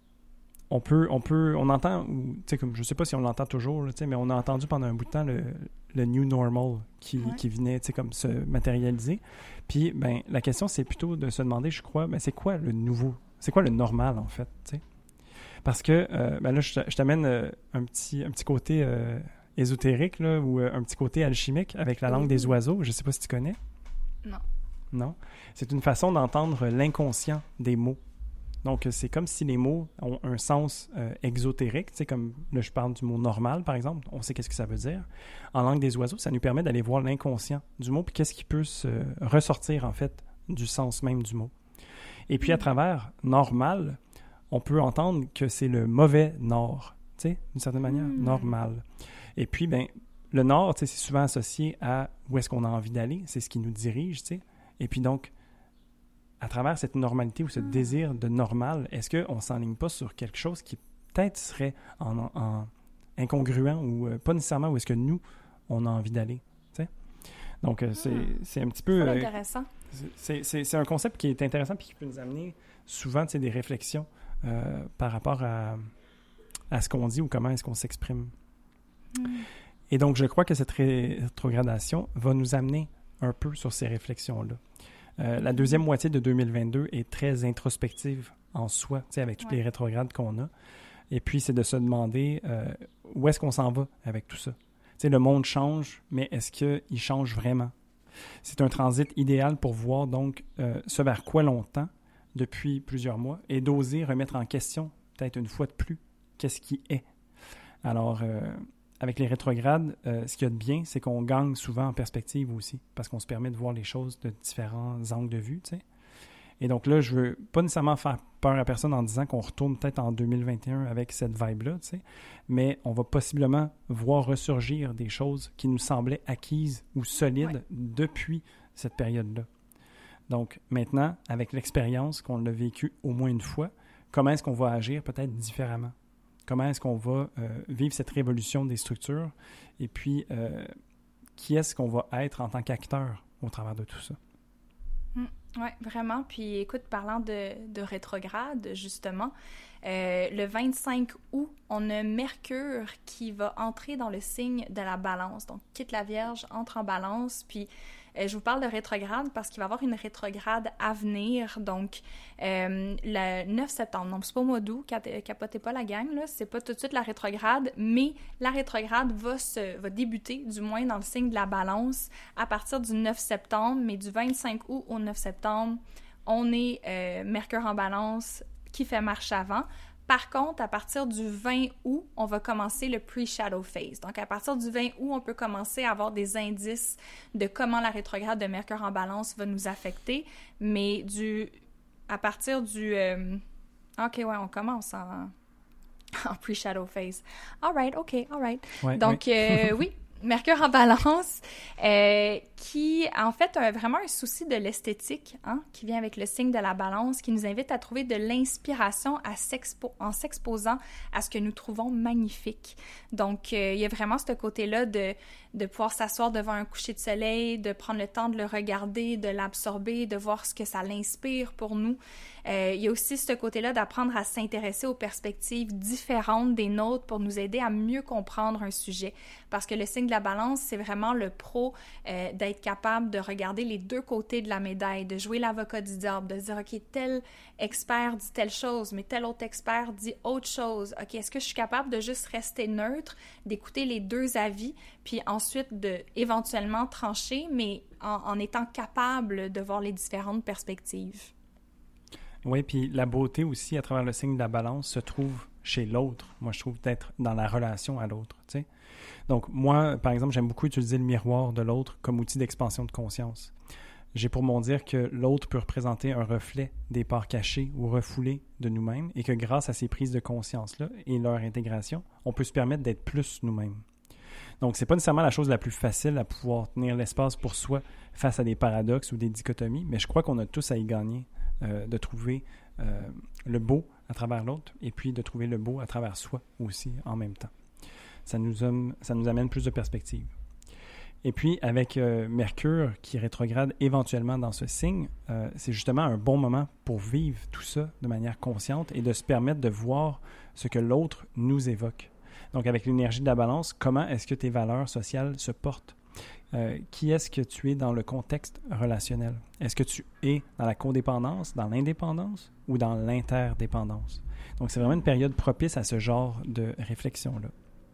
on peut, on peut, on entend, tu sais, comme je sais pas si on l'entend toujours, là, tu sais, mais on a entendu pendant un bout de temps le, le new normal qui, ouais. qui venait, tu sais, comme se matérialiser. Puis, ben, la question, c'est plutôt de se demander, je crois, ben, c'est quoi le nouveau? C'est quoi le normal, en fait, tu sais? Parce que, euh, ben là, je, je t'amène euh, un petit, un petit côté euh, ésotérique, là, ou euh, un petit côté alchimique avec la langue mmh. des oiseaux. Je sais pas si tu connais. Non. Non? C'est une façon d'entendre l'inconscient des mots. Donc, c'est comme si les mots ont un sens euh, exotérique. Tu sais, comme là, je parle du mot « normal », par exemple. On sait qu'est-ce que ça veut dire. En langue des oiseaux, ça nous permet d'aller voir l'inconscient du mot, puis qu'est-ce qui peut se ressortir, en fait, du sens même du mot. Et puis, à travers « normal », on peut entendre que c'est le mauvais nord, tu sais, d'une certaine manière, mmh. normal. Et puis, ben le nord, tu sais, c'est souvent associé à où est-ce qu'on a envie d'aller, c'est ce qui nous dirige, tu sais. Et puis donc, à travers cette normalité ou ce mmh. désir de normal, est-ce qu'on ne s'enligne pas sur quelque chose qui peut-être serait en, en, en incongruent ou euh, pas nécessairement où est-ce que nous, on a envie d'aller, tu sais. Donc, euh, c'est, mmh. c'est un petit peu... C'est euh, intéressant. C'est, c'est, c'est un concept qui est intéressant et qui peut nous amener souvent, tu sais, des réflexions Euh, par rapport à, à ce qu'on dit ou comment est-ce qu'on s'exprime. Mm. Et donc, je crois que cette rétrogradation va nous amener un peu sur ces réflexions-là. Euh, la deuxième moitié de deux mille vingt-deux est très introspective en soi, tu sais, avec toutes ouais. les rétrogrades qu'on a. Et puis, c'est de se demander euh, où est-ce qu'on s'en va avec tout ça. Tu sais, le monde change, mais est-ce qu'il change vraiment? C'est un transit idéal pour voir donc euh, ce vers quoi l'on tend depuis plusieurs mois et d'oser remettre en question, peut-être une fois de plus, qu'est-ce qui est. Alors, euh, avec les rétrogrades, euh, ce qu'il y a de bien, c'est qu'on gagne souvent en perspective aussi, parce qu'on se permet de voir les choses de différents angles de vue, tu sais. Et donc là, je veux pas nécessairement faire peur à personne en disant qu'on retourne peut-être en deux mille vingt et un avec cette vibe-là, tu sais, mais on va possiblement voir ressurgir des choses qui nous semblaient acquises ou solides ouais. depuis cette période-là. Donc, maintenant, avec l'expérience qu'on l'a vécu au moins une fois, comment est-ce qu'on va agir peut-être différemment? Comment est-ce qu'on va euh, vivre cette révolution des structures? Et puis, euh, qui est-ce qu'on va être en tant qu'acteur au travers de tout ça? Mmh, oui, vraiment. Puis, écoute, parlant de, de rétrograde, justement, euh, le vingt-cinq août, on a Mercure qui va entrer dans le signe de la Balance. Donc, quitte la Vierge, entre en Balance, puis... Je vous parle de rétrograde parce qu'il va y avoir une rétrograde à venir, donc euh, le neuf septembre. Donc, c'est pas au mois d'août, capotez pas la gang, là, c'est pas tout de suite la rétrograde, mais la rétrograde va, se, va débuter, du moins dans le signe de la Balance, à partir du neuf septembre, mais du vingt-cinq août au neuf septembre, on est euh, Mercure en Balance qui fait marche avant. Par contre, à partir du vingt août, on va commencer le pre-shadow phase. Donc, à partir du vingt août, on peut commencer à avoir des indices de comment la rétrograde de Mercure en Balance va nous affecter. Mais du, à partir du... Euh, OK, ouais, on commence en, en pre-shadow phase. All right, OK, all right. Ouais, Donc, ouais. euh, oui, Mercure en Balance, euh, qui, en fait, a vraiment un souci de l'esthétique, hein, qui vient avec le signe de la Balance, qui nous invite à trouver de l'inspiration à s'expo- en s'exposant à ce que nous trouvons magnifique. Donc, euh, il y a vraiment ce côté-là de, de pouvoir s'asseoir devant un coucher de soleil, de prendre le temps de le regarder, de l'absorber, de voir ce que ça l'inspire pour nous. Euh, il y a aussi ce côté-là d'apprendre à s'intéresser aux perspectives différentes des nôtres pour nous aider à mieux comprendre un sujet. Parce que le signe signe de la balance, c'est vraiment le pro euh, d'être capable de regarder les deux côtés de la médaille, de jouer l'avocat du diable, de dire, OK, tel expert dit telle chose, mais tel autre expert dit autre chose. OK, est-ce que je suis capable de juste rester neutre, d'écouter les deux avis, puis ensuite de éventuellement trancher, mais en, en étant capable de voir les différentes perspectives? Oui, puis la beauté aussi, à travers le signe de la balance, se trouve chez l'autre. Moi, je trouve d'être dans la relation à l'autre, tu sais. Donc, moi, par exemple, j'aime beaucoup utiliser le miroir de l'autre comme outil d'expansion de conscience. J'ai pour mon dire que l'autre peut représenter un reflet des parts cachées ou refoulées de nous-mêmes et que grâce à ces prises de conscience-là et leur intégration, on peut se permettre d'être plus nous-mêmes. Donc, c'est pas nécessairement la chose la plus facile à pouvoir tenir l'espace pour soi face à des paradoxes ou des dichotomies, mais je crois qu'on a tous à y gagner, euh, de trouver euh, le beau à travers l'autre et puis de trouver le beau à travers soi aussi en même temps. Ça nous, am- ça nous amène plus de perspectives. Et puis, avec euh, Mercure qui rétrograde éventuellement dans ce signe, euh, c'est justement un bon moment pour vivre tout ça de manière consciente et de se permettre de voir ce que l'autre nous évoque. Donc, avec l'énergie de la balance, comment est-ce que tes valeurs sociales se portent? Euh, qui est-ce que tu es dans le contexte relationnel? Est-ce que tu es dans la codépendance, dans l'indépendance ou dans l'interdépendance? Donc, c'est vraiment une période propice à ce genre de réflexion-là.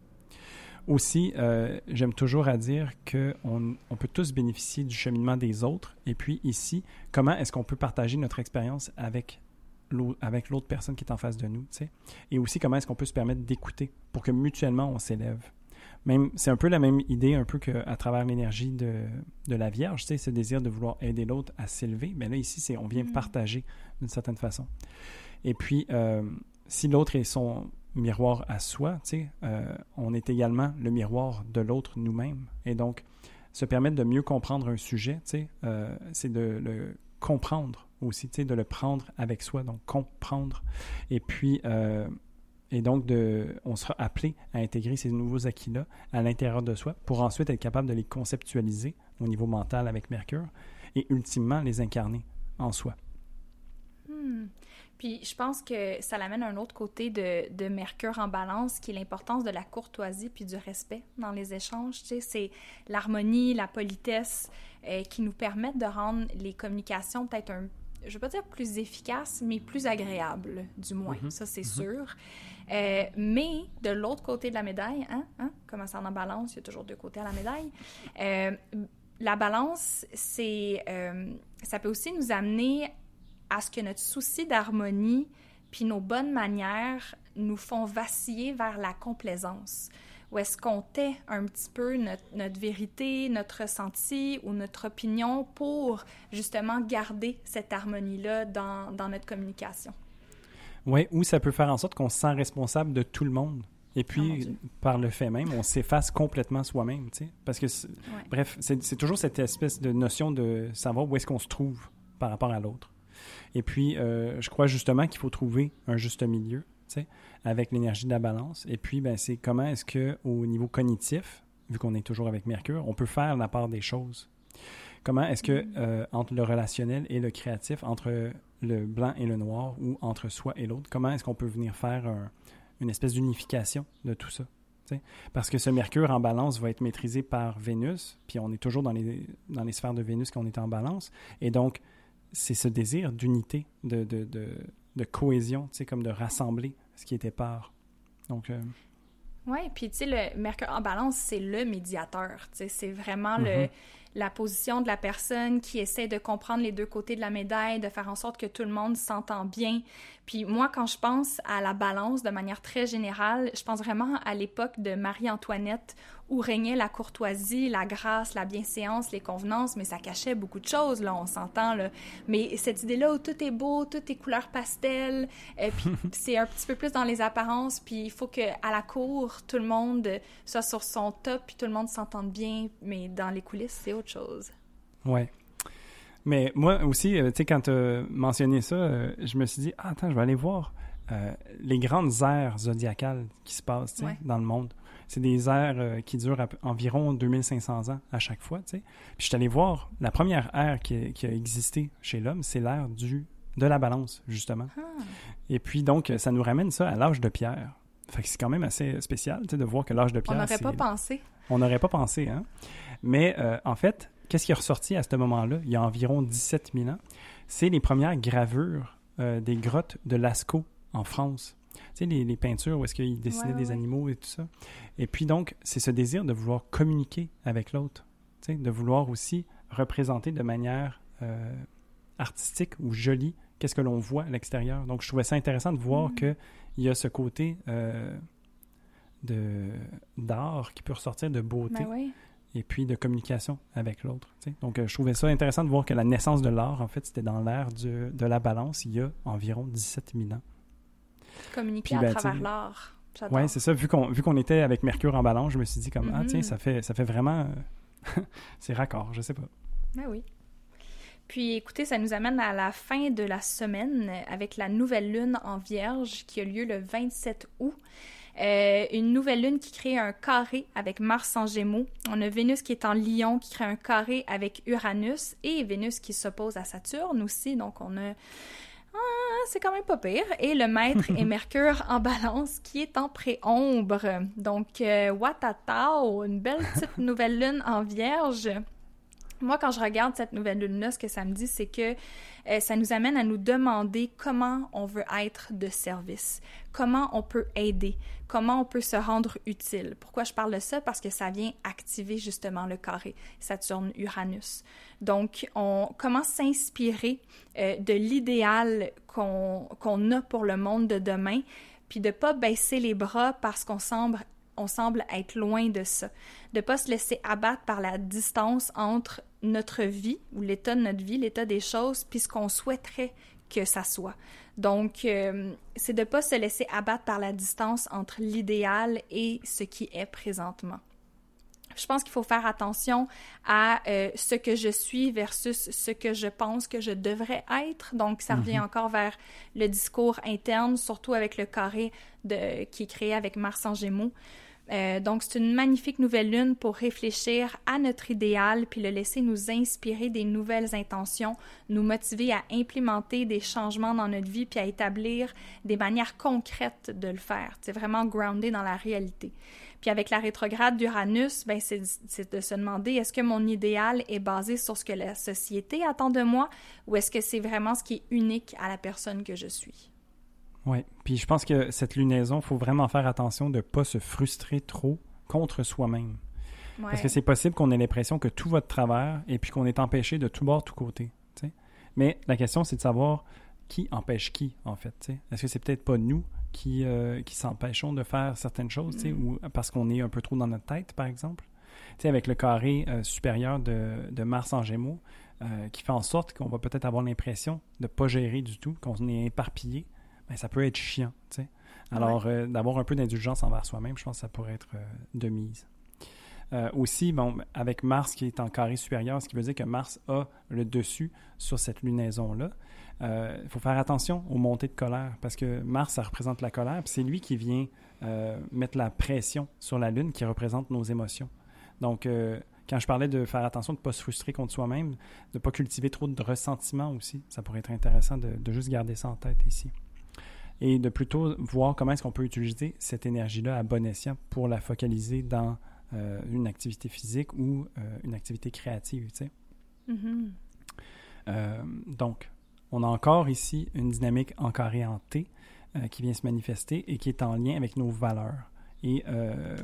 Aussi, euh, j'aime toujours à dire qu'on on peut tous bénéficier du cheminement des autres. Et puis ici, comment est-ce qu'on peut partager notre expérience avec l'autre, avec l'autre personne qui est en face de nous, tu sais? Et aussi, comment est-ce qu'on peut se permettre d'écouter pour que mutuellement, on s'élève. Même, c'est un peu la même idée, un peu qu'à travers l'énergie de, de la Vierge, tu sais, ce désir de vouloir aider l'autre à s'élever. Mais là, ici, c'est on vient partager d'une certaine façon. Et puis, euh, si l'autre est son miroir à soi, tu sais, euh, on est également le miroir de l'autre nous-mêmes. Et donc, se permettre de mieux comprendre un sujet, tu sais, euh, c'est de le comprendre aussi, tu sais, de le prendre avec soi, donc comprendre. Et puis, euh, et donc, de, on sera appelé à intégrer ces nouveaux acquis-là à l'intérieur de soi pour ensuite être capable de les conceptualiser au niveau mental avec Mercure et ultimement les incarner en soi. Hmm. Puis je pense que ça l'amène à un autre côté de, de Mercure en balance, qui est l'importance de la courtoisie puis du respect dans les échanges. Tu sais, c'est l'harmonie, la politesse euh, qui nous permettent de rendre les communications peut-être un, je ne veux pas dire plus efficaces, mais plus agréables, du moins. Mm-hmm. Ça, c'est mm-hmm. sûr. Euh, mais de l'autre côté de la médaille, hein, hein, comment ça en balance, il y a toujours deux côtés à la médaille. Euh, la balance, c'est, euh, ça peut aussi nous amener à ce que notre souci d'harmonie puis nos bonnes manières nous font vaciller vers la complaisance. Où est-ce qu'on tait un petit peu notre, notre vérité, notre ressenti ou notre opinion pour justement garder cette harmonie-là dans, dans notre communication. Oui, ou ça peut faire en sorte qu'on se sent responsable de tout le monde. Et puis, oh par le fait même, on s'efface complètement soi-même, tu sais. Parce que, c'est, ouais. bref, c'est, c'est toujours cette espèce de notion de savoir où est-ce qu'on se trouve par rapport à l'autre. Et puis, euh, je crois justement qu'il faut trouver un juste milieu, tu sais, avec l'énergie de la balance. Et puis, ben, c'est comment est-ce qu'au niveau cognitif, vu qu'on est toujours avec Mercure, on peut faire la part des choses. Comment est-ce que, euh, entre le relationnel et le créatif, entre le blanc et le noir, ou entre soi et l'autre, comment est-ce qu'on peut venir faire un, une espèce d'unification de tout ça? T'sais? Parce que ce Mercure en balance va être maîtrisé par Vénus, puis on est toujours dans les, dans les sphères de Vénus qu'on est en balance. Et donc, c'est ce désir d'unité, de, de, de, de cohésion, tu sais, comme de rassembler ce qui était part. Donc... Euh... Oui, puis tu sais, le Mercure en balance, c'est le médiateur, tu sais, c'est vraiment mm-hmm. le, la position de la personne qui essaie de comprendre les deux côtés de la médaille, de faire en sorte que tout le monde s'entend bien. Puis moi, quand je pense à la balance de manière très générale, je pense vraiment à l'époque de Marie-Antoinette où régnait la courtoisie, la grâce, la bienséance, les convenances, mais ça cachait beaucoup de choses, là, on s'entend, là. Mais cette idée-là où tout est beau, tout est couleur pastel, et puis c'est un petit peu plus dans les apparences, puis il faut qu'à la cour, tout le monde soit sur son top, puis tout le monde s'entende bien, mais dans les coulisses, c'est autre chose. Ouais. Mais moi aussi, euh, tu sais, quand tu as mentionné ça, euh, je me suis dit, ah, attends, je vais aller voir euh, les grandes ères zodiacales qui se passent, tu sais, ouais. dans le monde. C'est des ères euh, qui durent à, environ deux mille cinq cents ans à chaque fois, tu sais. Puis je suis allé voir, la première ère qui a, qui a existé chez l'homme, c'est l'ère du, de la balance, justement. Ah. Et puis donc, ça nous ramène ça à l'âge de pierre. fait que c'est quand même assez spécial, tu sais, de voir que l'âge de pierre... On n'aurait c'est... pas pensé. On n'aurait pas pensé, hein? Mais euh, en fait, qu'est-ce qui est ressorti à ce moment-là, il y a environ dix-sept mille ans? C'est les premières gravures euh, des grottes de Lascaux en France. Tu sais, les, les peintures où est-ce qu'ils dessinaient ouais, ouais, des ouais. animaux et tout ça. Et puis donc, c'est ce désir de vouloir communiquer avec l'autre, tu sais, de vouloir aussi représenter de manière euh, artistique ou jolie qu'est-ce que l'on voit à l'extérieur. Donc, je trouvais ça intéressant de voir Mm. qu'il y a ce côté euh, de, d'art qui peut ressortir de beauté Ben oui. et puis de communication avec l'autre. Tu sais. Donc, euh, je trouvais ça intéressant de voir que la naissance de l'art, en fait, c'était dans l'ère du, de la balance il y a environ dix-sept mille ans. Communiquer Puis, ben, à travers tu sais, l'art. J'adore. Oui, c'est ça. Vu qu'on, vu qu'on était avec Mercure en balance, je me suis dit comme, ah Mhm. tiens, ça fait, ça fait vraiment... euh, c'est raccord, je sais pas. Ben oui. Puis écoutez, ça nous amène à la fin de la semaine avec la nouvelle lune en Vierge qui a lieu le vingt-sept août. Euh, une nouvelle lune qui crée un carré avec Mars en Gémeaux. On a Vénus qui est en Lion qui crée un carré avec Uranus et Vénus qui s'oppose à Saturne aussi. Donc on a... Ah, c'est quand même pas pire. Et le maître est Mercure en Balance qui est en préombre. Donc, euh, watatao, une belle petite nouvelle lune en Vierge. Moi, quand je regarde cette nouvelle lune-là, ce que ça me dit, c'est que euh, ça nous amène à nous demander comment on veut être de service, comment on peut aider, comment on peut se rendre utile. Pourquoi je parle de ça? Parce que ça vient activer justement le carré Saturne-Uranus. Donc, on commence à s'inspirer euh, de l'idéal qu'on, qu'on a pour le monde de demain, puis de ne pas baisser les bras parce qu'on semble on semble être loin de ça, de ne pas se laisser abattre par la distance entre notre vie, ou l'état de notre vie, l'état des choses, puis ce qu'on souhaiterait que ça soit. Donc, euh, c'est de ne pas se laisser abattre par la distance entre l'idéal et ce qui est présentement. Je pense qu'il faut faire attention à euh, ce que je suis versus ce que je pense que je devrais être. Donc, ça revient mm-hmm. encore vers le discours interne, surtout avec le carré de, qui est créé avec Mars en Gémeaux. Euh, donc, c'est une magnifique nouvelle lune pour réfléchir à notre idéal puis le laisser nous inspirer des nouvelles intentions, nous motiver à implémenter des changements dans notre vie puis à établir des manières concrètes de le faire. C'est vraiment groundé dans la réalité. Puis avec la rétrograde d'Uranus, ben c'est, c'est de se demander est-ce que mon idéal est basé sur ce que la société attend de moi ou est-ce que c'est vraiment ce qui est unique à la personne que je suis? Oui, puis je pense que cette lunaison, il faut vraiment faire attention de ne pas se frustrer trop contre soi-même. Ouais. Parce que c'est possible qu'on ait l'impression que tout va de travers et puis qu'on est empêché de tout bord, tout côté. T'sais. Mais la question, c'est de savoir qui empêche qui, en fait. T'sais. Est-ce que c'est peut-être pas nous qui, euh, qui s'empêchons de faire certaines choses, mm. ou parce qu'on est un peu trop dans notre tête, par exemple? T'sais, avec le carré euh, supérieur de, de Mars en Gémeaux, euh, qui fait en sorte qu'on va peut-être avoir l'impression de ne pas gérer du tout, qu'on est éparpillé, ben, ça peut être chiant. T'sais. Alors, ouais. euh, d'avoir un peu d'indulgence envers soi-même, je pense que ça pourrait être euh, de mise. Euh, aussi, bon, avec Mars qui est en carré supérieur, ce qui veut dire que Mars a le dessus sur cette lunaison-là. Il euh, faut faire attention aux montées de colère parce que Mars, ça représente la colère, puis c'est lui qui vient euh, mettre la pression sur la Lune qui représente nos émotions. Donc, euh, quand je parlais de faire attention de ne pas se frustrer contre soi-même, de ne pas cultiver trop de ressentiment aussi, ça pourrait être intéressant de, de juste garder ça en tête ici. Et de plutôt voir comment est-ce qu'on peut utiliser cette énergie-là à bon escient pour la focaliser dans euh, une activité physique ou euh, une activité créative, tu sais. Mm-hmm. Euh, donc, on a encore ici une dynamique en carré en T euh, qui vient se manifester et qui est en lien avec nos valeurs. Et, euh,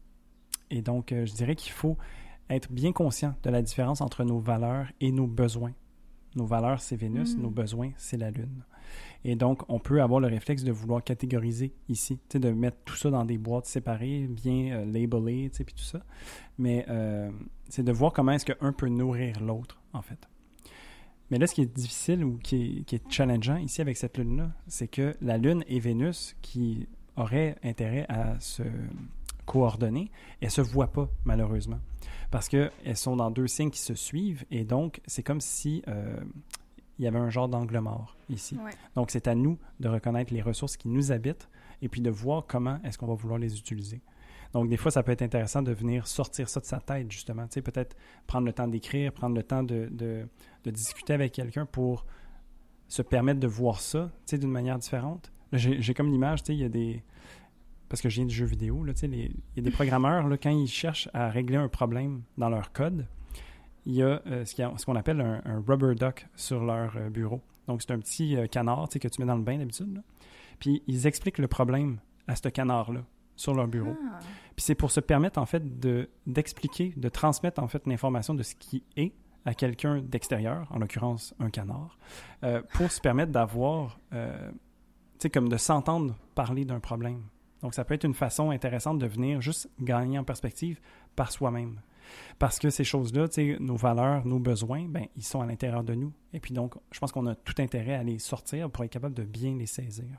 et donc, euh, je dirais qu'il faut être bien conscient de la différence entre nos valeurs et nos besoins. Nos valeurs, c'est Vénus, mm. nos besoins, c'est la Lune. Et donc, on peut avoir le réflexe de vouloir catégoriser ici, de mettre tout ça dans des boîtes séparées, bien euh, labelées, puis tout ça. Mais euh, c'est de voir comment est-ce qu'un peut nourrir l'autre, en fait. Mais là, ce qui est difficile ou qui est, qui est challengeant ici avec cette Lune-là, c'est que la Lune et Vénus, qui auraient intérêt à se coordonner, elles ne se voient pas, malheureusement. Parce qu'elles sont dans deux signes qui se suivent, et donc, c'est comme si... Euh, il y avait un genre d'angle mort ici. Ouais. Donc, c'est à nous de reconnaître les ressources qui nous habitent et puis de voir comment est-ce qu'on va vouloir les utiliser. Donc, des fois, ça peut être intéressant de venir sortir ça de sa tête, justement. Tu sais, peut-être prendre le temps d'écrire, prendre le temps de, de, de discuter avec quelqu'un pour se permettre de voir ça, tu sais, d'une manière différente. Là, j'ai, j'ai comme l'image, tu sais, il y a des... parce que je viens du jeu vidéo, là, les, il y a des programmeurs, là, quand ils cherchent à régler un problème dans leur code, il y a euh, ce, qu'il y a, ce qu'on appelle un, un rubber duck sur leur euh, bureau. Donc, c'est un petit euh, canard que tu mets dans le bain d'habitude. Là. Puis, ils expliquent le problème à ce canard-là sur leur bureau. Ah. Puis, c'est pour se permettre, en fait, de, d'expliquer, de transmettre, en fait, l'information de ce qui est à quelqu'un d'extérieur, en l'occurrence, un canard, euh, pour se permettre d'avoir, euh, tu sais, comme de s'entendre parler d'un problème. Donc, ça peut être une façon intéressante de venir juste gagner en perspective par soi-même. Parce que ces choses-là, tu sais, nos valeurs, nos besoins, ben, ils sont à l'intérieur de nous. Et puis donc, je pense qu'on a tout intérêt à les sortir pour être capable de bien les saisir.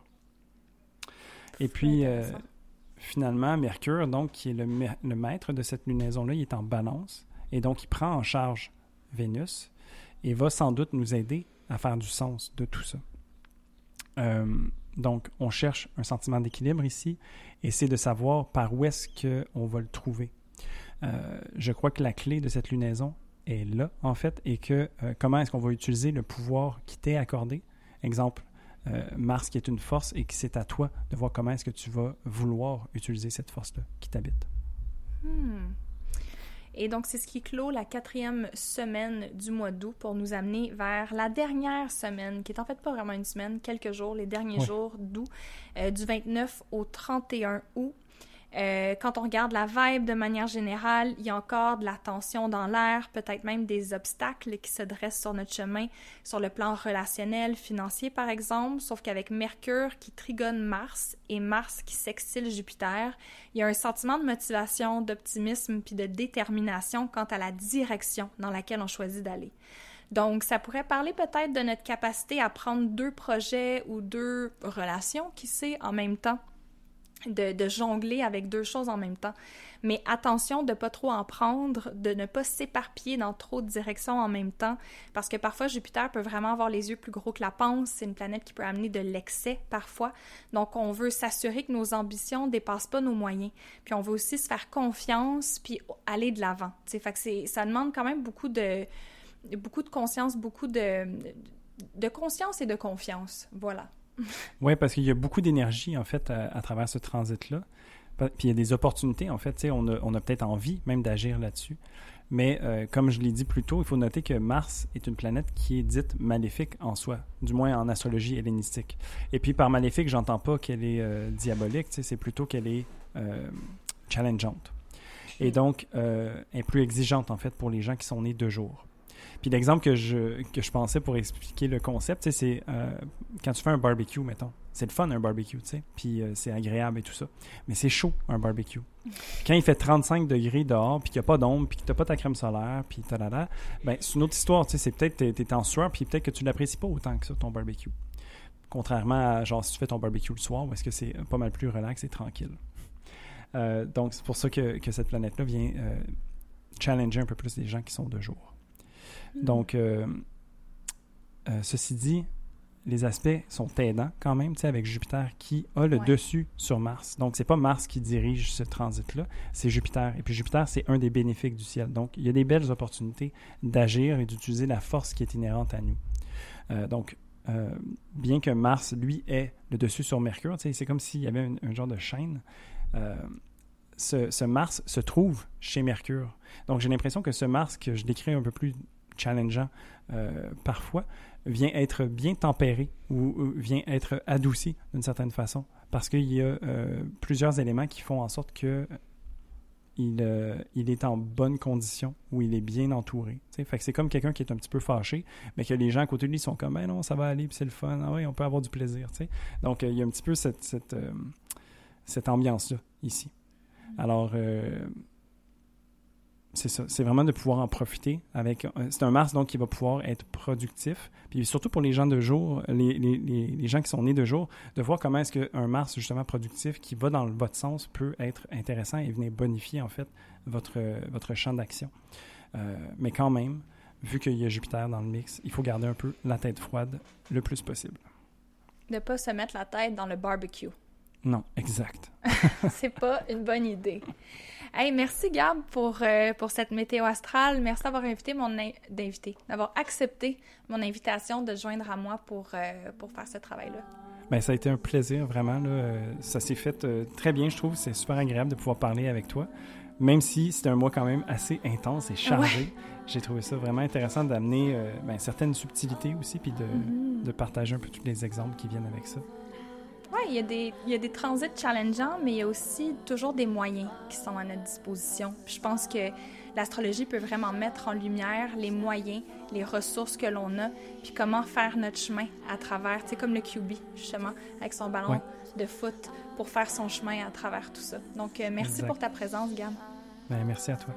Et puis, euh, finalement, Mercure, donc, qui est le, ma- le maître de cette lunaison-là, il est en balance. Et donc, il prend en charge Vénus et va sans doute nous aider à faire du sens de tout ça. Euh, donc, on cherche un sentiment d'équilibre ici et c'est de savoir par où est-ce qu'on va le trouver. Euh, je crois que la clé de cette lunaison est là, en fait, et que euh, comment est-ce qu'on va utiliser le pouvoir qui t'est accordé. Exemple, euh, Mars qui est une force et que c'est à toi de voir comment est-ce que tu vas vouloir utiliser cette force-là qui t'habite. Hmm. Et donc, c'est ce qui clôt la quatrième semaine du mois d'août pour nous amener vers la dernière semaine, qui est en fait pas vraiment une semaine, quelques jours, les derniers ouais. jours d'août, euh, du vingt-neuf au trente et un août. Euh, quand on regarde la vibe de manière générale, il y a encore de la tension dans l'air, peut-être même des obstacles qui se dressent sur notre chemin, sur le plan relationnel, financier par exemple, sauf qu'avec Mercure qui trigone Mars et Mars qui sextile Jupiter, il y a un sentiment de motivation, d'optimisme puis de détermination quant à la direction dans laquelle on choisit d'aller. Donc, ça pourrait parler peut-être de notre capacité à prendre deux projets ou deux relations, qui sait, en même temps. De, de jongler avec deux choses en même temps. Mais attention de ne pas trop en prendre, de ne pas s'éparpiller dans trop de directions en même temps, parce que parfois Jupiter peut vraiment avoir les yeux plus gros que la panse, c'est une planète qui peut amener de l'excès parfois, donc on veut s'assurer que nos ambitions ne dépassent pas nos moyens, puis on veut aussi se faire confiance, puis aller de l'avant. Fait que c'est, ça demande quand même beaucoup de, beaucoup de conscience, beaucoup de, de conscience et de confiance, voilà. Oui, parce qu'il y a beaucoup d'énergie, en fait, à, à travers ce transit-là. Puis il y a des opportunités, en fait. On a, on a peut-être envie même d'agir là-dessus. Mais euh, comme je l'ai dit plus tôt, il faut noter que Mars est une planète qui est dite maléfique en soi, du moins en astrologie hellénistique. Et puis par maléfique, j'entends pas qu'elle est euh, diabolique, c'est plutôt qu'elle est euh, challengeante. Et donc, euh, elle est plus exigeante, en fait, pour les gens qui sont nés deux jours. Puis l'exemple que je, que je pensais pour expliquer le concept, c'est euh, quand tu fais un barbecue, mettons. C'est le fun, un barbecue, tu sais, puis euh, c'est agréable et tout ça. Mais c'est chaud, un barbecue. Quand il fait trente-cinq degrés dehors, puis qu'il n'y a pas d'ombre, puis que tu n'as pas ta crème solaire, puis talala, ben c'est une autre histoire, tu sais, c'est peut-être que tu es en sueur, puis peut-être que tu ne l'apprécies pas autant que ça, ton barbecue. Contrairement à, genre, si tu fais ton barbecue le soir, où est-ce que c'est pas mal plus relax et tranquille. Euh, donc, c'est pour ça que, que cette planète-là vient euh, challenger un peu plus les gens qui sont de jour. Donc, euh, euh, ceci dit, les aspects sont aidants quand même, tu sais, avec Jupiter qui a le ouais. dessus sur Mars. Donc, c'est pas Mars qui dirige ce transit-là, c'est Jupiter. Et puis Jupiter, c'est un des bénéfiques du ciel. Donc, il y a des belles opportunités d'agir et d'utiliser la force qui est inhérente à nous. Euh, donc, euh, bien que Mars, lui, ait le dessus sur Mercure, tu sais, c'est comme s'il y avait un, un genre de chaîne. Euh, ce, ce Mars se trouve chez Mercure. Donc, j'ai l'impression que ce Mars que je décris un peu plus challengeant euh, parfois, vient être bien tempéré ou, ou vient être adouci d'une certaine façon parce qu'il y a euh, plusieurs éléments qui font en sorte que il, euh, il est en bonne condition ou il est bien entouré. T'sais? Fait que c'est comme quelqu'un qui est un petit peu fâché, mais que les gens à côté de lui sont comme ben non, ça va aller, puis c'est le fun, ah oui, on peut avoir du plaisir. T'sais? Donc euh, il y a un petit peu cette, cette, euh, cette ambiance-là ici. Alors euh, c'est ça, c'est vraiment de pouvoir en profiter avec... C'est un Mars, donc, qui va pouvoir être productif. Puis surtout pour les gens de jour, les, les, les, les gens qui sont nés de jour, de voir comment est-ce qu'un Mars, justement, productif, qui va dans votre sens, peut être intéressant et venir bonifier, en fait, votre, votre champ d'action. Euh, mais quand même, vu qu'il y a Jupiter dans le mix, il faut garder un peu la tête froide le plus possible. De ne pas se mettre la tête dans le barbecue. Non, exact. C'est pas une bonne idée. Hey, merci Gab pour, euh, pour cette météo astrale. Merci d'avoir invité mon in... d'invité, d'avoir accepté mon invitation de joindre à moi pour, euh, pour faire ce travail-là. Ben, ça a été un plaisir, vraiment. Là. Euh, ça s'est fait euh, très bien, je trouve. C'est super agréable de pouvoir parler avec toi. Même si c'était un mois quand même assez intense et chargé, ouais. J'ai trouvé ça vraiment intéressant d'amener euh, ben, certaines subtilités aussi, puis de, mm-hmm. de partager un peu tous les exemples qui viennent avec ça. Oui, il y a des, il y a des transits challengeants, mais il y a aussi toujours des moyens qui sont à notre disposition. Puis je pense que l'astrologie peut vraiment mettre en lumière les moyens, les ressources que l'on a, puis comment faire notre chemin à travers, tu sais, comme le Q B, justement, avec son ballon ouais. de foot, pour faire son chemin à travers tout ça. Donc, euh, merci exact. Pour ta présence, Gab. Ben, merci à toi.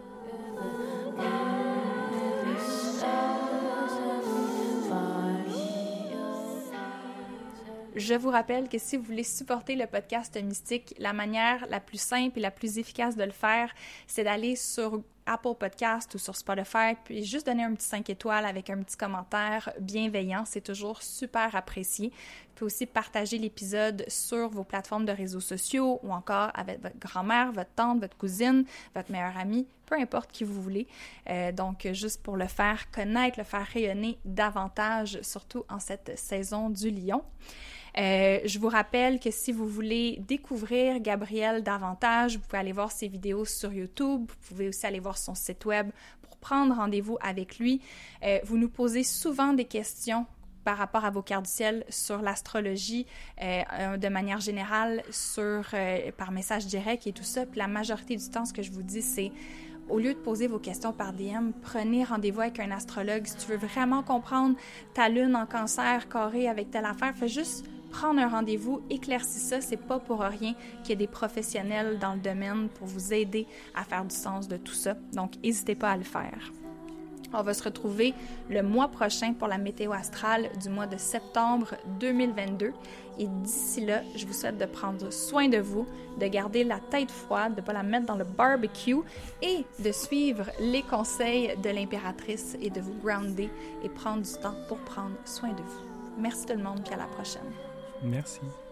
Je vous rappelle que si vous voulez supporter le podcast Mystique, la manière la plus simple et la plus efficace de le faire, c'est d'aller sur Apple Podcast ou sur Spotify, puis juste donner un petit cinq étoiles avec un petit commentaire bienveillant. C'est toujours super apprécié. Vous pouvez aussi partager l'épisode sur vos plateformes de réseaux sociaux ou encore avec votre grand-mère, votre tante, votre cousine, votre meilleure amie, peu importe qui vous voulez. Euh, donc, juste pour le faire connaître, le faire rayonner davantage, surtout en cette saison du lion. Euh, je vous rappelle que si vous voulez découvrir Gabriel davantage, vous pouvez aller voir ses vidéos sur YouTube, vous pouvez aussi aller voir son site web pour prendre rendez-vous avec lui. Euh, vous nous posez souvent des questions par rapport à vos cartes du ciel sur l'astrologie euh, de manière générale, sur, euh, par message direct et tout ça. Puis la majorité du temps, ce que je vous dis, c'est au lieu de poser vos questions par D M, prenez rendez-vous avec un astrologue. Si tu veux vraiment comprendre ta lune en cancer carré avec telle affaire, fais juste prendre un rendez-vous, éclaircis ça. C'est pas pour rien qu'il y a des professionnels dans le domaine pour vous aider à faire du sens de tout ça. Donc, n'hésitez pas à le faire. On va se retrouver le mois prochain pour la météo astrale du mois de septembre deux mille vingt-deux. Et d'ici là, je vous souhaite de prendre soin de vous, de garder la tête froide, de ne pas la mettre dans le barbecue et de suivre les conseils de l'impératrice et de vous grounder et prendre du temps pour prendre soin de vous. Merci tout le monde, puis à la prochaine. Merci.